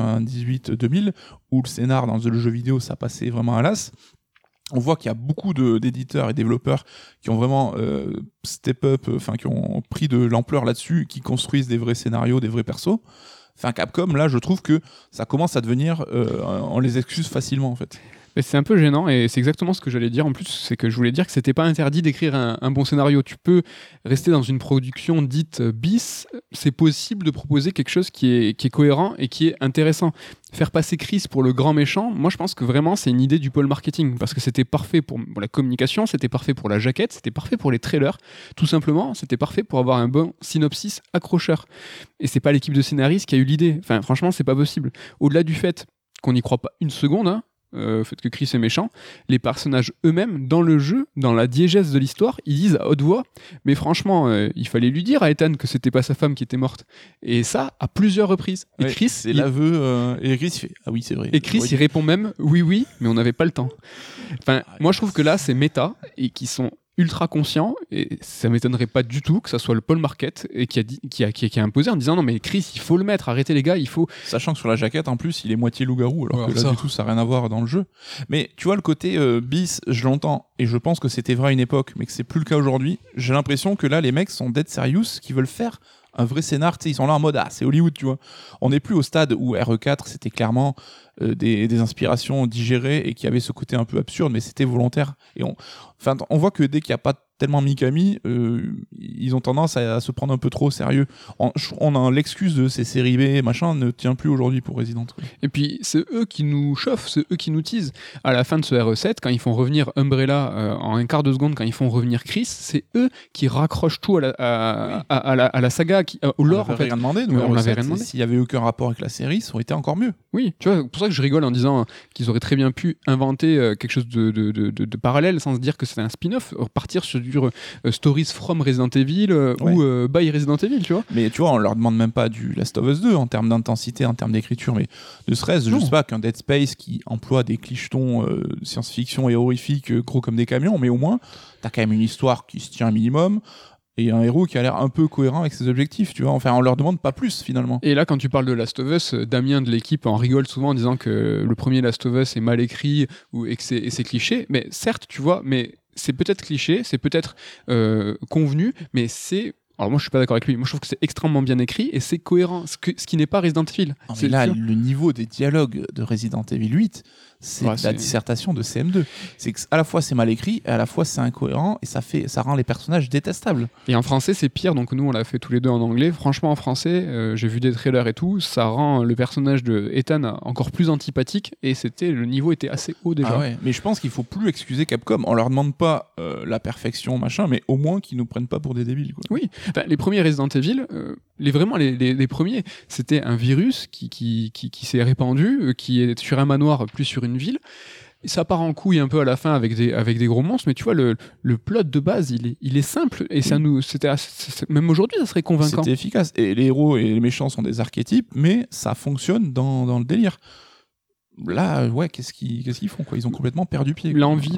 98-2000 où le scénar dans le jeu vidéo ça passait vraiment à l'as. On voit qu'il y a beaucoup d'éditeurs et développeurs qui ont vraiment step up, enfin qui ont pris de l'ampleur là-dessus, qui construisent des vrais scénarios, des vrais persos. Enfin Capcom, là, je trouve que ça commence à devenir, on les excuse facilement en fait. Mais c'est un peu gênant et c'est exactement ce que j'allais dire en plus, c'est que je voulais dire que c'était pas interdit d'écrire un bon scénario. Tu peux rester dans une production dite bis, c'est possible de proposer quelque chose qui est cohérent et qui est intéressant. Faire passer Chris pour le grand méchant, moi je pense que vraiment c'est une idée du pôle marketing parce que c'était parfait pour la communication, c'était parfait pour la jaquette, c'était parfait pour les trailers, tout simplement c'était parfait pour avoir un bon synopsis accrocheur. Et c'est pas l'équipe de scénaristes qui a eu l'idée, enfin franchement c'est pas possible. Au-delà du fait qu'on n'y croit pas une seconde, hein, fait que Chris est méchant, les personnages eux-mêmes dans le jeu, dans la diégèse de l'histoire, ils disent à haute voix mais franchement il fallait lui dire à Ethan que c'était pas sa femme qui était morte, et ça à plusieurs reprises. Et Chris c'est l'aveu et Chris fait ah oui c'est vrai, et Chris il répond même oui mais on n'avait pas le temps. Enfin moi je trouve que là c'est méta et qu'ils sont ultra conscient, et ça m'étonnerait pas du tout que ça soit le Paul Market et qui a imposé en disant non mais Chris il faut le mettre, arrêtez les gars, il faut, sachant que sur la jaquette en plus il est moitié loup-garou alors que là ça. Du tout ça n'a rien à voir dans le jeu. Mais tu vois le côté bis, je l'entends et je pense que c'était vrai à une époque mais que c'est plus le cas aujourd'hui. J'ai l'impression que là les mecs sont dead serious, qui veulent faire un vrai scénar, ils sont là en mode ah c'est Hollywood, tu vois. On n'est plus au stade où RE4 c'était clairement des inspirations digérées et qui avait ce côté un peu absurde, mais c'était volontaire. Et on voit que dès qu'il n'y a pas tellement Mikami, ils ont tendance à se prendre un peu trop au sérieux. On a l'excuse de ces séries B, machin, ne tient plus aujourd'hui pour Resident. Et puis c'est eux qui nous chauffent, c'est eux qui nous teasent. À la fin de ce RE7, quand ils font revenir Umbrella en un quart de seconde, quand ils font revenir Chris, c'est eux qui raccrochent tout à la saga, au lore en fait. Rien demandé, on n'avait rien demandé. S'il y avait aucun rapport avec la série, ça aurait été encore mieux. Oui, tu vois, pour ça que je rigole en disant qu'ils auraient très bien pu inventer quelque chose de parallèle sans se dire que c'était un spin-off, partir sur du Stories from Resident Evil ou by Resident Evil, tu vois. Mais tu vois, on leur demande même pas du Last of Us 2 en termes d'intensité, en termes d'écriture, mais ne serait-ce, je sais pas, qu'un Dead Space qui emploie des clichetons science-fiction et horrifiques gros comme des camions, mais au moins, t'as quand même une histoire qui se tient un minimum, et un héros qui a l'air un peu cohérent avec ses objectifs, tu vois. Enfin, on leur demande pas plus, finalement. Et là, quand tu parles de Last of Us, Damien de l'équipe en rigole souvent en disant que le premier Last of Us est mal écrit et que c'est cliché. Mais certes, tu vois, mais c'est peut-être cliché, c'est peut-être convenu, mais c'est... Alors moi, je suis pas d'accord avec lui. Moi, je trouve que c'est extrêmement bien écrit et c'est cohérent, ce qui n'est pas Resident Evil. Non, mais là, le niveau des dialogues de Resident Evil 8, c'est la dissertation de CM2. C'est qu'à la fois c'est mal écrit, et à la fois c'est incohérent, et ça rend les personnages détestables. Et en français, c'est pire. Donc nous, on l'a fait tous les deux en anglais. Franchement, en français, j'ai vu des trailers et tout, ça rend le personnage de Ethan encore plus antipathique. Et le niveau était assez haut déjà. Ah ouais. Mais je pense qu'il faut plus excuser Capcom. On leur demande pas la perfection, machin, mais au moins qu'ils nous prennent pas pour des débiles, quoi. Oui. Enfin, les premiers Resident Evil, les premiers, c'était un virus qui s'est répandu, qui est sur un manoir, plus sur une ville. Ça part en couille un peu à la fin avec des gros monstres, mais tu vois, le plot de base, il est simple, et ça même aujourd'hui, ça serait convaincant. C'était efficace. Et les héros et les méchants sont des archétypes, mais ça fonctionne dans le délire. Là, ouais, qu'est-ce qu'ils font, quoi ? Ils ont complètement perdu pied. L'envie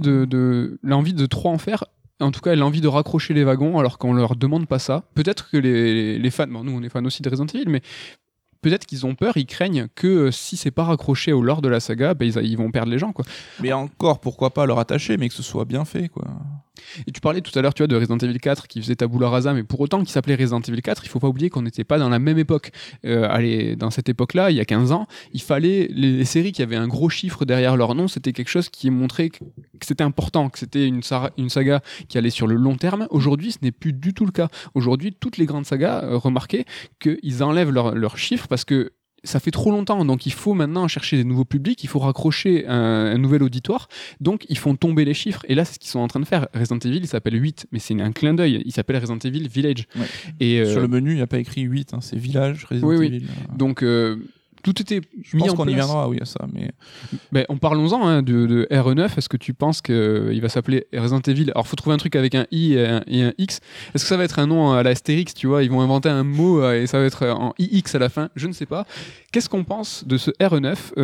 de trop en faire, en tout cas l'envie de raccrocher les wagons alors qu'on leur demande pas ça. Peut-être que les fans, bon, nous on est fans aussi de Resident Evil, mais peut-être qu'ils ont peur, ils craignent que si c'est pas raccroché au lore de la saga, ils vont perdre les gens, quoi. Mais encore, pourquoi pas leur attacher, mais que ce soit bien fait, quoi. Et tu parlais tout à l'heure, tu vois, de Resident Evil 4 qui faisait tabula rasa, mais pour autant qu'il s'appelait Resident Evil 4, il faut pas oublier qu'on n'était pas dans la même époque. Dans cette époque-là, il y a 15 ans, il fallait les séries qui avaient un gros chiffre derrière leur nom, c'était quelque chose qui montrait que c'était important, que c'était une saga qui allait sur le long terme. Aujourd'hui, ce n'est plus du tout le cas. Aujourd'hui, toutes les grandes sagas, remarquez qu'ils enlèvent leur chiffre parce que ça fait trop longtemps, donc il faut maintenant chercher des nouveaux publics, il faut raccrocher un nouvel auditoire, donc ils font tomber les chiffres, et là c'est ce qu'ils sont en train de faire. Resident Evil, il s'appelle 8, mais c'est un clin d'œil, il s'appelle Resident Evil Village. Ouais. Et sur le menu, il n'y a pas écrit 8, hein, c'est Village, Resident Evil. Donc tout était je pense qu'on y viendra, oui, à ça. Mais parlons-en de RE9. Est-ce que tu penses qu'il va s'appeler Resident Evil ? Alors, il faut trouver un truc avec un I et un X. Est-ce que ça va être un nom à la Astérix, tu vois ? Ils vont inventer un mot et ça va être en IX à la fin ? Je ne sais pas. Qu'est-ce qu'on pense de ce RE9 ?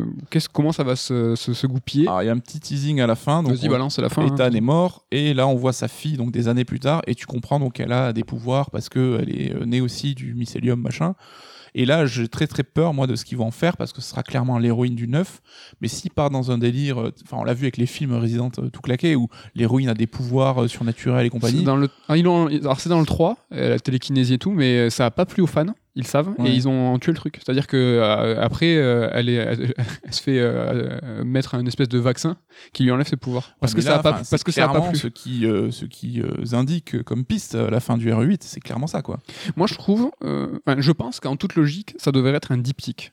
Comment ça va se goupiller ? Alors, il y a un petit teasing à la fin. Donc vas-y, balance à la fin. Ethan est mort et là, on voit sa fille donc des années plus tard et tu comprends donc qu'elle a des pouvoirs parce qu'elle est née aussi du mycélium, machin. Et là, j'ai très très peur, moi, de ce qu'ils vont en faire, parce que ce sera clairement l'héroïne du 9. Mais s'il part dans un délire, on l'a vu avec les films Resident tout claqué, où l'héroïne a des pouvoirs surnaturels et compagnie. Alors, c'est dans le 3, la télékinésie et tout, mais ça n'a pas plu aux fans. Ils savent, et ils ont tué le truc. C'est-à-dire que après, elle se fait mettre un espèce de vaccin qui lui enlève ses pouvoirs. Parce que ça a pas plu. Ce qui indique comme piste à la fin du RE8, c'est clairement ça, quoi. Moi, je pense qu'en toute logique, ça devrait être un diptyque.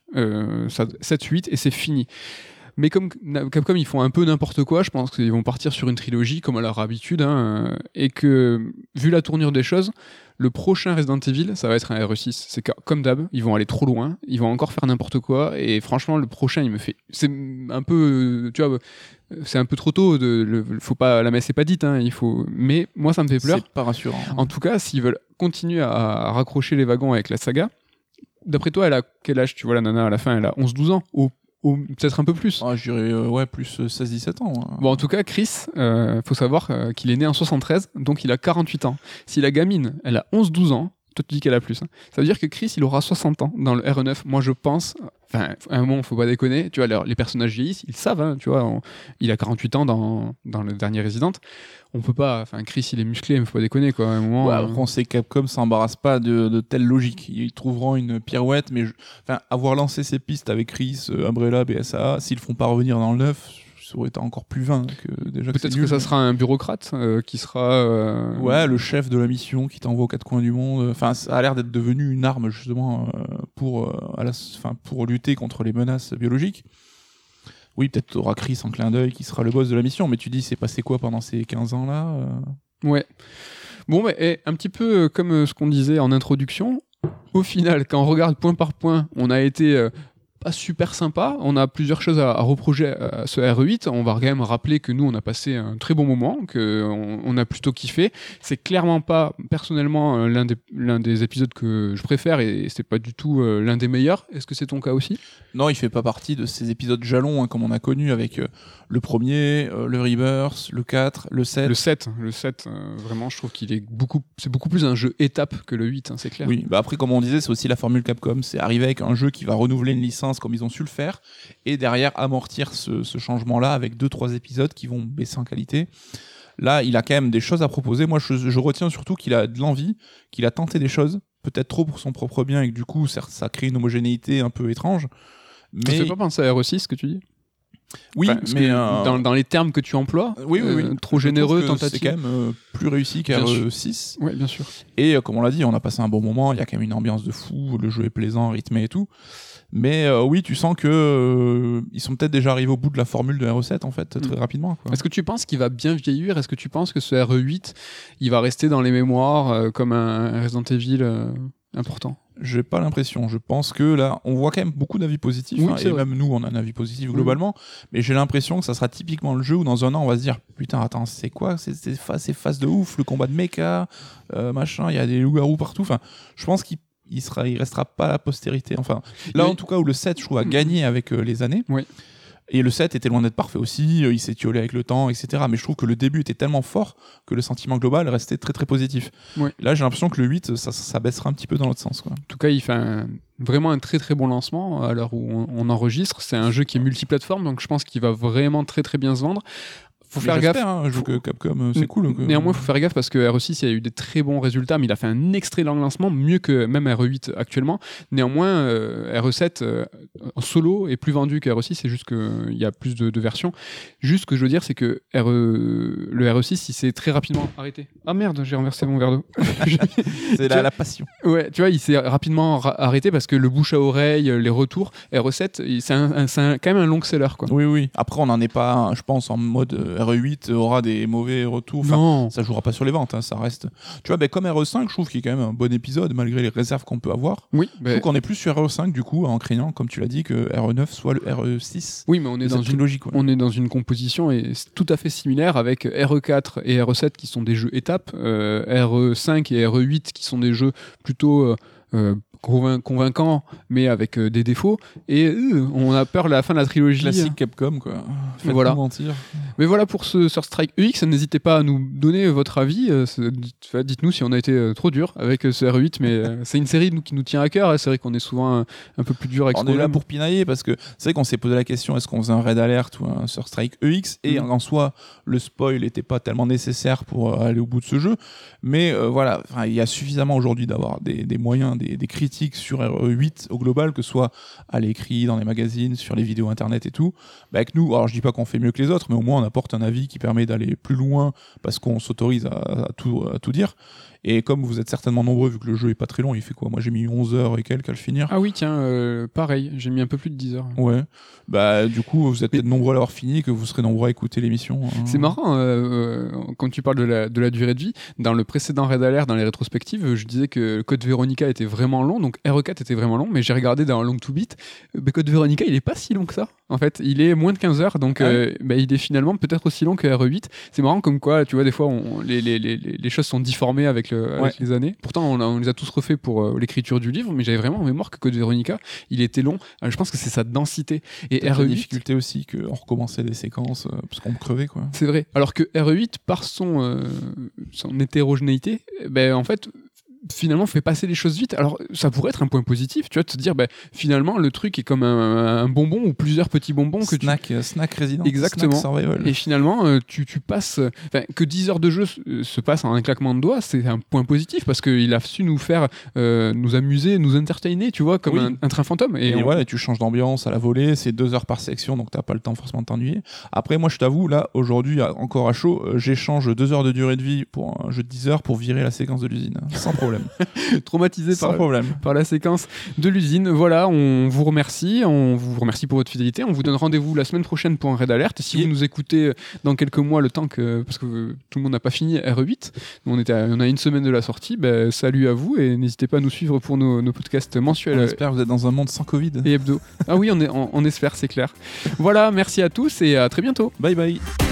7-8 et c'est fini. Mais comme Capcom, ils font un peu n'importe quoi, je pense qu'ils vont partir sur une trilogie comme à leur habitude, et que, vu la tournure des choses, le prochain Resident Evil, ça va être un RE6. C'est comme d'hab, ils vont aller trop loin, ils vont encore faire n'importe quoi, et franchement, le prochain, il me fait... C'est un peu... Tu vois, c'est un peu trop tôt, faut pas, la messe est pas dite, mais moi, ça me fait peur. C'est pas rassurant. En tout cas, s'ils veulent continuer à raccrocher les wagons avec la saga, d'après toi, elle a quel âge, tu vois, la nana, à la fin, elle a 11-12 ans, peut-être un peu plus. Je dirais plus 16-17 ans. Bon, en tout cas, Chris, faut savoir qu'il est né en 73, donc il a 48 ans. Si la gamine, elle a 11-12 ans, toi tu dis qu'elle a plus. Ça veut dire que Chris, il aura 60 ans dans le RE9. Moi, je pense... à un moment, faut pas déconner. Tu vois, les personnages vieillissent, ils savent, tu vois. Il a 48 ans dans le dernier Resident. On peut pas... Chris, il est musclé, mais faut pas déconner, quoi. À un moment... On sait que Capcom s'embarrasse pas de telle logique. Ils trouveront une pirouette, mais... avoir lancé ces pistes avec Chris, Umbrella, BSA, s'ils le font pas revenir dans le 9... ça aurait été encore plus vain que déjà. Peut-être que ça sera un bureaucrate qui sera... Ouais, le chef de la mission qui t'envoie aux quatre coins du monde. Ça a l'air d'être devenu une arme justement pour lutter contre les menaces biologiques. Oui, peut-être t'auras Chris en clin d'œil qui sera le boss de la mission, mais tu dis c'est passé quoi pendant ces 15 ans-là Ouais. Bon, mais un petit peu comme ce qu'on disait en introduction, au final, quand on regarde point par point, on a été... pas super sympa, on a plusieurs choses à reprocher à ce RE8. On va quand même rappeler que nous on a passé un très bon moment, qu'on a plutôt kiffé. C'est clairement pas personnellement l'un des épisodes que je préfère, et c'est pas du tout l'un des meilleurs. Est-ce que c'est ton cas aussi ? Non, il fait pas partie de ces épisodes jalons comme on a connu avec le premier, le Rebirth, le 4, le 7. Le 7 vraiment je trouve c'est beaucoup plus un jeu étape que le 8, c'est clair. Oui, après comme on disait, c'est aussi la formule Capcom, c'est arriver avec un jeu qui va renouveler une licence comme ils ont su le faire, et derrière amortir ce changement-là avec 2-3 épisodes qui vont baisser en qualité. Là, il a quand même des choses à proposer. Moi, je retiens surtout qu'il a de l'envie, qu'il a tenté des choses, peut-être trop pour son propre bien, et que du coup, ça crée une homogénéité un peu étrange. Mais... Ça fait pas penser à RE6, ce que tu dis ? Oui, mais dans les termes que tu emploies, oui. trop généreux, tentative. C'est quand même plus réussi qu'RE6. Oui, bien sûr. Et comme on l'a dit, on a passé un bon moment, il y a quand même une ambiance de fou, le jeu est plaisant, rythmé et tout. Mais oui, tu sens que ils sont peut-être déjà arrivés au bout de la formule de RE7 en fait, très rapidement, quoi. Est-ce que tu penses qu'il va bien vieillir ? Est-ce que tu penses que ce RE8, il va rester dans les mémoires comme un Resident Evil important. J'ai pas l'impression. Je pense que là, on voit quand même beaucoup d'avis positifs, Oui, et même nous, on a un avis positif globalement. Mais j'ai l'impression que ça sera typiquement le jeu où dans un an, on va se dire putain, attends, c'est quoi ces phases de ouf, le combat de mecha, machin, il y a des loups-garous partout. Enfin, je pense qu'il restera pas à la postérité. Enfin, là, en tout cas, où le 7, je trouve, a gagné avec les années. Oui. Et le 7 était loin d'être parfait aussi, il s'est tiolé avec le temps, etc. Mais je trouve que le début était tellement fort que le sentiment global restait très très positif. Oui. Là, j'ai l'impression que le 8, ça baissera un petit peu dans l'autre sens, quoi. En tout cas, il fait vraiment un très très bon lancement à l'heure où on enregistre. C'est un jeu qui est multiplateforme, donc je pense qu'il va vraiment très très bien se vendre. Faut faire gaffe. Je joue que Capcom, c'est cool. Néanmoins, il faut faire gaffe parce que RE6, il y a eu des très bons résultats, mais il a fait un excellent lancement, mieux que même RE8 actuellement. Néanmoins, RE7 en solo est plus vendu que RE6, c'est juste qu'il y a plus de versions. Juste ce que je veux dire, c'est que le RE6, il s'est très rapidement arrêté. Ah merde, j'ai renversé mon verre d'eau. C'est la passion. Ouais, tu vois, il s'est rapidement arrêté parce que le bouche à oreille, les retours, RE7, c'est quand même un long seller, quoi. Oui. Après, on n'en est pas, je pense, en mode RE8 aura des mauvais retours. Enfin, non. Ça jouera pas sur les ventes, hein, ça reste. Tu vois, comme RE5, je trouve qu'il y a quand même un bon épisode malgré les réserves qu'on peut avoir. Oui. Je trouve qu'on est plus sur RE5 du coup, en craignant, comme tu l'as dit, que RE9 soit le RE6. Oui, mais on est dans une logique. Ouais. On est dans une composition tout à fait similaire avec RE4 et RE7 qui sont des jeux étapes, RE5 et RE8 qui sont des jeux plutôt convaincant mais avec des défauts, et on a peur à la fin de la trilogie classique Capcom, quoi. Faites-nous voilà. mentir. Mais voilà pour ce Sur Strike EX, n'hésitez pas à nous donner votre avis, dites-nous si on a été trop dur avec ce RE8, mais c'est une série qui nous tient à cœur, c'est vrai qu'on est souvent un peu plus dur avec on est là pour pinailler, parce que c'est vrai qu'on s'est posé la question, est-ce qu'on faisait un Red Alert ou un Sur Strike EX, et en soi le spoil n'était pas tellement nécessaire pour aller au bout de ce jeu, mais voilà, il y a suffisamment aujourd'hui d'avoir des moyens, des critiques sur RE8 au global, que ce soit à l'écrit, dans les magazines, sur les vidéos internet et tout, avec nous, alors je dis pas qu'on fait mieux que les autres, mais au moins on apporte un avis qui permet d'aller plus loin, parce qu'on s'autorise à tout dire. Et comme vous êtes certainement nombreux, vu que le jeu est pas très long, il fait quoi ? Moi j'ai mis 11 heures et quelques à le finir. Ah oui, tiens, pareil, j'ai mis un peu plus de 10 heures. Ouais, du coup vous êtes peut-être nombreux à l'avoir fini, que vous serez nombreux à écouter l'émission. Hein. C'est marrant, quand tu parles de la durée de vie, dans le précédent Red Alert, dans les rétrospectives, je disais que Code Veronica était vraiment long, donc RE4 était vraiment long, mais j'ai regardé dans Long to Beat, Code Veronica il est pas si long que ça, en fait, il est moins de 15 heures, donc il est finalement peut-être aussi long que RE8. C'est marrant comme quoi, tu vois, des fois les choses sont difformées avec les années. Pourtant, on les a tous refaits pour l'écriture du livre, mais j'avais vraiment en mémoire que Code Veronica, il était long. Alors, je pense que c'est sa densité. Et RE8, la difficulté aussi, qu'on recommençait des séquences parce qu'on crevait, quoi. C'est vrai. Alors que RE8, par son hétérogénéité, en fait, finalement fait passer les choses vite. Alors ça pourrait être un point positif, tu vois, de te dire finalement le truc est comme un bonbon ou plusieurs petits bonbons snack résident. Exactement. Snack survival. Et finalement tu passes que 10 heures de jeu se passent en un claquement de doigts, c'est un point positif parce qu'il a su nous faire nous amuser, nous entertainer, tu vois, comme un train fantôme. Et voilà, tu changes d'ambiance à la volée, c'est 2 heures par section, donc t'as pas le temps forcément de t'ennuyer. Après moi je t'avoue, là aujourd'hui encore à chaud, j'échange 2 heures de durée de vie pour un jeu de 10 heures pour virer la séquence de l'usine, sans problème. Traumatisé par la séquence de l'usine. Voilà, on vous remercie pour votre fidélité. On vous donne rendez-vous la semaine prochaine pour un Red Alert. Si vous nous écoutez dans quelques mois, le temps parce que tout le monde n'a pas fini RE8, on a une semaine de la sortie. Salut à vous et n'hésitez pas à nous suivre pour nos podcasts mensuels. On espère que vous êtes dans un monde sans Covid et hebdo. Ah oui, on espère, c'est clair. Voilà, merci à tous et à très bientôt. Bye bye.